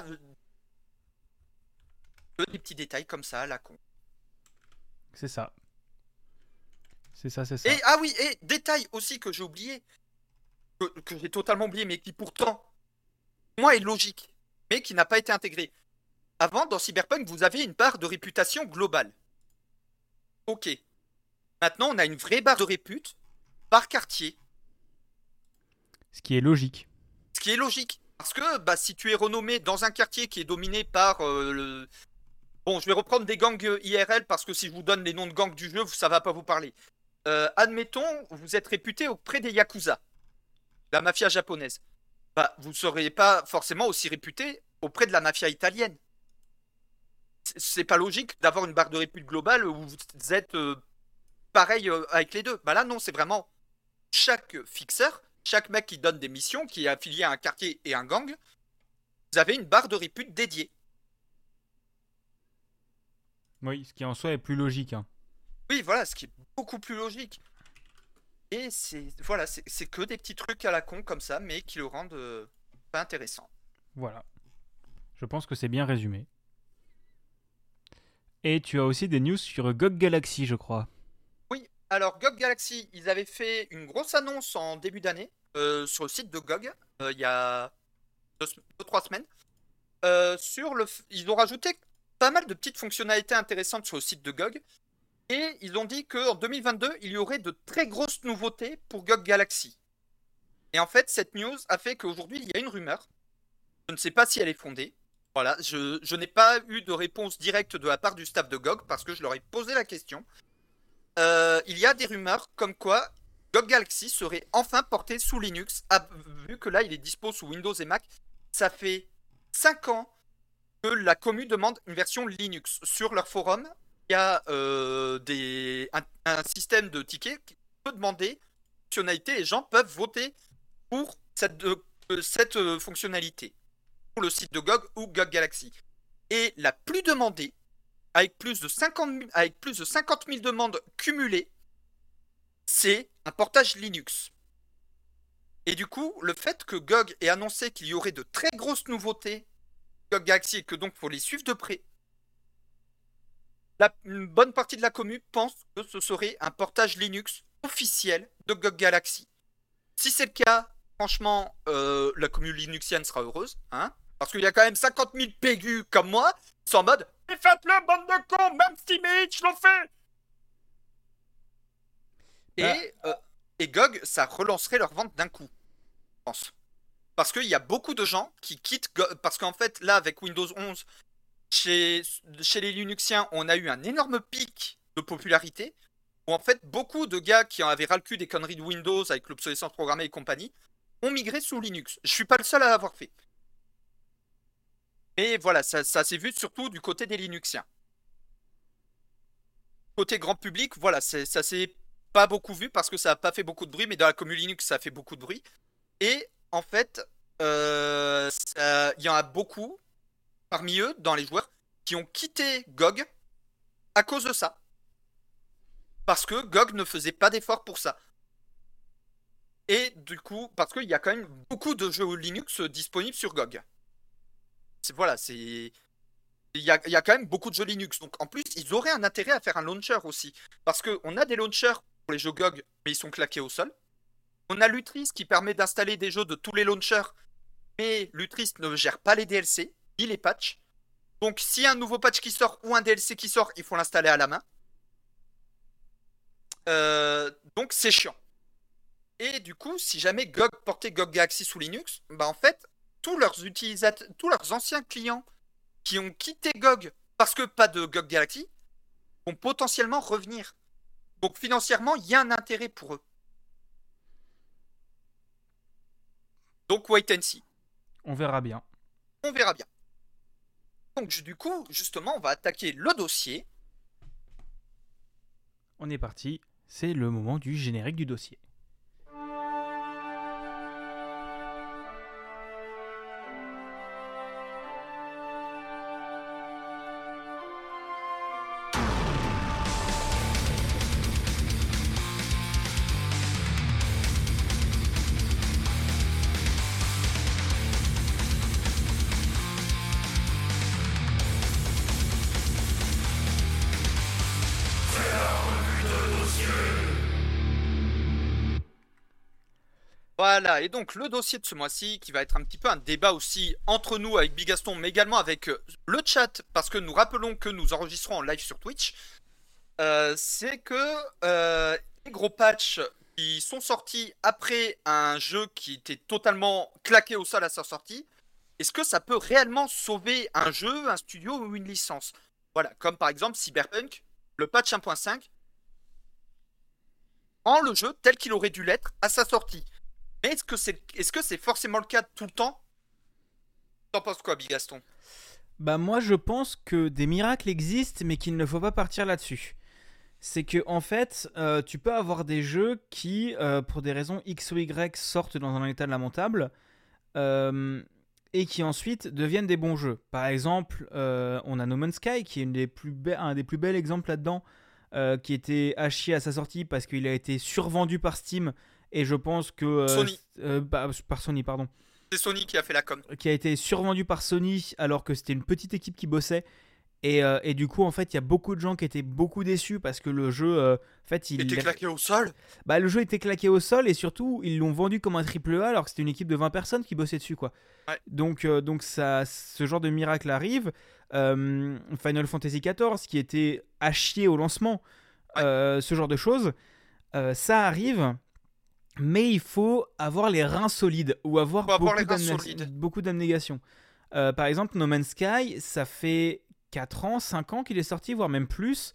des petits détails comme ça, la con. C'est ça. C'est ça, c'est ça. Et ah oui, et détail aussi que j'ai oublié, que j'ai totalement oublié, mais qui pourtant, pour moi, est logique, mais qui n'a pas été intégré. Avant, dans Cyberpunk, vous aviez une barre de réputation globale. Ok. Maintenant, on a une vraie barre de répute par quartier. Ce qui est logique. Ce qui est logique. Parce que bah, si tu es renommé dans un quartier qui est dominé par le... Bon, je vais reprendre des gangs IRL parce que si je vous donne les noms de gangs du jeu, ça va pas vous parler. Admettons, vous êtes réputé auprès des Yakuza, la mafia japonaise. Bah, vous ne serez pas forcément aussi réputé auprès de la mafia italienne. C'est pas logique d'avoir une barre de répute globale où vous êtes pareil avec les deux. Bah là, non, c'est vraiment chaque fixeur, chaque mec qui donne des missions, qui est affilié à un quartier et un gang, vous avez une barre de répute dédiée. Oui, ce qui en soi est plus logique. Hein. Oui, voilà, ce qui est beaucoup plus logique. Et voilà, c'est que des petits trucs à la con comme ça, mais qui le rendent pas intéressant. Voilà. Je pense que c'est bien résumé. Et tu as aussi des news sur GOG Galaxy, je crois. Oui, alors GOG Galaxy, ils avaient fait une grosse annonce en début d'année sur le site de GOG, il y a 2-3 semaines. Ils ont rajouté pas mal de petites fonctionnalités intéressantes sur le site de GOG. Et ils ont dit qu'en 2022, il y aurait de très grosses nouveautés pour GOG Galaxy. Et en fait, cette news a fait qu'aujourd'hui, il y a une rumeur. Je ne sais pas si elle est fondée. Voilà, je n'ai pas eu de réponse directe de la part du staff de GOG parce que je leur ai posé la question. Il y a des rumeurs comme quoi GOG Galaxy serait enfin porté sous Linux, vu que là, il est dispo sous Windows et Mac. Ça fait 5 ans que la commu demande une version Linux. Sur leur forum, il y a un système de tickets qui peut demander une fonctionnalité. Les gens peuvent voter pour cette fonctionnalité pour le site de GOG ou GOG Galaxy. Et la plus demandée, avec plus de 50 000 demandes cumulées, c'est un portage Linux. Et du coup, le fait que GOG ait annoncé qu'il y aurait de très grosses nouveautés GOG Galaxy et que donc faut les suivre de près, une bonne partie de la commu pense que ce serait un portage Linux officiel de GOG Galaxy. Si c'est le cas, franchement, la commu linuxienne sera heureuse, hein, parce qu'il y a quand même 50 000 pégus comme moi, qui sont en mode « Mais faites-le, bande de cons, même Steam et Itch l'ont fait !» Et GOG, ça relancerait leur vente d'un coup, je pense. Parce qu'il y a beaucoup de gens qui quittent GOG, parce qu'en fait, là, avec Windows 11, chez les Linuxiens, on a eu un énorme pic de popularité, où en fait, beaucoup de gars qui en avaient ras le cul des conneries de Windows avec l'obsolescence programmée et compagnie, ont migré sous Linux. Je suis pas le seul à l'avoir fait. Mais voilà, ça s'est vu surtout du côté des Linuxiens. Côté grand public, voilà, ça s'est pas beaucoup vu parce que ça a pas fait beaucoup de bruit, mais dans la commu Linux, ça a fait beaucoup de bruit. Et en fait, il y en a beaucoup, parmi eux, dans les joueurs, qui ont quitté GOG à cause de ça. Parce que GOG ne faisait pas d'efforts pour ça. Et du coup, parce qu'il y a quand même beaucoup de jeux Linux disponibles sur GOG. Voilà, il y a quand même beaucoup de jeux Linux. Donc en plus, ils auraient un intérêt à faire un launcher aussi. Parce qu'on a des launchers pour les jeux GOG, mais ils sont claqués au sol. On a Lutris qui permet d'installer des jeux de tous les launchers, mais Lutris ne gère pas les DLC, ni les patchs. Donc s'il y a un nouveau patch qui sort ou un DLC qui sort, il faut l'installer à la main. Donc c'est chiant. Et du coup, si jamais GOG portait GOG Galaxy sous Linux, bah en fait, tous leurs utilisateurs, tous leurs anciens clients qui ont quitté GOG parce que pas de GOG Galaxy vont potentiellement revenir. Donc financièrement, il y a un intérêt pour eux. Donc wait and see. On verra bien. On verra bien. Donc du coup, justement, on va attaquer le dossier. On est parti. C'est le moment du générique du dossier. Voilà, et donc le dossier de ce mois-ci, qui va être un petit peu un débat aussi entre nous avec Bigaston, mais également avec le chat, parce que nous rappelons que nous enregistrons en live sur Twitch, c'est que les gros patchs qui sont sortis après un jeu qui était totalement claqué au sol à sa sortie, est-ce que ça peut réellement sauver un jeu, un studio ou une licence? Voilà, comme par exemple Cyberpunk, le patch 1.5 rend le jeu tel qu'il aurait dû l'être à sa sortie. Mais est-ce que c'est forcément le cas tout le temps? T'en penses quoi, Bigaston? Bah moi je pense que des miracles existent mais qu'il ne faut pas partir là-dessus. C'est que en fait tu peux avoir des jeux qui pour des raisons X ou Y sortent dans un état lamentable et qui ensuite deviennent des bons jeux. Par exemple on a No Man's Sky qui est un des plus bels exemples là-dedans qui était à chier à sa sortie parce qu'il a été survendu par Steam. Et je pense que... Sony. Par Sony, pardon. C'est Sony qui a fait la com. Qui a été survendu par Sony alors que c'était une petite équipe qui bossait. Et du coup, en fait, il y a beaucoup de gens qui étaient beaucoup déçus parce que le jeu... en fait, il était claqué au sol. Bah, le jeu était claqué au sol et surtout, ils l'ont vendu comme un triple A alors que c'était une équipe de 20 personnes qui bossait dessus, quoi. Ouais. Donc ça, ce genre de miracle arrive. Final Fantasy XIV, qui était à chier au lancement, ce genre de choses, ça arrive... Mais il faut avoir les reins solides ou avoir beaucoup d'abnégation. Par exemple, No Man's Sky, ça fait 4 ans, 5 ans qu'il est sorti, voire même plus.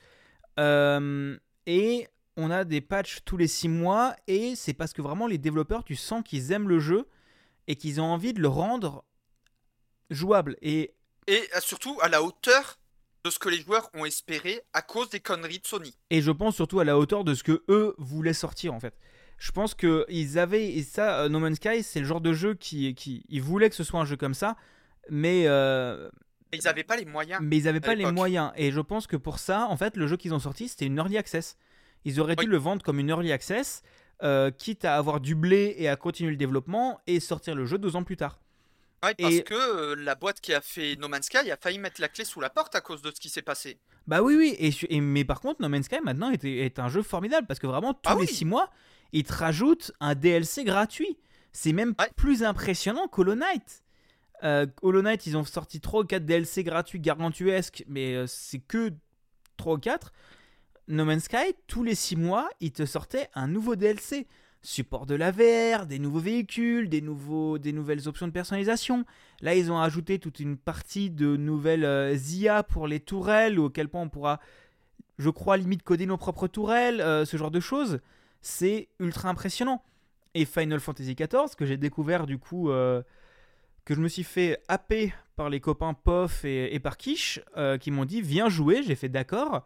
Et on a des patchs tous les 6 mois. Et c'est parce que vraiment les développeurs, tu sens qu'ils aiment le jeu et qu'ils ont envie de le rendre jouable. Et surtout à la hauteur de ce que les joueurs ont espéré à cause des conneries de Sony. Et je pense surtout à la hauteur de ce que eux voulaient sortir en fait. Je pense qu'ils avaient, et ça, No Man's Sky, c'est le genre de jeu ils voulaient que ce soit un jeu comme ça, mais ils n'avaient pas les moyens. Mais ils n'avaient pas les moyens. Et je pense que pour ça, en fait, le jeu qu'ils ont sorti, c'était une early access. Ils auraient dû le vendre comme une early access, quitte à avoir du blé et à continuer le développement et sortir le jeu 2 ans plus tard. Ouais, parce que la boîte qui a fait No Man's Sky a failli mettre la clé sous la porte à cause de ce qui s'est passé. Bah oui, mais par contre, No Man's Sky maintenant est un jeu formidable parce que vraiment, tous les 6 mois, ils te rajoutent un DLC gratuit. C'est même plus impressionnant qu'Hollow Knight. Hollow Knight, ils ont sorti 3 ou 4 DLC gratuits gargantuesques, mais c'est que 3 ou 4. No Man's Sky, tous les 6 mois, ils te sortaient un nouveau DLC. Support de la VR, des nouveaux véhicules, des nouvelles options de personnalisation. Là, ils ont ajouté toute une partie de nouvelles IA pour les tourelles, auquel point on pourra, je crois, limite coder nos propres tourelles, ce genre de choses. C'est ultra impressionnant. Et Final Fantasy XIV, que j'ai découvert du coup, que je me suis fait happer par les copains POF et par Kish, qui m'ont dit viens jouer. J'ai fait d'accord.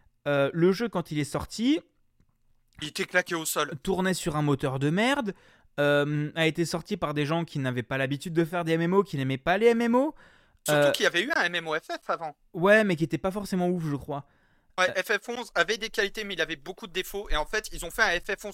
Le jeu, quand il est sorti, il était claqué au sol. Tournait sur un moteur de merde. A été sorti par des gens qui n'avaient pas l'habitude de faire des MMO, qui n'aimaient pas les MMO. Surtout qu'il y avait eu un MMOFF avant. Ouais, mais qui n'était pas forcément ouf, je crois. Ouais, FF11 avait des qualités, mais il avait beaucoup de défauts. Et en fait, ils ont fait un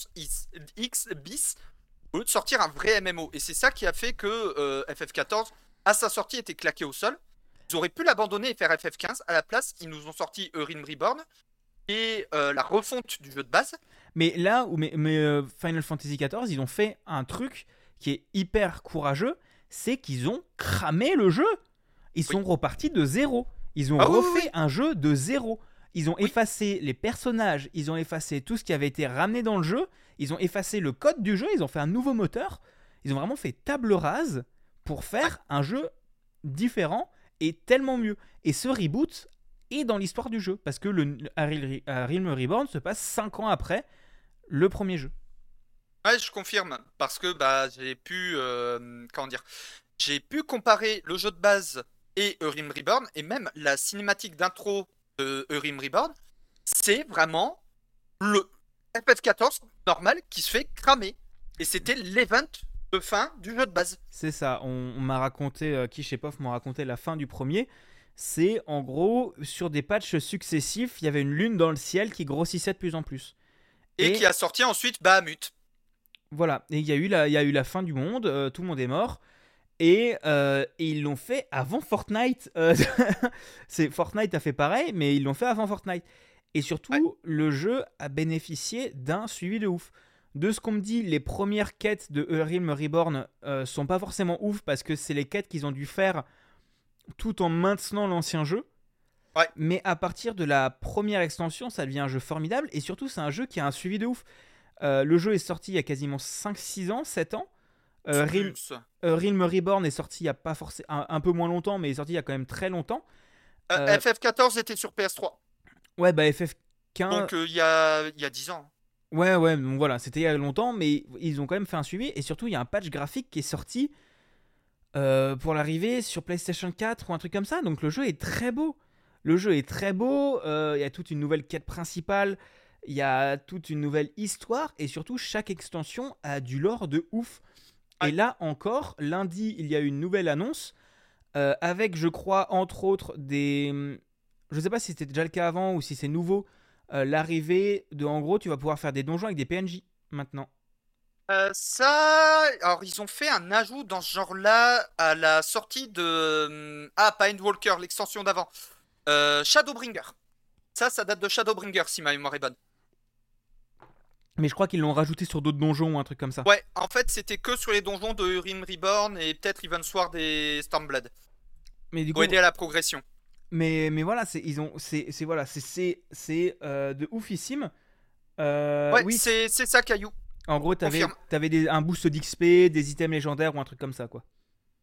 FF11X bis au lieu de sortir un vrai MMO. Et c'est ça qui a fait que FF14, à sa sortie, était claqué au sol. Ils auraient pu l'abandonner et faire FF15. À la place, ils nous ont sorti Realm Reborn et la refonte du jeu de base. Mais là où Final Fantasy XIV, ils ont fait un truc qui est hyper courageux, c'est qu'ils ont cramé le jeu. Ils sont repartis de zéro. Ils ont refait un jeu de zéro. Ils ont Oui. effacé les personnages, ils ont effacé tout ce qui avait été ramené dans le jeu, ils ont effacé le code du jeu, ils ont fait un nouveau moteur, ils ont vraiment fait table rase pour Ouais. faire un jeu différent et tellement mieux. Et ce reboot est dans l'histoire du jeu, parce que Realm Reborn se passe 5 ans après le premier jeu. Ouais, je confirme, parce que bah j'ai pu comment dire, j'ai pu comparer le jeu de base et Eurim Reborn, et même la cinématique d'intro de Eurim Reborn, c'est vraiment le FF14 normal qui se fait cramer. Et c'était l'event de fin du jeu de base. C'est ça, on m'a raconté, Kishepov m'a raconté la fin du premier. C'est en gros, sur des patchs successifs, il y avait une lune dans le ciel qui grossissait de plus en plus. Et Et qui a sorti ensuite Bahamut. voilà, et il y a eu la fin du monde, tout le monde est mort. Et ils l'ont fait avant Fortnite. Fortnite a fait pareil, mais ils l'ont fait avant Fortnite. Et Ouais. surtout, le jeu a bénéficié d'un suivi de ouf. De ce qu'on me dit, les premières quêtes de Realm Reborn sont pas forcément ouf parce que c'est les quêtes qu'ils ont dû faire tout en maintenant l'ancien jeu. Ouais. Mais à partir de la première extension, ça devient un jeu formidable. Et surtout, c'est un jeu qui a un suivi de ouf. Le jeu est sorti il y a quasiment 5-6 ans, 7 ans. Realm, Plus. Realm Reborn est sorti il y a pas forcément un peu moins longtemps, mais est sorti il y a quand même très longtemps. Euh, FF14 était sur PS3. ouais, bah FF15. Donc il y a 10 ans. Ouais, ouais, donc voilà, c'était il y a longtemps, mais ils ont quand même fait un suivi. Et surtout, il y a un patch graphique qui est sorti pour l'arrivée sur PlayStation 4 ou un truc comme ça. Donc le jeu est très beau. Le jeu est très beau. Il y a toute une nouvelle quête principale. Il y a toute une nouvelle histoire. Et surtout, chaque extension a du lore de ouf. Et Ouais. là encore, lundi, il y a eu une nouvelle annonce avec, je crois, entre autres, des. Je sais pas si c'était déjà le cas avant ou si c'est nouveau. L'arrivée de. En gros, tu vas pouvoir faire des donjons avec des PNJ maintenant. Alors ils ont fait un ajout dans ce genre-là à la sortie de pas Endwalker, l'extension d'avant, Shadowbringer. Ça date de Shadowbringer si ma mémoire est bonne. Mais je crois qu'ils l'ont rajouté sur d'autres donjons ou un truc comme ça. Ouais, en fait c'était que sur les donjons de Urim Reborn et peut-être Evansward et Stormblood Mais du pour coup, aider à la progression. mais voilà, voilà, c'est de oufissime. Ouais, Oui, c'est ça, Caillou. en gros, Confirme. t'avais un boost d'XP, des items légendaires ou un truc comme ça, quoi.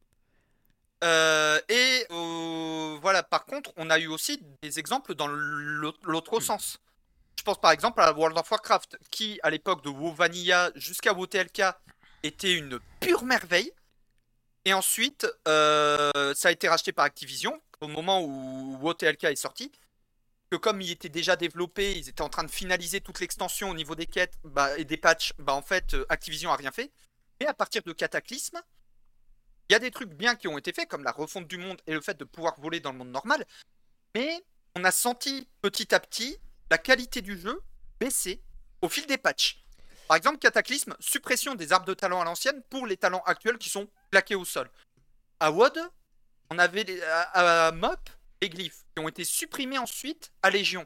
Voilà, par contre, on a eu aussi des exemples dans l'autre sens. Je pense par exemple à World of Warcraft, qui à l'époque de WoW Vanilla jusqu'à WoW TLK était une pure merveille. Et ensuite, ça a été racheté par Activision au moment où WoW TLK est sorti. Que comme il était déjà développé, ils étaient en train de finaliser toute l'extension au niveau des quêtes et des patchs. Bah en fait, Activision a rien fait. Mais à partir de Cataclysme, il y a des trucs bien qui ont été faits, comme la refonte du monde et le fait de pouvoir voler dans le monde normal. Mais on a senti petit à petit la qualité du jeu baisser au fil des patchs. Par exemple, Cataclysme, suppression des arbres de talent à l'ancienne pour les talents actuels qui sont plaqués au sol. À WoD, on avait à MOP les glyphes qui ont été supprimés ensuite à Légion.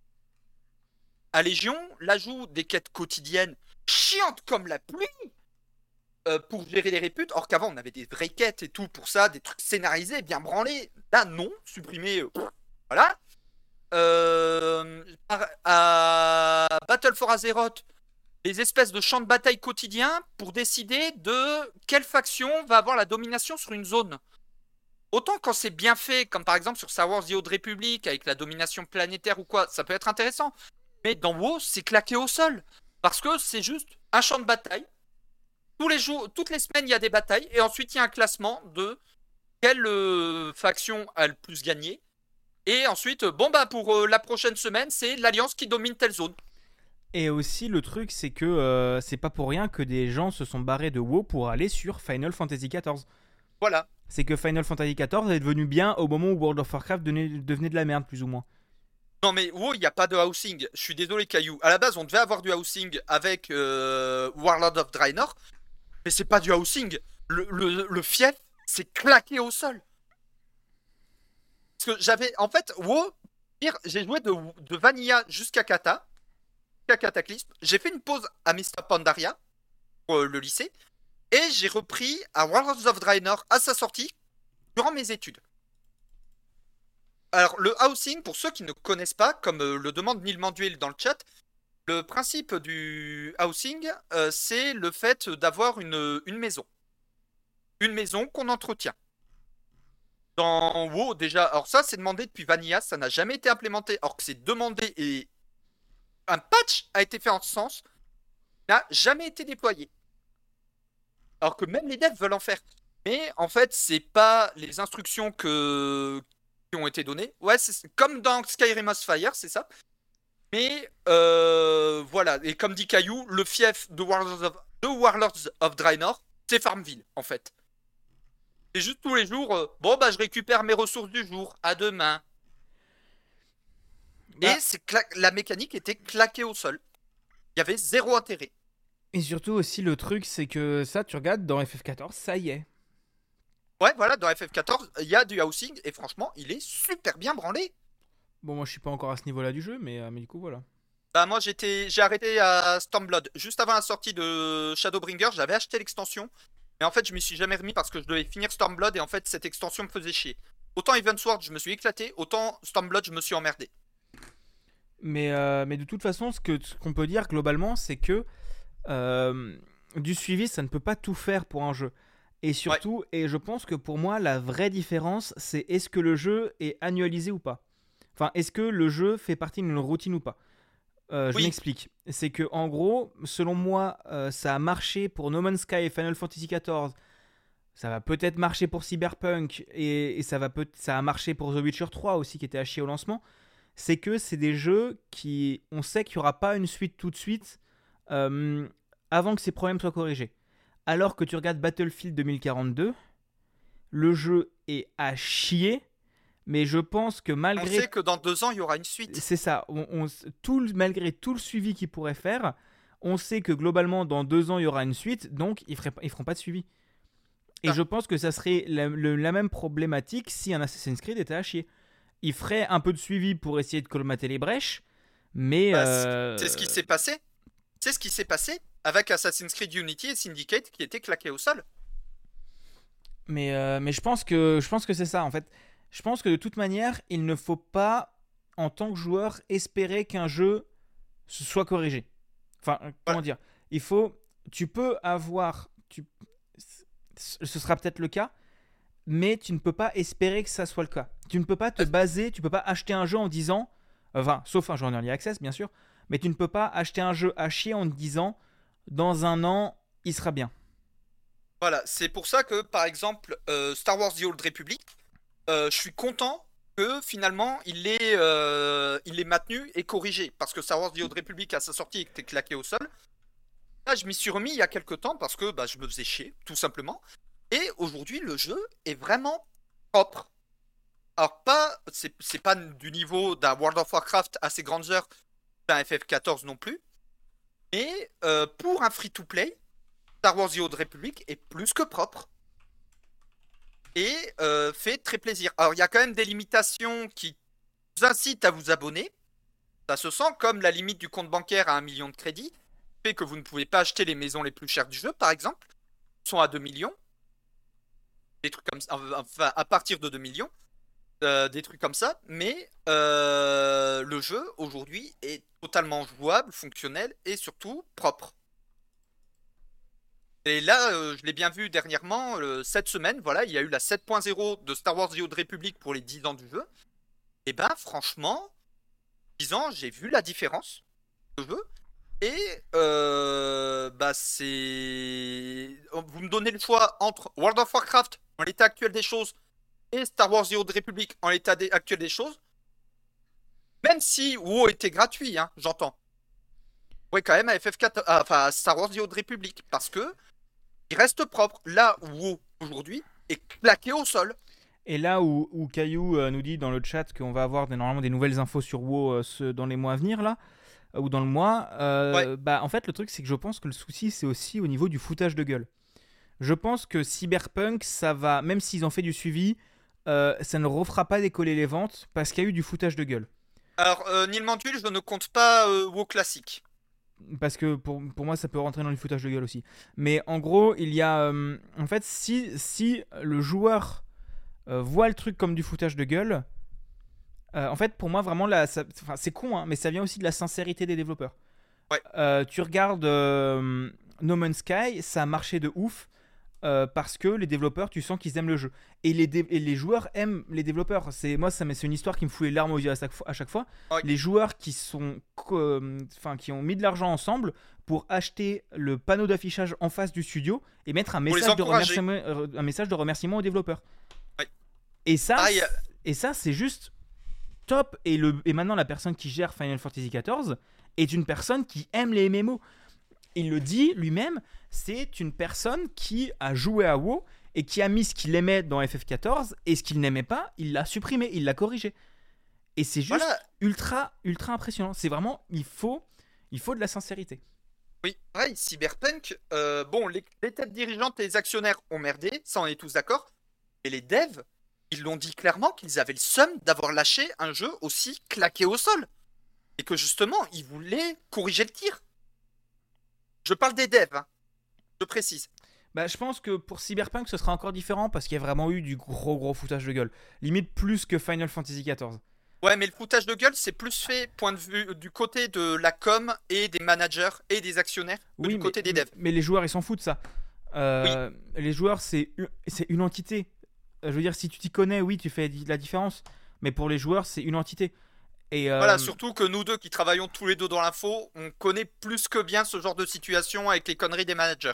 À Légion, l'ajout des quêtes quotidiennes chiantes comme la pluie pour gérer les réputes, or qu'avant on avait des vraies quêtes et tout pour ça, des trucs scénarisés, bien branlés. Là, non, supprimés. Voilà. À Battle for Azeroth, les espèces de champs de bataille quotidiens pour décider de quelle faction va avoir la domination sur une zone. Autant quand c'est bien fait, comme par exemple sur Star Wars The Old Republic, avec la domination planétaire ou quoi, ça peut être intéressant. Mais dans WoW, c'est claqué au sol. Parce que c'est juste un champ de bataille. Tous les jours, toutes les semaines, il y a des batailles. Et ensuite, il y a un classement de quelle faction a le plus gagné. Et ensuite, pour la prochaine semaine, c'est l'Alliance qui domine telle zone. Et aussi, le truc, c'est que c'est pas pour rien que des gens se sont barrés de WoW pour aller sur Final Fantasy XIV. Voilà. C'est que Final Fantasy XIV est devenu bien au moment où World of Warcraft devenait de la merde, plus ou moins. Non mais WoW, il n'y a pas de housing. Je suis désolé, Caillou. À la base, on devait avoir du housing avec Warlord of Draenor. Mais c'est pas du housing. Le fief, c'est claqué au sol. Parce que j'avais. En fait, WoW, j'ai joué de Vanilla jusqu'à Cataclysme. J'ai fait une pause à Mr. Pandaria, pour le lycée. Et j'ai repris à Warlords of Draenor à sa sortie durant mes études. Alors, le housing, pour ceux qui ne connaissent pas, comme le demande Neil Manduel dans le chat, le principe du housing, c'est le fait d'avoir une maison. Une maison qu'on entretient. Dans WoW, déjà, alors ça, c'est demandé depuis Vanilla, ça n'a jamais été implémenté, alors que c'est demandé et un patch a été fait en ce sens, n'a jamais été déployé. Alors que même les devs veulent en faire. Mais en fait, c'est pas les instructions qui ont été données. Ouais, c'est comme dans Skyrim Fire, c'est ça. Mais voilà, et comme dit Caillou, le fief de Warlords of Draenor, c'est Farmville, en fait. C'est juste tous les jours, bon bah je récupère mes ressources du jour, à demain. Et Bah, la mécanique était claquée au sol. Il y avait zéro intérêt. et surtout aussi le truc, c'est que ça, tu regardes dans FF14, ça y est. Ouais, voilà, dans FF14, il y a du housing, et franchement, il est super bien branlé. Bon, moi je suis pas encore à ce niveau-là du jeu, mais du coup voilà. Bah moi j'ai arrêté à Stormblood. Juste avant la sortie de Shadowbringer, j'avais acheté l'extension. Mais en fait, je m'y suis jamais remis parce que je devais finir Stormblood et en fait, cette extension me faisait chier. Autant Evansward, je me suis éclaté, autant Stormblood, je me suis emmerdé. Mais de toute façon, ce qu'on peut dire globalement, c'est que euh, du suivi, ça ne peut pas tout faire pour un jeu. Et Ouais, surtout, et je pense que pour moi, la vraie différence, c'est est-ce que le jeu est annualisé ou pas. Enfin, est-ce que le jeu fait partie d'une routine ou pas. Je oui, m'explique. C'est que en gros, selon moi, ça a marché pour No Man's Sky et Final Fantasy XIV. Ça va peut-être marcher pour Cyberpunk et ça a marché pour The Witcher 3 aussi qui était à chier au lancement. C'est que c'est des jeux qui, on sait qu'il n'y aura pas une suite tout de suite euh, avant que ces problèmes soient corrigés. Alors que tu regardes Battlefield 2042, le jeu est à chier, mais je pense que on sait malgré que dans 2 ans, il y aura une suite. c'est ça, malgré tout le suivi qu'ils pourraient faire, on sait que globalement dans 2 ans il y aura une suite, donc ils feront pas de suivi. Et Ah, je pense que ça serait la même problématique si un Assassin's Creed était à chier. Il ferait un peu de suivi pour essayer de colmater les brèches, mais bah, c'est ce qui s'est passé. C'est ce qui s'est passé avec Assassin's Creed Unity et Syndicate qui étaient claqués au sol. mais je pense que c'est ça en fait. Je pense que de toute manière, il ne faut pas en tant que joueur espérer qu'un jeu soit corrigé. Enfin, comment Voilà. dire. Il faut tu peux avoir ce sera peut-être le cas, mais tu ne peux pas espérer que ça soit le cas. Tu ne peux pas te baser, tu peux pas acheter un jeu en disant, enfin, sauf un jeu en early access bien sûr, mais tu ne peux pas acheter un jeu à chier en te disant, dans un an, il sera bien. Voilà, c'est pour ça que, par exemple, Star Wars The Old Republic, je suis content que finalement il est maintenu et corrigé. Parce que Star Wars The Old Republic, à sa sortie, était claqué au sol. Là, je m'y suis remis il y a quelques temps parce que bah, je me faisais chier, tout simplement. Et aujourd'hui, le jeu est vraiment propre. Alors, c'est pas du niveau d'un World of Warcraft à ses grandes heures, d'un FF14 non plus. Mais pour un free-to-play, Star Wars The Old Republic est plus que propre et fait très plaisir. Alors, il y a quand même des limitations qui vous incitent à vous abonner. Ça se sent comme la limite du compte bancaire à 1 million de crédits, fait que vous ne pouvez pas acheter les maisons les plus chères du jeu, par exemple, qui sont à 2 millions, des trucs comme ça, enfin, à partir de 2 millions, des trucs comme ça, mais le jeu, aujourd'hui, est totalement jouable, fonctionnel et surtout propre. Et là, je l'ai bien vu dernièrement, cette semaine, voilà, il y a eu la 7.0 de Star Wars The Old Republic pour les 10 ans du jeu. Et ben, franchement, 10 ans, j'ai vu la différence de jeu. Et bah c'est. Vous me donnez le choix entre World of Warcraft en l'état actuel des choses et Star Wars The Old Republic en l'état actuel des choses. Même si WoW était gratuit, hein, j'entends. Ouais, quand même à FF4, enfin à Star Wars The Old Republic, parce que il reste propre. Là où WoW aujourd'hui est claqué au sol. Et là où Caillou nous dit dans le chat qu'on va avoir normalement des nouvelles infos sur WoW dans les mois à venir, là, ou dans le mois, Ouais. bah en fait le truc c'est que je pense que le souci c'est aussi au niveau du foutage de gueule. Je pense que Cyberpunk, ça va, même s'ils ont fait du suivi, ça ne refera pas décoller les ventes parce qu'il y a eu du foutage de gueule. Alors, Neil Mantuil, je ne compte pas WoW classique. Parce que pour moi, ça peut rentrer dans du foutage de gueule aussi. Mais en gros, il y a. En fait, si le joueur voit le truc comme du foutage de gueule, En fait, pour moi, vraiment, enfin, c'est con, hein, mais ça vient aussi de la sincérité des développeurs. Ouais. Tu regardes No Man's Sky, ça a marché de ouf parce que les développeurs, tu sens qu'ils aiment le jeu. Et les joueurs aiment les développeurs. C'est une histoire qui me fout les larmes aux yeux à chaque fois. Ouais. Les joueurs qui ont mis de l'argent ensemble pour acheter le panneau d'affichage en face du studio et mettre Pour les encourager. un message de remerciement aux développeurs. Ouais. Et ça, Pareil, c'est juste top. Et maintenant, la personne qui gère Final Fantasy XIV est une personne qui aime les MMO. Il le dit lui-même, c'est une personne qui a joué à WoW et qui a mis ce qu'il aimait dans FF14 et ce qu'il n'aimait pas, il l'a supprimé, il l'a corrigé. Et c'est juste voilà. ultra, ultra impressionnant. C'est vraiment, il faut de la sincérité. Oui, pareil, Cyberpunk, bon, les têtes dirigeantes et les actionnaires ont merdé, ça on est tous d'accord. Et les devs, ils l'ont dit clairement qu'ils avaient le seum d'avoir lâché un jeu aussi claqué au sol. Et que justement, ils voulaient corriger le tir. Je parle des devs, hein, je précise. Bah, je pense que pour Cyberpunk, ce sera encore différent parce qu'il y a vraiment eu du gros foutage de gueule. Limite plus que Final Fantasy XIV. Ouais, mais le foutage de gueule, c'est plus fait point de vue du côté de la com et des managers et des actionnaires que Oui, du côté des devs. mais les joueurs, ils s'en foutent de ça. Oui. Les joueurs, c'est une entité. Je veux dire, si tu t'y connais, oui, tu fais la différence. Mais pour les joueurs, c'est une entité. Et Voilà, surtout que nous deux qui travaillons tous les deux dans l'info, on connaît plus que bien ce genre de situation avec les conneries des managers.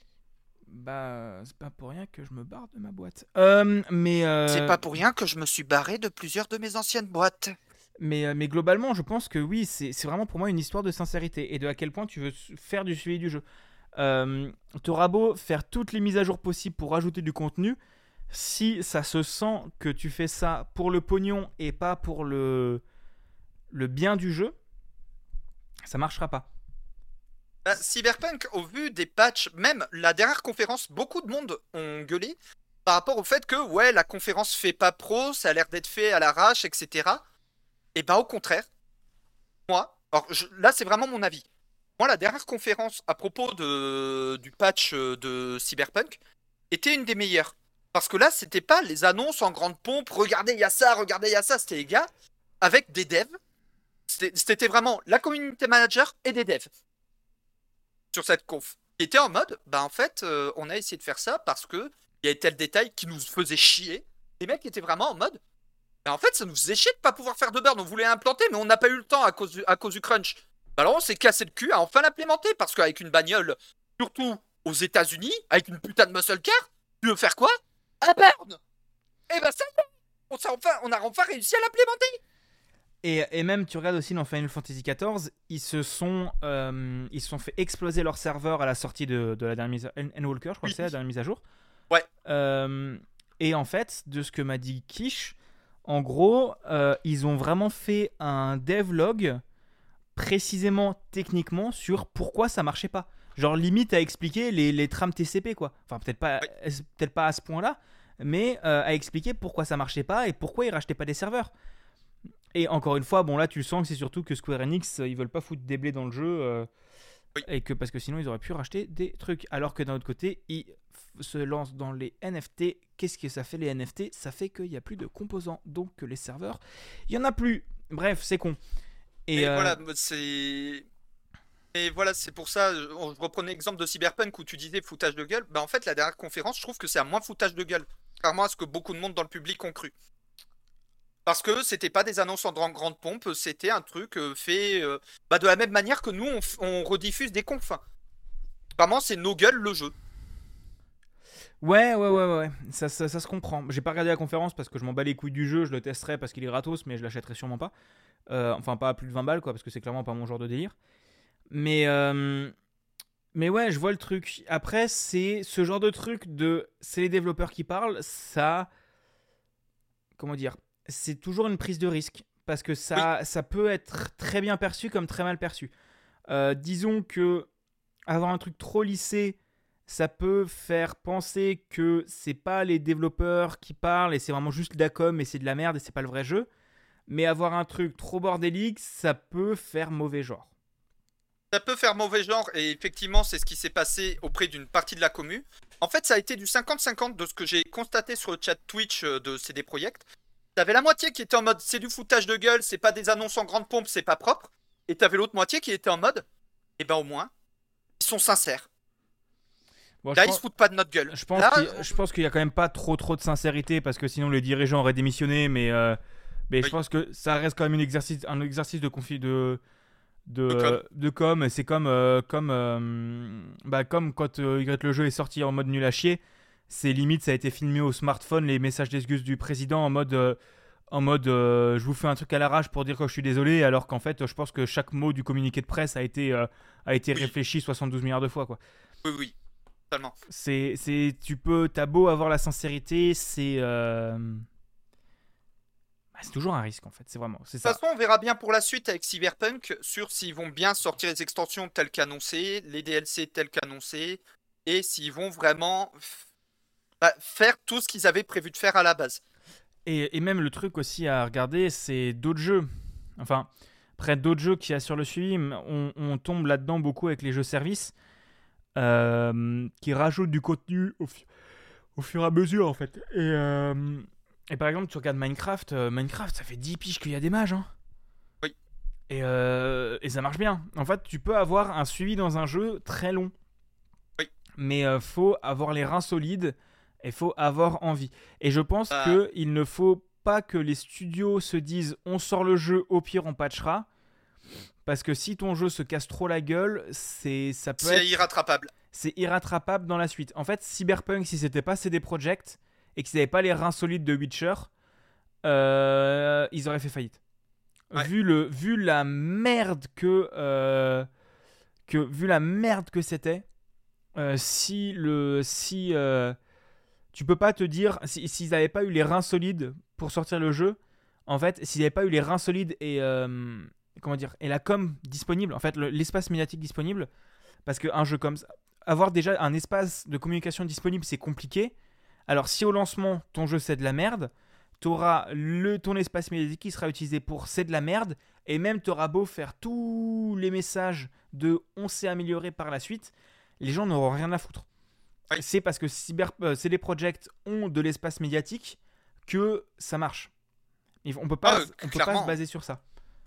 bah, c'est pas pour rien que je me barre de ma boîte. C'est pas pour rien que je me suis barré de plusieurs de mes anciennes boîtes. Mais globalement, je pense que oui, c'est vraiment pour moi une histoire de sincérité et de à quel point tu veux faire du suivi du jeu. T'auras beau faire toutes les mises à jour possibles pour rajouter du contenu, si ça se sent que tu fais ça pour le pognon et pas pour le bien du jeu, ça marchera pas. Bah, Cyberpunk, au vu des patchs, même la dernière conférence, beaucoup de monde ont gueulé par rapport au fait que ouais, la conférence fait pas pro, ça a l'air d'être fait à l'arrache, etc. Et bah au contraire, moi, alors là c'est vraiment mon avis. Moi, la dernière conférence à propos du patch de Cyberpunk était une des meilleures. Parce que là, c'était pas les annonces en grande pompe, regardez, il y a ça, regardez, il y a ça. C'était les gars avec des devs. C'était vraiment la community manager et des devs sur cette conf. Qui était en mode, bah en fait, on a essayé de faire ça parce que il y avait tel détail qui nous faisait chier. Les mecs étaient vraiment en mode, bah en fait, ça nous faisait chier de pas pouvoir faire de burn. On voulait l'implanter, mais on n'a pas eu le temps à cause du crunch. Bah alors on s'est cassé le cul à enfin l'implémenter parce qu'avec une bagnole, surtout aux États-Unis, avec une putain de muscle car, tu veux faire quoi? Un burn. Et bah ça y est, on a enfin réussi à l'implémenter. Et même, tu regardes aussi dans Final Fantasy XIV, ils se sont fait exploser leur serveur à la sortie de la dernière mise à Endwalker, je crois que c'est la dernière mise à jour. Ouais. Et en fait, de ce que m'a dit Kish, en gros, ils ont vraiment fait un devlog précisément techniquement sur pourquoi ça marchait pas. Genre limite à expliquer les trames TCP quoi. Enfin peut-être pas à ce point-là, mais à expliquer pourquoi ça marchait pas et pourquoi ils rachetaient pas des serveurs. Et encore une fois, bon là tu le sens que c'est surtout que Square Enix ils veulent pas foutre des blés dans le jeu et que parce que sinon ils auraient pu racheter des trucs. Alors que d'un autre côté ils se lancent dans les NFT. Qu'est-ce que ça fait les NFT? Ça fait qu'il y a plus de composants, donc que les serveurs il y en a plus. Bref c'est con. Et voilà, c'est. Et voilà, c'est pour ça, je reprenais l'exemple de Cyberpunk où tu disais foutage de gueule. Bah en fait, la dernière conférence, je trouve que c'est un moins foutage de gueule. Contrairement à ce que beaucoup de monde dans le public ont cru. Parce que c'était pas des annonces en grande pompe, c'était un truc fait de la même manière que nous, on rediffuse des confs. Vraiment, c'est no gueule le jeu. Ouais. Ça se comprend. J'ai pas regardé la conférence parce que je m'en bats les couilles du jeu. Je le testerai parce qu'il est gratos, mais je l'achèterai sûrement pas. Enfin, pas à plus de 20 balles, quoi, parce que c'est clairement pas mon genre de délire. Mais ouais, je vois le truc. Après, c'est ce genre de truc c'est les développeurs qui parlent. Ça. Comment dire? C'est toujours une prise de risque. Parce que ça peut être très bien perçu comme très mal perçu. Disons que avoir un truc trop lissé, ça peut faire penser que c'est pas les développeurs qui parlent et c'est vraiment juste de la com et c'est de la merde et c'est pas le vrai jeu. Mais avoir un truc trop bordélique, ça peut faire mauvais genre. Ça peut faire mauvais genre et effectivement, c'est ce qui s'est passé auprès d'une partie de la commu. En fait, ça a été du 50-50 de ce que j'ai constaté sur le chat Twitch de CD Projekt. T'avais la moitié qui était en mode c'est du foutage de gueule, c'est pas des annonces en grande pompe, c'est pas propre. Et t'avais l'autre moitié qui était en mode, eh ben au moins, ils sont sincères. Bon, Là, ils se foutent pas de notre gueule. je pense Là, je pense qu'il y a quand même pas trop de sincérité parce que sinon les dirigeants auraient démissionné, mais je oui, pense que ça reste quand même un exercice de conflit de com. de com. C'est comme quand Y le jeu est sorti en mode nul à chier. C'est limite, ça a été filmé au smartphone, les messages d'excuses du président en mode je vous fais un truc à l'arrache pour dire que je suis désolé, alors qu'en fait, je pense que chaque mot du communiqué de presse a été Oui, réfléchi 72 milliards de fois, quoi. oui, oui, totalement. T'as beau avoir la sincérité, c'est toujours un risque en fait. C'est De toute ça. façon, on verra bien pour la suite avec Cyberpunk sur s'ils vont bien sortir les extensions telles qu'annoncées, les DLC tels qu'annoncés, et s'ils vont vraiment faire tout ce qu'ils avaient prévu de faire à la base. Et même le truc aussi à regarder, c'est d'autres jeux. Enfin, après d'autres jeux qui assurent le suivi, on tombe là-dedans beaucoup avec les jeux services qui rajoutent du contenu au fur et à mesure en fait. Et par exemple, tu regardes Minecraft, Minecraft ça fait 10 piges qu'il y a des mages. Hein. Oui, Et ça marche bien. En fait, tu peux avoir un suivi dans un jeu très long. oui. Mais faut avoir les reins solides et faut avoir envie. Et je pense Bah, qu'il ne faut pas que les studios se disent on sort le jeu, au pire on patchera. Parce que si ton jeu se casse trop la gueule, ça peut c'est être irrattrapable. c'est irrattrapable dans la suite. En fait, Cyberpunk, si c'était pas CD Projekt et qu'ils n'avaient pas les reins solides de Witcher, ils auraient fait faillite. Ouais. Vu la merde vu la merde que c'était, si tu peux pas te dire s'ils n'avaient pas eu les reins solides pour sortir le jeu, en fait, s'ils n'avaient pas eu les reins solides et la com disponible, en fait, l'espace médiatique disponible, parce qu'un jeu comme ça, avoir déjà un espace de communication disponible, c'est compliqué. Alors si au lancement ton jeu c'est de la merde, t'auras ton espace médiatique qui sera utilisé pour c'est de la merde, et même t'auras beau faire tous les messages de on s'est amélioré par la suite, les gens n'auront rien à foutre. Oui. C'est parce que CD Projekt ont de l'espace médiatique que ça marche. On peut Ah, pas, on peut pas se clairement. baser sur ça.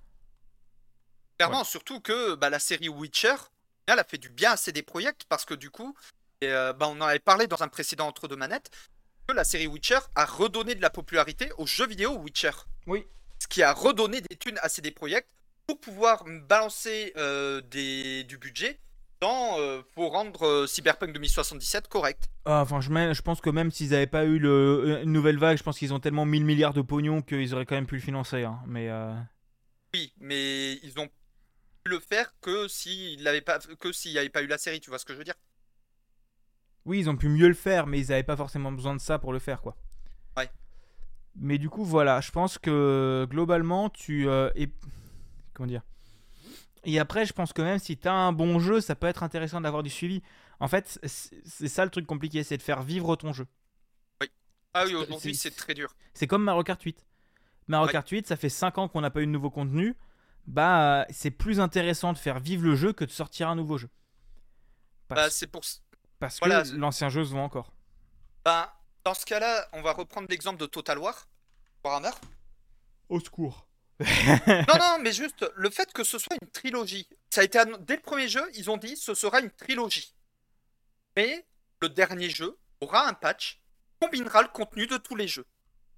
Ouais. Clairement, surtout que la série Witcher, elle a fait du bien à CD Projekt parce que du coup, on en avait parlé dans un précédent entre deux manettes, que la série Witcher a redonné de la popularité aux jeux vidéo Witcher. Oui. Ce qui a redonné des thunes à CD Projekt pour pouvoir balancer du budget pour rendre Cyberpunk 2077 correct. Enfin, je pense que même s'ils n'avaient pas eu une nouvelle vague, je pense qu'ils ont tellement 1000 milliards de pognon qu'ils auraient quand même pu le financer. Hein. Oui, mais ils ont pu le faire que s'il n'y avait pas eu la série, tu vois ce que je veux dire? Oui, ils ont pu mieux le faire, mais ils n'avaient pas forcément besoin de ça pour le faire, quoi. Ouais. Mais du coup, voilà, je pense que globalement, comment dire. Et après, je pense que même si t'as un bon jeu, ça peut être intéressant d'avoir du suivi. En fait, c'est ça le truc compliqué, c'est de faire vivre ton jeu. Oui. Ah oui, C'est aujourd'hui c'est très dur. c'est comme Mario Kart 8. Mario Ouais. Kart 8, ça fait 5 ans qu'on n'a pas eu de nouveau contenu. Bah, c'est plus intéressant de faire vivre le jeu que de sortir un nouveau jeu. Bah, Parce, c'est pour. parce que Voilà. l'ancien jeu se vend encore. Dans ce cas-là, on va reprendre l'exemple de Total War, Warhammer. Au secours. Non, non, mais juste le fait que ce soit une trilogie. Ça a été dès le premier jeu, ils ont dit ce sera une trilogie. Mais le dernier jeu aura un patch, combinera le contenu de tous les jeux.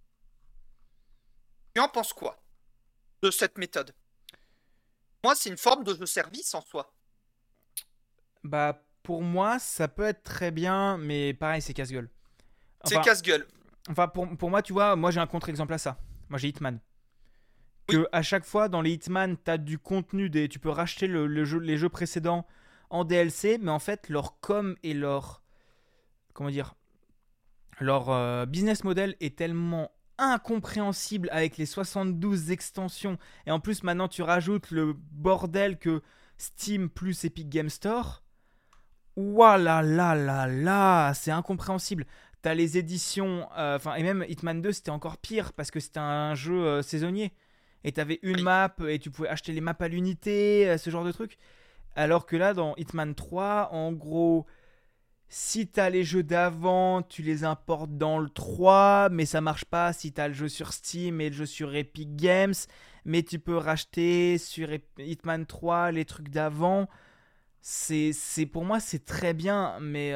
Tu en penses quoi de cette méthode? Moi, c'est une forme de jeu service en soi. Bah, pour moi, ça peut être très bien, mais pareil, c'est casse-gueule. C'est Enfin, casse-gueule. pour moi, tu vois, moi j'ai un contre-exemple à ça. Moi j'ai Hitman. Oui, Que à chaque fois dans les Hitman, t'as du contenu, tu peux racheter les jeux précédents en DLC, mais en fait, leur com et comment dire, leur business model est tellement incompréhensible avec les 72 extensions. Et en plus, maintenant, tu rajoutes le bordel que Steam plus Epic Game Store. Ouah là là là là, c'est incompréhensible. T'as les éditions, et même Hitman 2 c'était encore pire parce que c'était un jeu saisonnier. Et t'avais une oui. map et tu pouvais acheter les maps à l'unité, ce genre de truc. Alors que là, dans Hitman 3, en gros, si t'as les jeux d'avant, tu les importes dans le 3, mais ça marche pas si t'as le jeu sur Steam et le jeu sur Epic Games, mais tu peux racheter sur Hitman 3 les trucs d'avant. Pour moi, c'est très bien, mais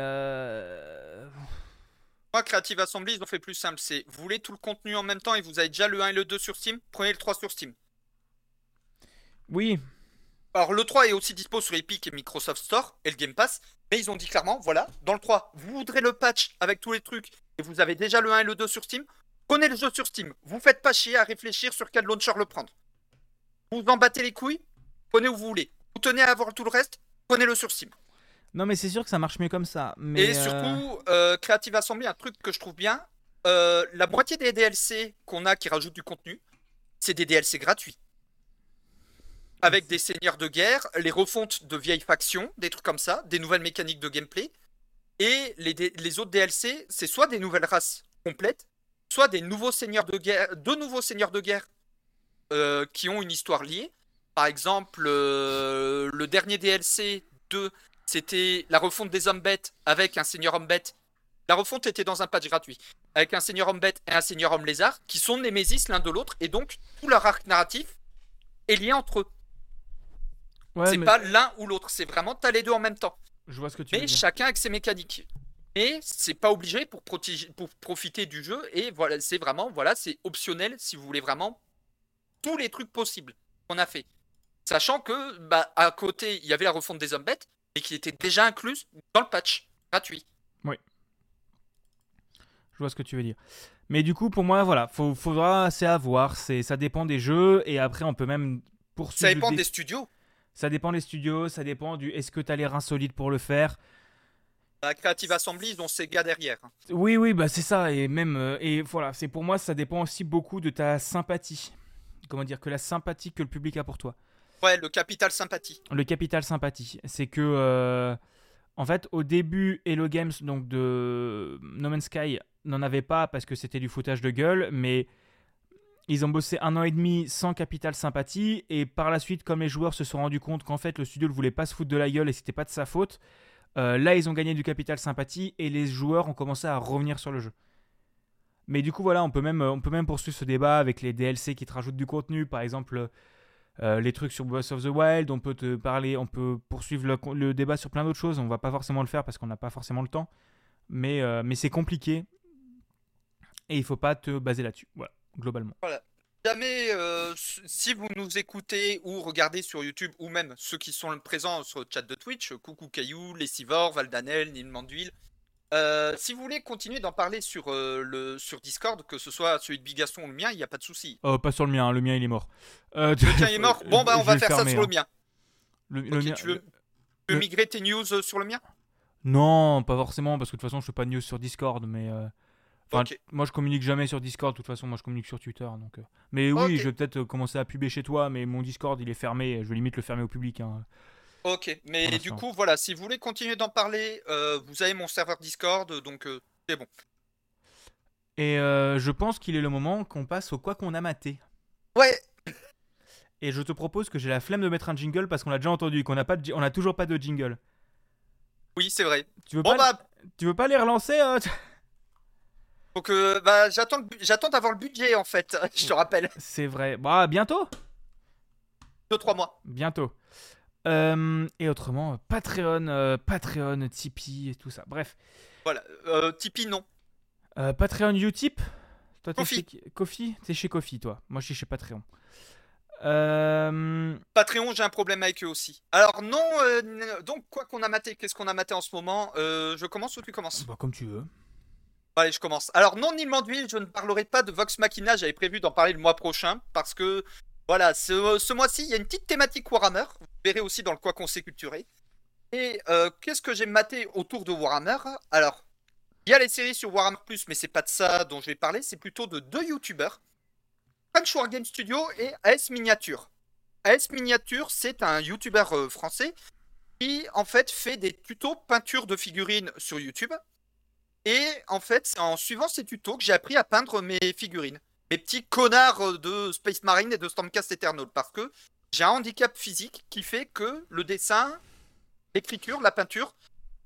Moi, Creative Assembly, ils ont fait plus simple. C'est vous voulez tout le contenu en même temps et vous avez déjà le 1 et le 2 sur Steam, prenez le 3 sur Steam. oui, Alors, le 3 est aussi dispo sur Epic et Microsoft Store et le Game Pass. Mais ils ont dit clairement, voilà, dans le 3, vous voudrez le patch avec tous les trucs et vous avez déjà le 1 et le 2 sur Steam, prenez le jeu sur Steam. Vous faites pas chier à réfléchir sur quel launcher le prendre. Vous en battez les couilles, prenez où vous voulez. Vous tenez à avoir tout le reste, prenez-le sur Steam. non, mais c'est sûr que ça marche mieux comme ça. Mais Et surtout, Creative Assembly, un truc que je trouve bien, la moitié des DLC qu'on a qui rajoutent du contenu, c'est des DLC gratuits. Avec des seigneurs de guerre, les refontes de vieilles factions, des trucs comme ça, des nouvelles mécaniques de gameplay. Et les autres DLC, c'est soit des nouvelles races complètes, soit des nouveaux seigneurs de guerre, deux nouveaux seigneurs de guerre qui ont une histoire liée. Par exemple, le dernier DLC 2, c'était la refonte des hommes bêtes avec un seigneur homme bête. La refonte était dans un patch gratuit, avec un seigneur homme bête et un seigneur homme lézard, qui sont némésis l'un de l'autre, et donc tout leur arc narratif est lié entre eux. ouais, C'est mais pas l'un ou l'autre, c'est vraiment t'as les deux en même temps. je vois ce que tu veux Mais dire. chacun avec ses mécaniques. Et c'est pas obligé pour profiter du jeu, et voilà, c'est vraiment, voilà, c'est optionnel si vous voulez vraiment tous les trucs possibles qu'on a fait. Sachant que, bah, à côté, il y avait la refonte des hommes bêtes, et qui était déjà incluse dans le patch gratuit. Oui, je vois ce que tu veux dire. Mais du coup, pour moi, voilà, faudra, c'est à voir. Ça dépend des jeux et après, on peut même Ça poursuivre. dépend des studios. Ça dépend des studios, ça dépend du. Est-ce que t'as les reins solides pour le faire? La Creative Assembly, ils ont Sega derrière. Oui, oui, bah c'est ça. Et même, et voilà, c'est pour moi, ça dépend aussi beaucoup de ta sympathie. Comment dire, que la sympathie que le public a pour toi. Ouais, le capital sympathie. Le capital sympathie, c'est que en fait, au début, Hello Games, donc de No Man's Sky, n'en avait pas parce que c'était du foutage de gueule, mais ils ont bossé 1 an et demi sans capital sympathie, et par la suite, comme les joueurs se sont rendus compte qu'en fait, le studio ne voulait pas se foutre de la gueule et c'était pas de sa faute, là, ils ont gagné du capital sympathie et les joueurs ont commencé à revenir sur le jeu. Mais du coup, voilà, on peut même poursuivre ce débat avec les DLC qui te rajoutent du contenu, par exemple. Les trucs sur Breath of the Wild, on peut te parler, on peut poursuivre le débat sur plein d'autres choses. On va pas forcément le faire parce qu'on n'a pas forcément le temps, mais c'est compliqué et il faut pas te baser là-dessus. Voilà, globalement. Voilà. Jamais, si vous nous écoutez ou regardez sur YouTube, ou même ceux qui sont présents sur le chat de Twitch, Coucou Caillou, Lessivor, Valdanel, Nil Manduil, si vous voulez continuer d'en parler sur Discord, que ce soit celui de Bigaston ou le mien, il n'y a pas de souci. Pas sur le mien, hein, le mien il est mort. Le tien est mort. Bon, bah, on Je va vais faire ça fermer, sur hein. le mien. Le Ok, mien- tu veux migrer tes news sur le mien? Non, pas forcément, parce que de toute façon, je fais pas de news sur Discord, mais. Enfin, Ok. moi je communique jamais sur Discord, de toute façon, moi je communique sur Twitter. Donc, mais oui, Ok. je vais peut-être commencer à puber chez toi, mais mon Discord il est fermé, je vais limite le fermer au public, hein. Ok, mais Pour du l'instant. coup, voilà, si vous voulez continuer d'en parler, vous avez mon serveur Discord, donc c'est bon. Et je pense qu'il est le moment qu'on passe au quoi qu'on a maté. Ouais, Et je te propose que j'ai la flemme de mettre un jingle parce qu'on l'a déjà entendu, on a toujours pas de jingle. oui, c'est vrai. Tu veux Bon, pas, bah, tu veux pas les relancer donc, bah, j'attends d'avoir le budget, en fait, je te rappelle. C'est vrai. Bah bientôt, 2-3 mois. bientôt. Et autrement, Patreon, Tipeee et tout ça. Bref, Voilà, Tipeee, non. Patreon, Utip. Toi, t'es Kofi. chez Kofi. T'es chez Kofi, toi. Moi, je suis chez Patreon. Patreon, j'ai un problème avec eux aussi. Alors, non, donc, quoi qu'on a maté, qu'est-ce qu'on a maté en ce moment? Je commence ou tu commences? Bah comme tu veux. Allez, je commence. Alors, non, nullement d'huile, je ne parlerai pas de Vox Machina, j'avais prévu d'en parler le mois prochain, parce que, voilà, ce mois-ci, il y a une petite thématique Warhammer, vous verrez aussi dans le quoi qu'on s'est culturé. Et qu'est-ce que j'ai maté autour de Warhammer? Alors, il y a les séries sur Warhammer Plus, mais c'est pas de ça dont je vais parler, c'est plutôt de deux youtubeurs, French War Game Studio et AS Miniature. AS Miniature, c'est un youtubeur français qui, en fait, fait des tutos peinture de figurines sur YouTube. Et en fait, c'est en suivant ces tutos que j'ai appris à peindre mes figurines. Mes petits connards de Space Marine et de Stormcast Eternal. Parce que j'ai un handicap physique qui fait que le dessin, l'écriture, la peinture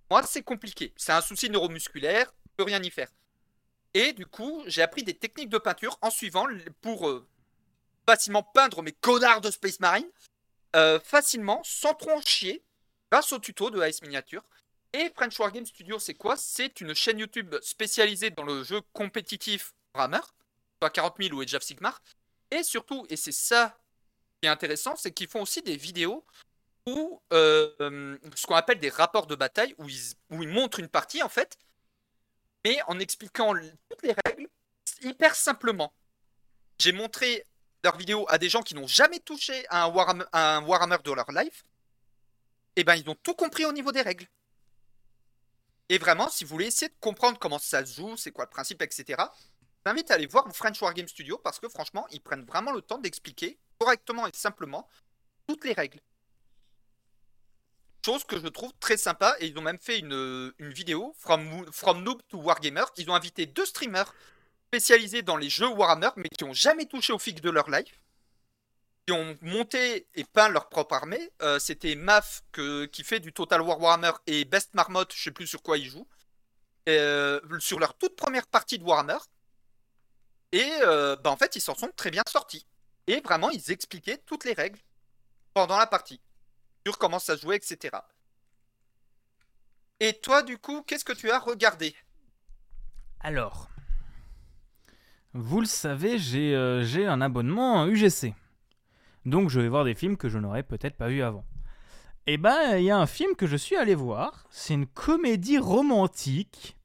Moi, c'est compliqué. C'est un souci neuromusculaire, je peux rien y faire. Et du coup, j'ai appris des techniques de peinture en suivant pour facilement peindre mes connards de Space Marine facilement, sans trop en chier, grâce au tuto de Ice Miniature. Et French Wargame Studio, c'est quoi? C'est une chaîne YouTube spécialisée dans le jeu compétitif Warhammer, soit 40 000 ou Age of Sigmar. Et surtout, et c'est ça qui est intéressant, c'est qu'ils font aussi des vidéos où ce qu'on appelle des rapports de bataille, où ils montrent une partie en fait, mais en expliquant toutes les règles hyper simplement. J'ai montré leurs vidéos à des gens qui n'ont jamais touché à un Warhammer de leur life. Et ben ils ont tout compris au niveau des règles. Et vraiment, si vous voulez essayer de comprendre comment ça se joue, c'est quoi le principe, etc., je t'invite à aller voir French Wargame Studio parce que franchement, ils prennent vraiment le temps d'expliquer correctement et simplement toutes les règles. Chose que je trouve très sympa, et ils ont même fait une vidéo From Noob to Wargamer. Ils ont invité 2 streamers spécialisés dans les jeux Warhammer, mais qui n'ont jamais touché au FIC de leur life, qui ont monté et peint leur propre armée. C'était Maf qui fait du Total War Warhammer et Best Marmotte, je sais plus sur quoi ils jouent, sur leur toute première partie de Warhammer. Et en fait, ils s'en sont très bien sortis. Et vraiment, ils expliquaient toutes les règles pendant la partie, sur comment ça se jouait, etc. Et toi, du coup, qu'est-ce que tu as regardé? Alors, vous le savez, j'ai un abonnement UGC. Donc je vais voir des films que je n'aurais peut-être pas vus avant. Et ben, il y a un film que je suis allé voir. C'est une comédie romantique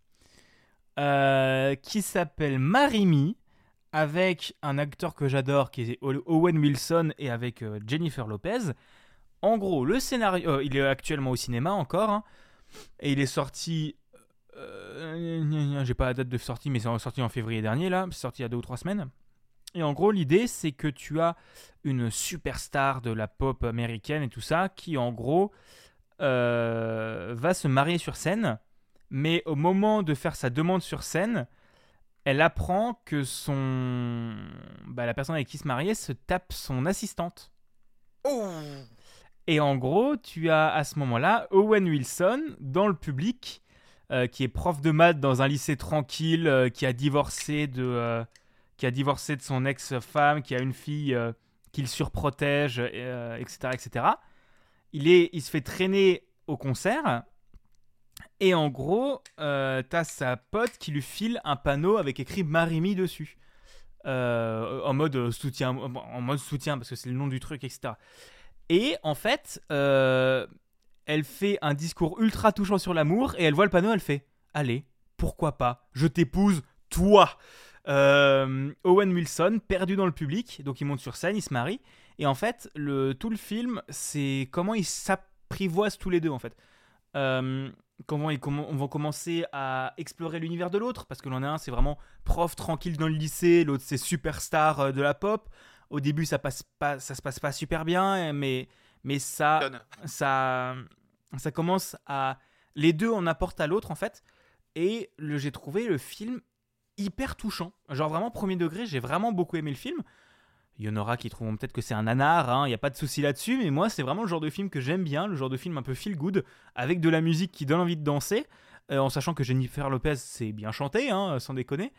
qui s'appelle Marry Me, avec un acteur que j'adore qui est Owen Wilson et avec Jennifer Lopez. En gros, le scénario, il est actuellement au cinéma encore, hein, et il est sorti. J'ai pas la date de sortie, mais c'est sorti en février dernier, là. C'est sorti il y a 2 ou 3 semaines. Et en gros, l'idée, c'est que tu as une superstar de la pop américaine et tout ça, qui en gros va se marier sur scène, mais au moment de faire sa demande sur scène, elle apprend que la personne avec qui se mariait se tape son assistante. Oh. Et en gros, tu as à ce moment-là Owen Wilson dans le public, qui est prof de maths dans un lycée tranquille, qui a divorcé de son ex-femme, qui a une fille qu'il surprotège, etc., etc. Il se fait traîner au concert. Et en gros, t'as sa pote qui lui file un panneau avec écrit Marry Me dessus. En mode soutien, parce que c'est le nom du truc, etc. Et en fait, elle fait un discours ultra touchant sur l'amour, et elle voit le panneau, elle fait « Allez, pourquoi pas, je t'épouse, toi !» Owen Wilson, perdu dans le public, donc il monte sur scène, il se marie, et en fait, tout le film, c'est comment ils s'apprivoisent tous les deux, en fait. Comment on va commencer à explorer l'univers de l'autre, parce que l'on a un, c'est vraiment prof tranquille dans le lycée, l'autre c'est superstar de la pop. Au début ça se passe pas super bien, mais ça commence à, les deux en apportent à l'autre en fait. Et j'ai trouvé le film hyper touchant, genre vraiment premier degré, j'ai vraiment beaucoup aimé le film. Il y en aura qui trouveront peut-être que c'est un nanar, hein, il n'y a pas de souci là-dessus, mais moi c'est vraiment le genre de film que j'aime bien, le genre de film un peu feel good, avec de la musique qui donne envie de danser, en sachant que Jennifer Lopez c'est bien chanté, hein, sans déconner.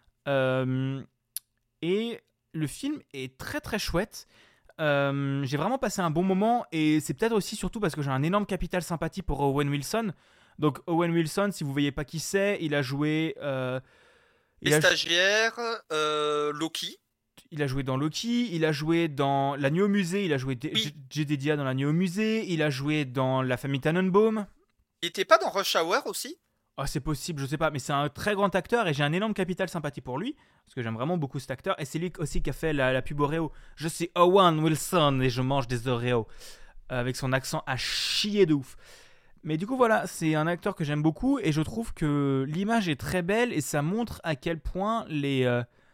Et le film est très très chouette. J'ai vraiment passé un bon moment, et c'est peut-être aussi surtout parce que j'ai un énorme capital sympathie pour Owen Wilson. Donc Owen Wilson, si vous ne voyez pas qui c'est, il a joué... Les stagiaires, Loki. Il a joué dans Loki, il a joué dans La Nuit au musée, il a joué Jedediah dans La Nuit au musée, il a joué dans La famille Tannenbaum. Il était pas dans Rush Hour aussi? Oh, c'est possible, je sais pas, mais c'est un très grand acteur et j'ai un énorme capital sympathie pour lui, parce que j'aime vraiment beaucoup cet acteur, et c'est lui aussi qui a fait la pub Oreo. Je suis Owen Wilson et je mange des Oreos, avec son accent à chier de ouf. Mais du coup voilà, c'est un acteur que j'aime beaucoup, et je trouve que l'image est très belle, et ça montre à quel point y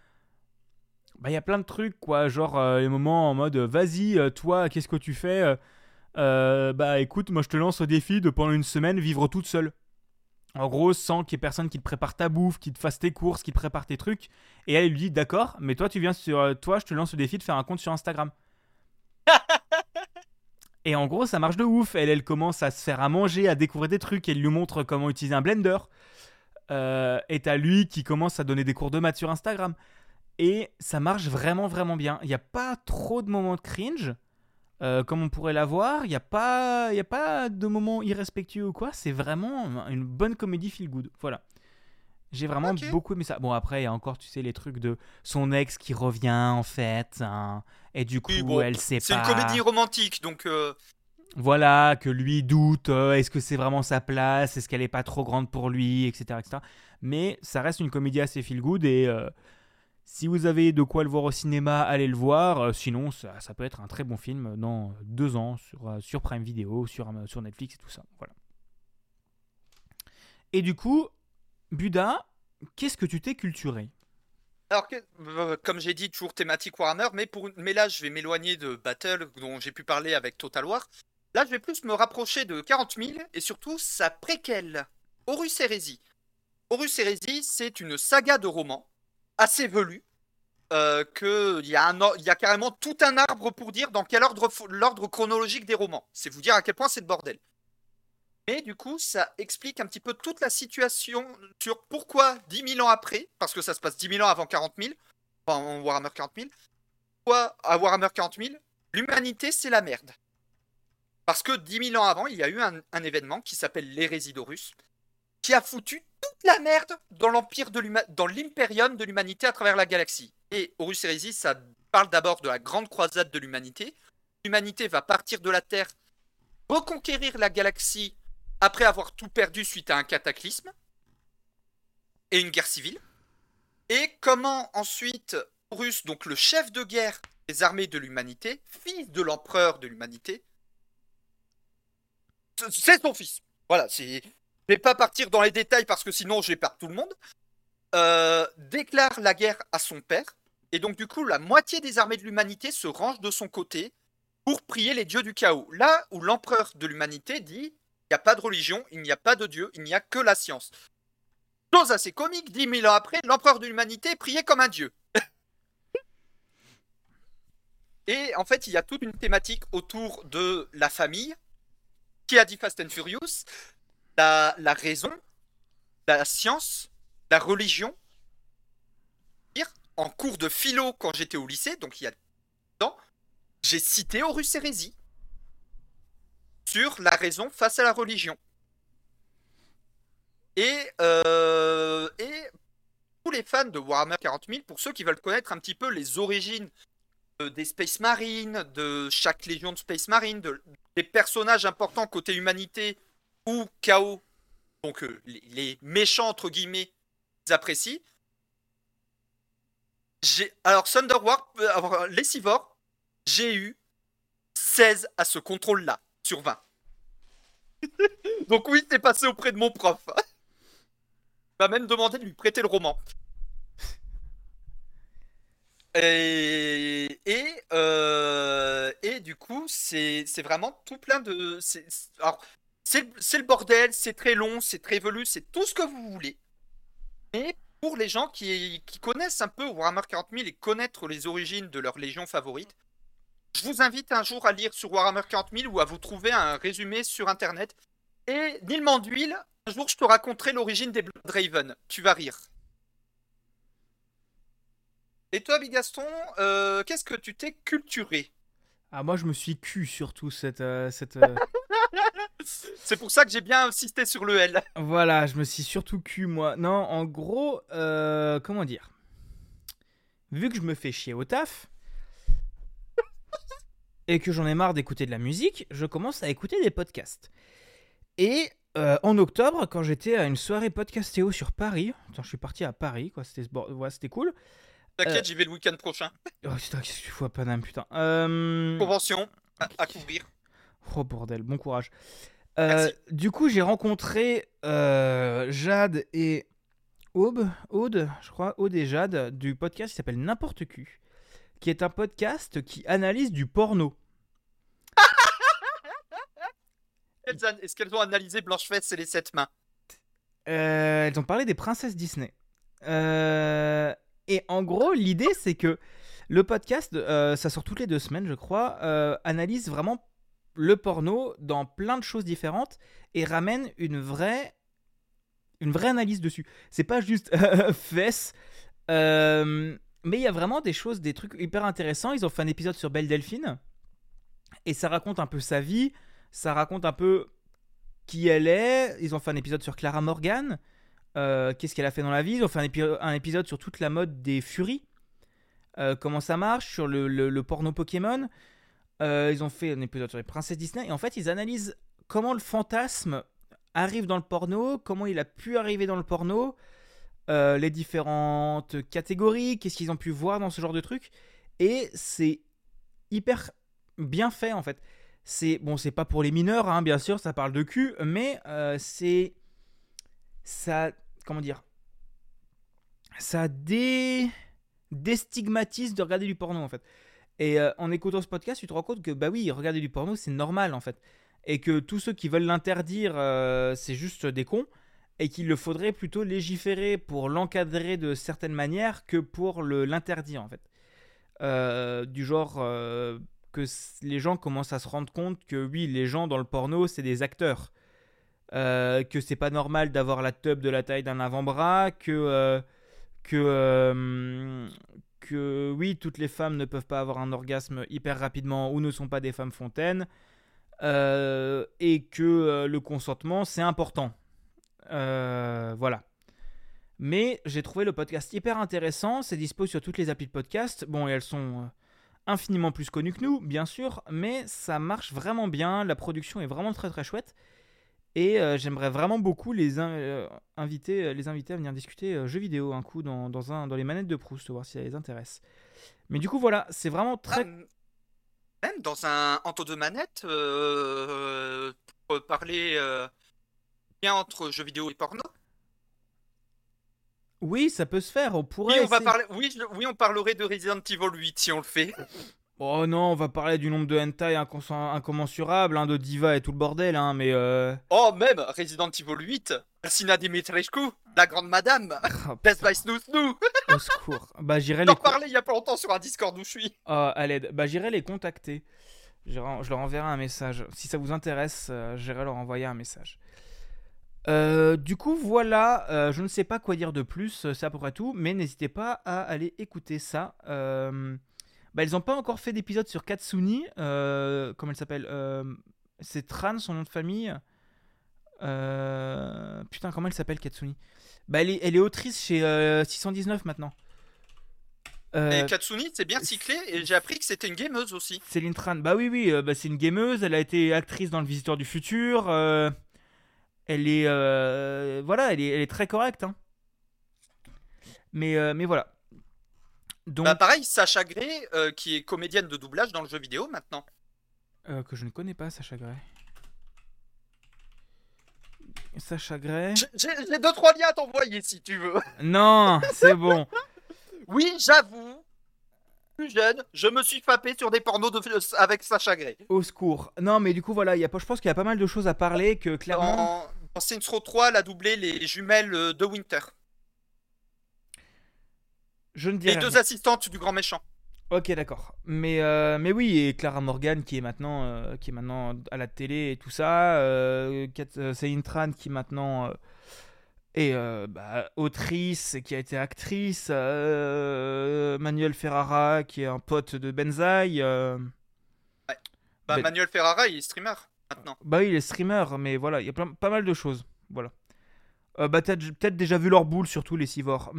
a plein de trucs, quoi, genre les moments en mode vas-y, toi, qu'est-ce que tu fais écoute, moi je te lance au défi de pendant une semaine vivre toute seule. En gros, sans qu'il y ait personne qui te prépare ta bouffe, qui te fasse tes courses, qui te prépare tes trucs. Et elle lui dit d'accord, mais toi tu viens sur toi, je te lance le défi de faire un compte sur Instagram. Et en gros, ça marche de ouf. Elle commence à se faire à manger, à découvrir des trucs. Elle lui montre comment utiliser un blender. Et t'as lui qui commence à donner des cours de maths sur Instagram. Et ça marche vraiment, vraiment bien. Il n'y a pas trop de moments de cringe, comme on pourrait l'avoir. Il n'y a pas de moments irrespectueux ou quoi. C'est vraiment une bonne comédie feel good. Voilà. J'ai vraiment beaucoup aimé ça. Bon, après, il y a encore, tu sais, les trucs de son ex qui revient, en fait. Hein, et du coup, elle sait pas. C'est une comédie romantique, donc... Voilà, que lui doute. Est-ce que c'est vraiment sa place? Est-ce qu'elle est pas trop grande pour lui, etc., etc. Mais ça reste une comédie assez feel good. Et si vous avez de quoi le voir au cinéma, allez le voir. Sinon, ça peut être un très bon film dans 2 ans sur Prime Video, sur Netflix et tout ça. Voilà. Et du coup... Buda, qu'est-ce que tu t'es culturé? Alors, comme j'ai dit, toujours thématique Warhammer, mais là, je vais m'éloigner de Battle, dont j'ai pu parler avec Total War. Là, je vais plus me rapprocher de 40 000, et surtout sa préquelle, Horus Heresy. Horus Heresy, c'est une saga de romans, assez velue, qu'il y a carrément tout un arbre pour dire dans quel l'ordre chronologique des romans. C'est vous dire à quel point c'est le bordel. Mais du coup, ça explique un petit peu toute la situation sur pourquoi 10 000 ans après, parce que ça se passe 10 000 ans avant 40 000, enfin en Warhammer 40 000, pourquoi à Warhammer 40 000, l'humanité c'est la merde. Parce que 10 000 ans avant, il y a eu un événement qui s'appelle l'hérésie d'Horus, qui a foutu toute la merde dans l'impérium de l'humanité à travers la galaxie. Et Horus Heresy, ça parle d'abord de la grande croisade de l'humanité. L'humanité va partir de la Terre, reconquérir la galaxie après avoir tout perdu suite à un cataclysme et une guerre civile. Et comment ensuite Horus, donc le chef de guerre des armées de l'humanité, fils de l'empereur de l'humanité, c'est son fils. Voilà, je vais pas partir dans les détails parce que sinon je vais perdre tout le monde. Déclare la guerre à son père. Et donc du coup, la moitié des armées de l'humanité se rangent de son côté pour prier les dieux du chaos. Là où l'empereur de l'humanité dit... Il n'y a pas de religion, il n'y a pas de Dieu, il n'y a que la science. Chose assez comique, 10 000 ans après, l'empereur de l'humanité priait comme un dieu. Et en fait, il y a toute une thématique autour de la famille, qui a dit Fast and Furious, la raison, la science, la religion. En cours de philo, quand j'étais au lycée, donc il y a temps, j'ai cité Horus Heresy sur la raison face à la religion. Et tous les fans de Warhammer 40 000, pour ceux qui veulent connaître un petit peu les origines des Space Marines, de chaque légion de Space Marine, des personnages importants côté humanité ou chaos, donc les méchants entre guillemets, ils apprécient. Alors Thunder War, les Civors, j'ai eu 16 à ce contrôle-là sur 20. Donc oui, c'est passé auprès de mon prof. Il m'a même demandé de lui prêter le roman. Et du coup, c'est vraiment tout plein de... Alors, c'est le bordel, c'est très long, c'est très velu, c'est tout ce que vous voulez. Mais pour les gens qui connaissent un peu Warhammer 40 000 et connaître les origines de leur légion favorite, je vous invite un jour à lire sur Warhammer 40 000 ou à vous trouver un résumé sur internet. Et Neil Manduil, un jour je te raconterai l'origine des Bloodraven. Tu vas rire. Et toi, Bigaston, qu'est-ce que tu t'es culturé? Ah, moi, je me suis cu surtout cette... C'est pour ça que j'ai bien insisté sur le L. Voilà, je me suis surtout cu, moi. Non, en gros, comment dire? Vu que je me fais chier au taf et que j'en ai marre d'écouter de la musique, je commence à écouter des podcasts. Et en octobre, quand j'étais à une soirée podcastéo sur Paris, attends, je suis parti à Paris, quoi, c'était cool. T'inquiète, j'y vais le week-end prochain. Oh putain, qu'est-ce que tu fous à Paname, putain. Convention à couvrir. Oh bordel, bon courage. Merci. Du coup, j'ai rencontré Jade et Aude, je crois, Aude et Jade, du podcast qui s'appelle N'importe Q, qui est un podcast qui analyse du porno. Est-ce qu'elles ont analysé Blanche-Fesse et les 7 mains? Elles ont parlé des princesses Disney. Et en gros, l'idée, c'est que le podcast, ça sort toutes les 2 semaines, je crois, analyse vraiment le porno dans plein de choses différentes et ramène une vraie analyse dessus. C'est pas juste fesses, mais il y a vraiment des choses, des trucs hyper intéressants. Ils ont fait un épisode sur Belle Delphine et ça raconte un peu sa vie, ça raconte un peu qui elle est. Ils ont fait un épisode sur Clara Morgan, qu'est-ce qu'elle a fait dans la vie. Ils ont fait un épisode sur toute la mode des furies, comment ça marche, sur le porno Pokémon. Ils ont fait un épisode sur les princesses Disney et en fait ils analysent comment le fantasme arrive dans le porno, comment il a pu arriver dans le porno, les différentes catégories, qu'est-ce qu'ils ont pu voir dans ce genre de truc. Et c'est hyper bien fait en fait. C'est pas pour les mineurs, hein, bien sûr, ça parle de cul, mais c'est ça, comment dire, ça déstigmatise de regarder du porno en fait. Et en écoutant ce podcast, tu te rends compte que bah oui, regarder du porno c'est normal en fait, et que tous ceux qui veulent l'interdire, c'est juste des cons, et qu'il le faudrait plutôt légiférer pour l'encadrer de certaines manières que pour l'interdire en fait. Du genre que les gens commencent à se rendre compte que oui, les gens dans le porno c'est des acteurs, que c'est pas normal d'avoir la teub de la taille d'un avant-bras, que oui, toutes les femmes ne peuvent pas avoir un orgasme hyper rapidement ou ne sont pas des femmes fontaines, et que le consentement c'est important. Voilà. Mais j'ai trouvé le podcast hyper intéressant. C'est dispo sur toutes les applis de podcast. Bon, et elles sont infiniment plus connues que nous, bien sûr, mais ça marche vraiment bien. La production est vraiment très très chouette. Et j'aimerais vraiment beaucoup les inviter à venir discuter jeux vidéo un coup dans les manettes de Proust, voir si ça les intéresse. Mais du coup, voilà, c'est vraiment très. Même dans un entre deux manettes, pour parler bien entre jeux vidéo et porno. Oui, ça peut se faire. On pourrait. Oui, on parlerait de Resident Evil 8 si on le fait. Oh non, on va parler du nombre de hentai incommensurable, hein, de diva et tout le bordel, hein, mais Oh, même Resident Evil 8, Alcina Dimitrescu, la grande madame, oh, Death by Snoo Snoo. au secours. Bah j'irai J'en parlais il y a pas longtemps sur un Discord où je suis. à l'aide. Bah j'irai les contacter. Je leur enverrai un message. Si ça vous intéresse, j'irai leur envoyer un message. Du coup, voilà. Je ne sais pas quoi dire de plus. C'est à peu près tout. Mais n'hésitez pas à aller écouter ça. Bah, ils n'ont pas encore fait d'épisode sur Katsuni. Comment elle s'appelle, c'est Tran, son nom de famille. Putain, comment elle s'appelle, Katsuni? Bah, elle est autrice chez 619 maintenant. Et Katsuni, c'est bien cyclé, et j'ai appris que c'était une gameuse aussi. Céline Tran. Bah oui, bah, c'est une gameuse. Elle a été actrice dans Le Visiteur du Futur. Elle est, voilà, elle est très correcte, hein. Mais voilà. Donc, Bah pareil, Sacha Gray, qui est comédienne de doublage dans le jeu vidéo maintenant. que je ne connais pas, Sacha Gray. Sacha Gray. J'ai 2-3 liens à t'envoyer si tu veux. Non, c'est bon. Oui, j'avoue, plus jeune, je me suis frappé sur des pornos avec Sacha Gray. Au secours. Non, mais du coup, voilà, je pense qu'il y a pas mal de choses à parler que clairement. Dans Saints Row 3, elle a doublé les jumelles de Winter. Je ne dirais Les deux rien. assistantes du grand méchant. Ok, d'accord. Mais oui, et Clara Morgan qui est maintenant à la télé et tout ça. Céline Tran qui maintenant est autrice et qui a été actrice. Manuel Ferrara qui est un pote de Benzaï. Ouais. Bah, Manuel Ferrara, il est streamer maintenant. Bah oui, il est streamer, mais voilà, il y a pas mal de choses. Voilà. Bah t'as peut-être déjà vu leur boule, surtout les civors.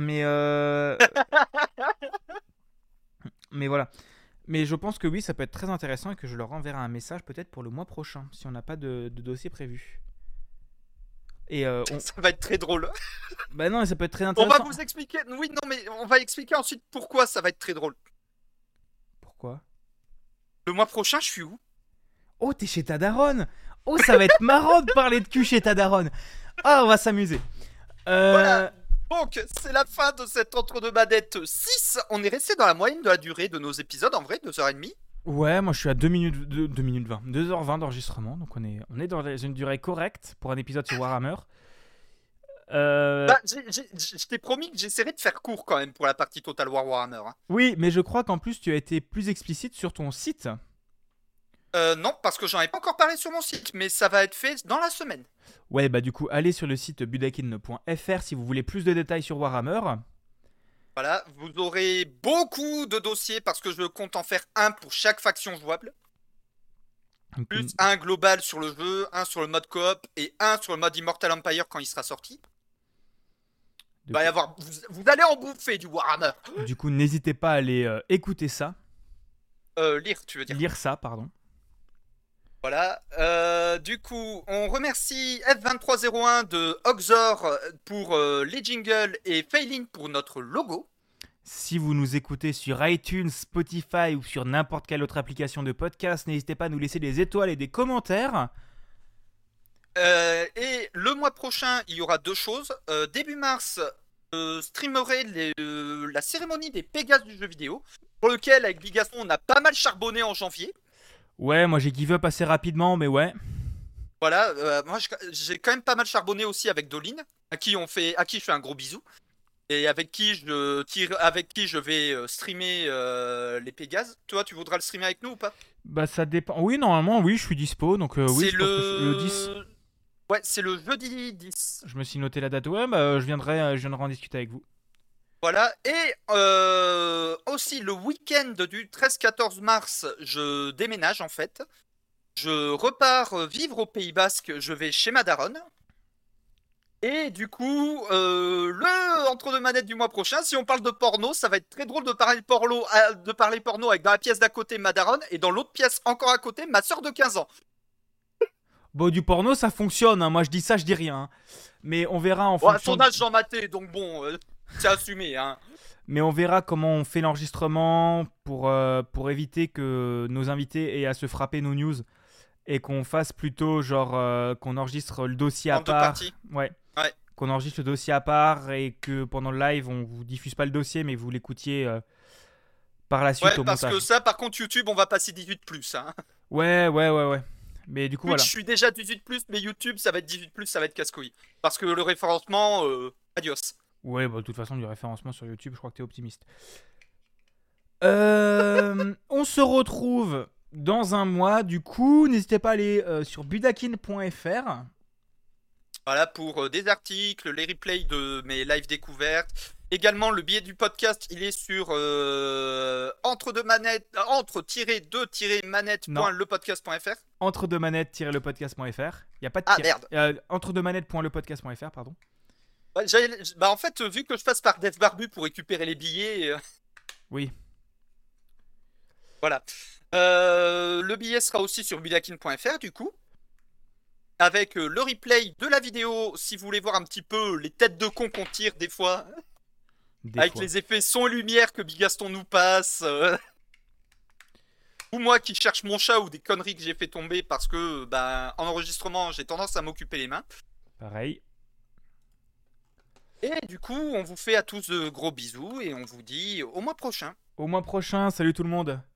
Mais voilà. Mais je pense que oui, ça peut être très intéressant et que je leur enverrai un message peut-être pour le mois prochain, si on n'a pas de dossier prévu. Et ça va être très drôle. Bah non, ça peut être très On intéressant. va vous expliquer. Oui, non, mais on va expliquer ensuite pourquoi ça va être très drôle. Pourquoi? Le mois prochain, je suis où? Oh, t'es chez ta daronne. Oh, ça va être marrant de parler de cul chez ta daronne. Ah, on va s'amuser. Voilà. Donc, c'est la fin de cette entre-deux-manettes 6. On est resté dans la moyenne de la durée de nos épisodes, en vrai, 2h30. Ouais, moi je suis à 2 minutes 20, 2h20 d'enregistrement, donc on est dans une durée correcte pour un épisode sur Warhammer. Bah, je t'ai promis que j'essaierai de faire court quand même pour la partie Total War Warhammer. Hein. Oui, mais je crois qu'en plus tu as été plus explicite sur ton site. Non, parce que j'en ai pas encore parlé sur mon site, mais ça va être fait dans la semaine. Ouais, bah du coup, allez sur le site budakin.fr si vous voulez plus de détails sur Warhammer. Voilà, vous aurez beaucoup de dossiers parce que je compte en faire un pour chaque faction jouable. Plus un global sur le jeu, un sur le mode coop et un sur le mode Immortal Empire quand il sera sorti. Va y avoir, vous allez en bouffer du Warhammer. Du coup, n'hésitez pas à aller écouter ça. Lire, tu veux dire. Lire ça, pardon. Voilà. Du coup, on remercie F2301 de Oxor pour les jingles et Failing pour notre logo. Si vous nous écoutez sur iTunes, Spotify ou sur n'importe quelle autre application de podcast, n'hésitez pas à nous laisser des étoiles et des commentaires. Et le mois prochain, il y aura deux choses. Début mars, je streamerai la cérémonie des Pégases du jeu vidéo, pour lequel, avec Bigaston, on a pas mal charbonné en janvier. Ouais, moi j'ai give up assez rapidement, mais ouais. Voilà, moi j'ai quand même pas mal charbonné aussi avec Dolin, à qui je fais un gros bisou. Et avec qui je vais streamer les Pégases. Toi, tu voudras le streamer avec nous ou pas? Bah ça dépend. Oui, normalement, oui, je suis dispo, donc oui, C'est je pense que le 10. Ouais, c'est le jeudi 10. Je me suis noté la date. Ouais, bah je viendrai en discuter avec vous. Voilà, et aussi le week-end du 13-14 mars, je déménage en fait. Je repars vivre au Pays Basque, je vais chez ma daronne. Et du coup, le entre-deux manettes du mois prochain, si on parle de porno, ça va être très drôle de parler porno avec dans la pièce d'à côté ma daronne et dans l'autre pièce encore à côté ma soeur de 15 ans. Bon, du porno, ça fonctionne. Hein. Moi, je dis ça, je dis rien. Hein. Mais on verra en Ouais, fonction. son âge j'en maté, donc bon, c'est assumé. Hein. Mais on verra comment on fait l'enregistrement pour éviter que nos invités aient à se frapper nos news et qu'on fasse plutôt genre qu'on enregistre le dossier à En deux part. parties. Ouais. Ouais. Qu'on enregistre le dossier à part et que pendant le live on vous diffuse pas le dossier mais vous l'écoutiez par la suite Ouais, au parce montage. que ça, par contre, YouTube, on va passer 18+. Hein. Ouais. Mais du coup Twitch, voilà. je suis déjà 18+, mais YouTube, ça va être 18+, ça va être casse-couille. Parce que le référencement, adios. Ouais, bah de toute façon du référencement sur YouTube, je crois que t'es optimiste. On se retrouve dans un mois. Du coup, n'hésitez pas à aller sur budakin.fr. Voilà, pour des articles, les replays de mes live découvertes. Également, le billet du podcast, il est sur entre-deux-manettes.lepodcast.fr. Entre-deux-manettes-lepodcast.fr. Il y a pas de Ah merde. entre-deux-manettes.lepodcast.fr, pardon. Ouais, en fait, vu que je passe par Def Barbu pour récupérer les billets, Oui. voilà. Le billet sera aussi sur budakin.fr du coup. Avec le replay de la vidéo, si vous voulez voir un petit peu les têtes de con qu'on tire des fois. Avec les effets son et lumière que Bigaston nous passe. Ou moi qui cherche mon chat ou des conneries que j'ai fait tomber parce que en enregistrement j'ai tendance à m'occuper les mains. Pareil. Et du coup on vous fait à tous de gros bisous et on vous dit au mois prochain. Au mois prochain, salut tout le monde.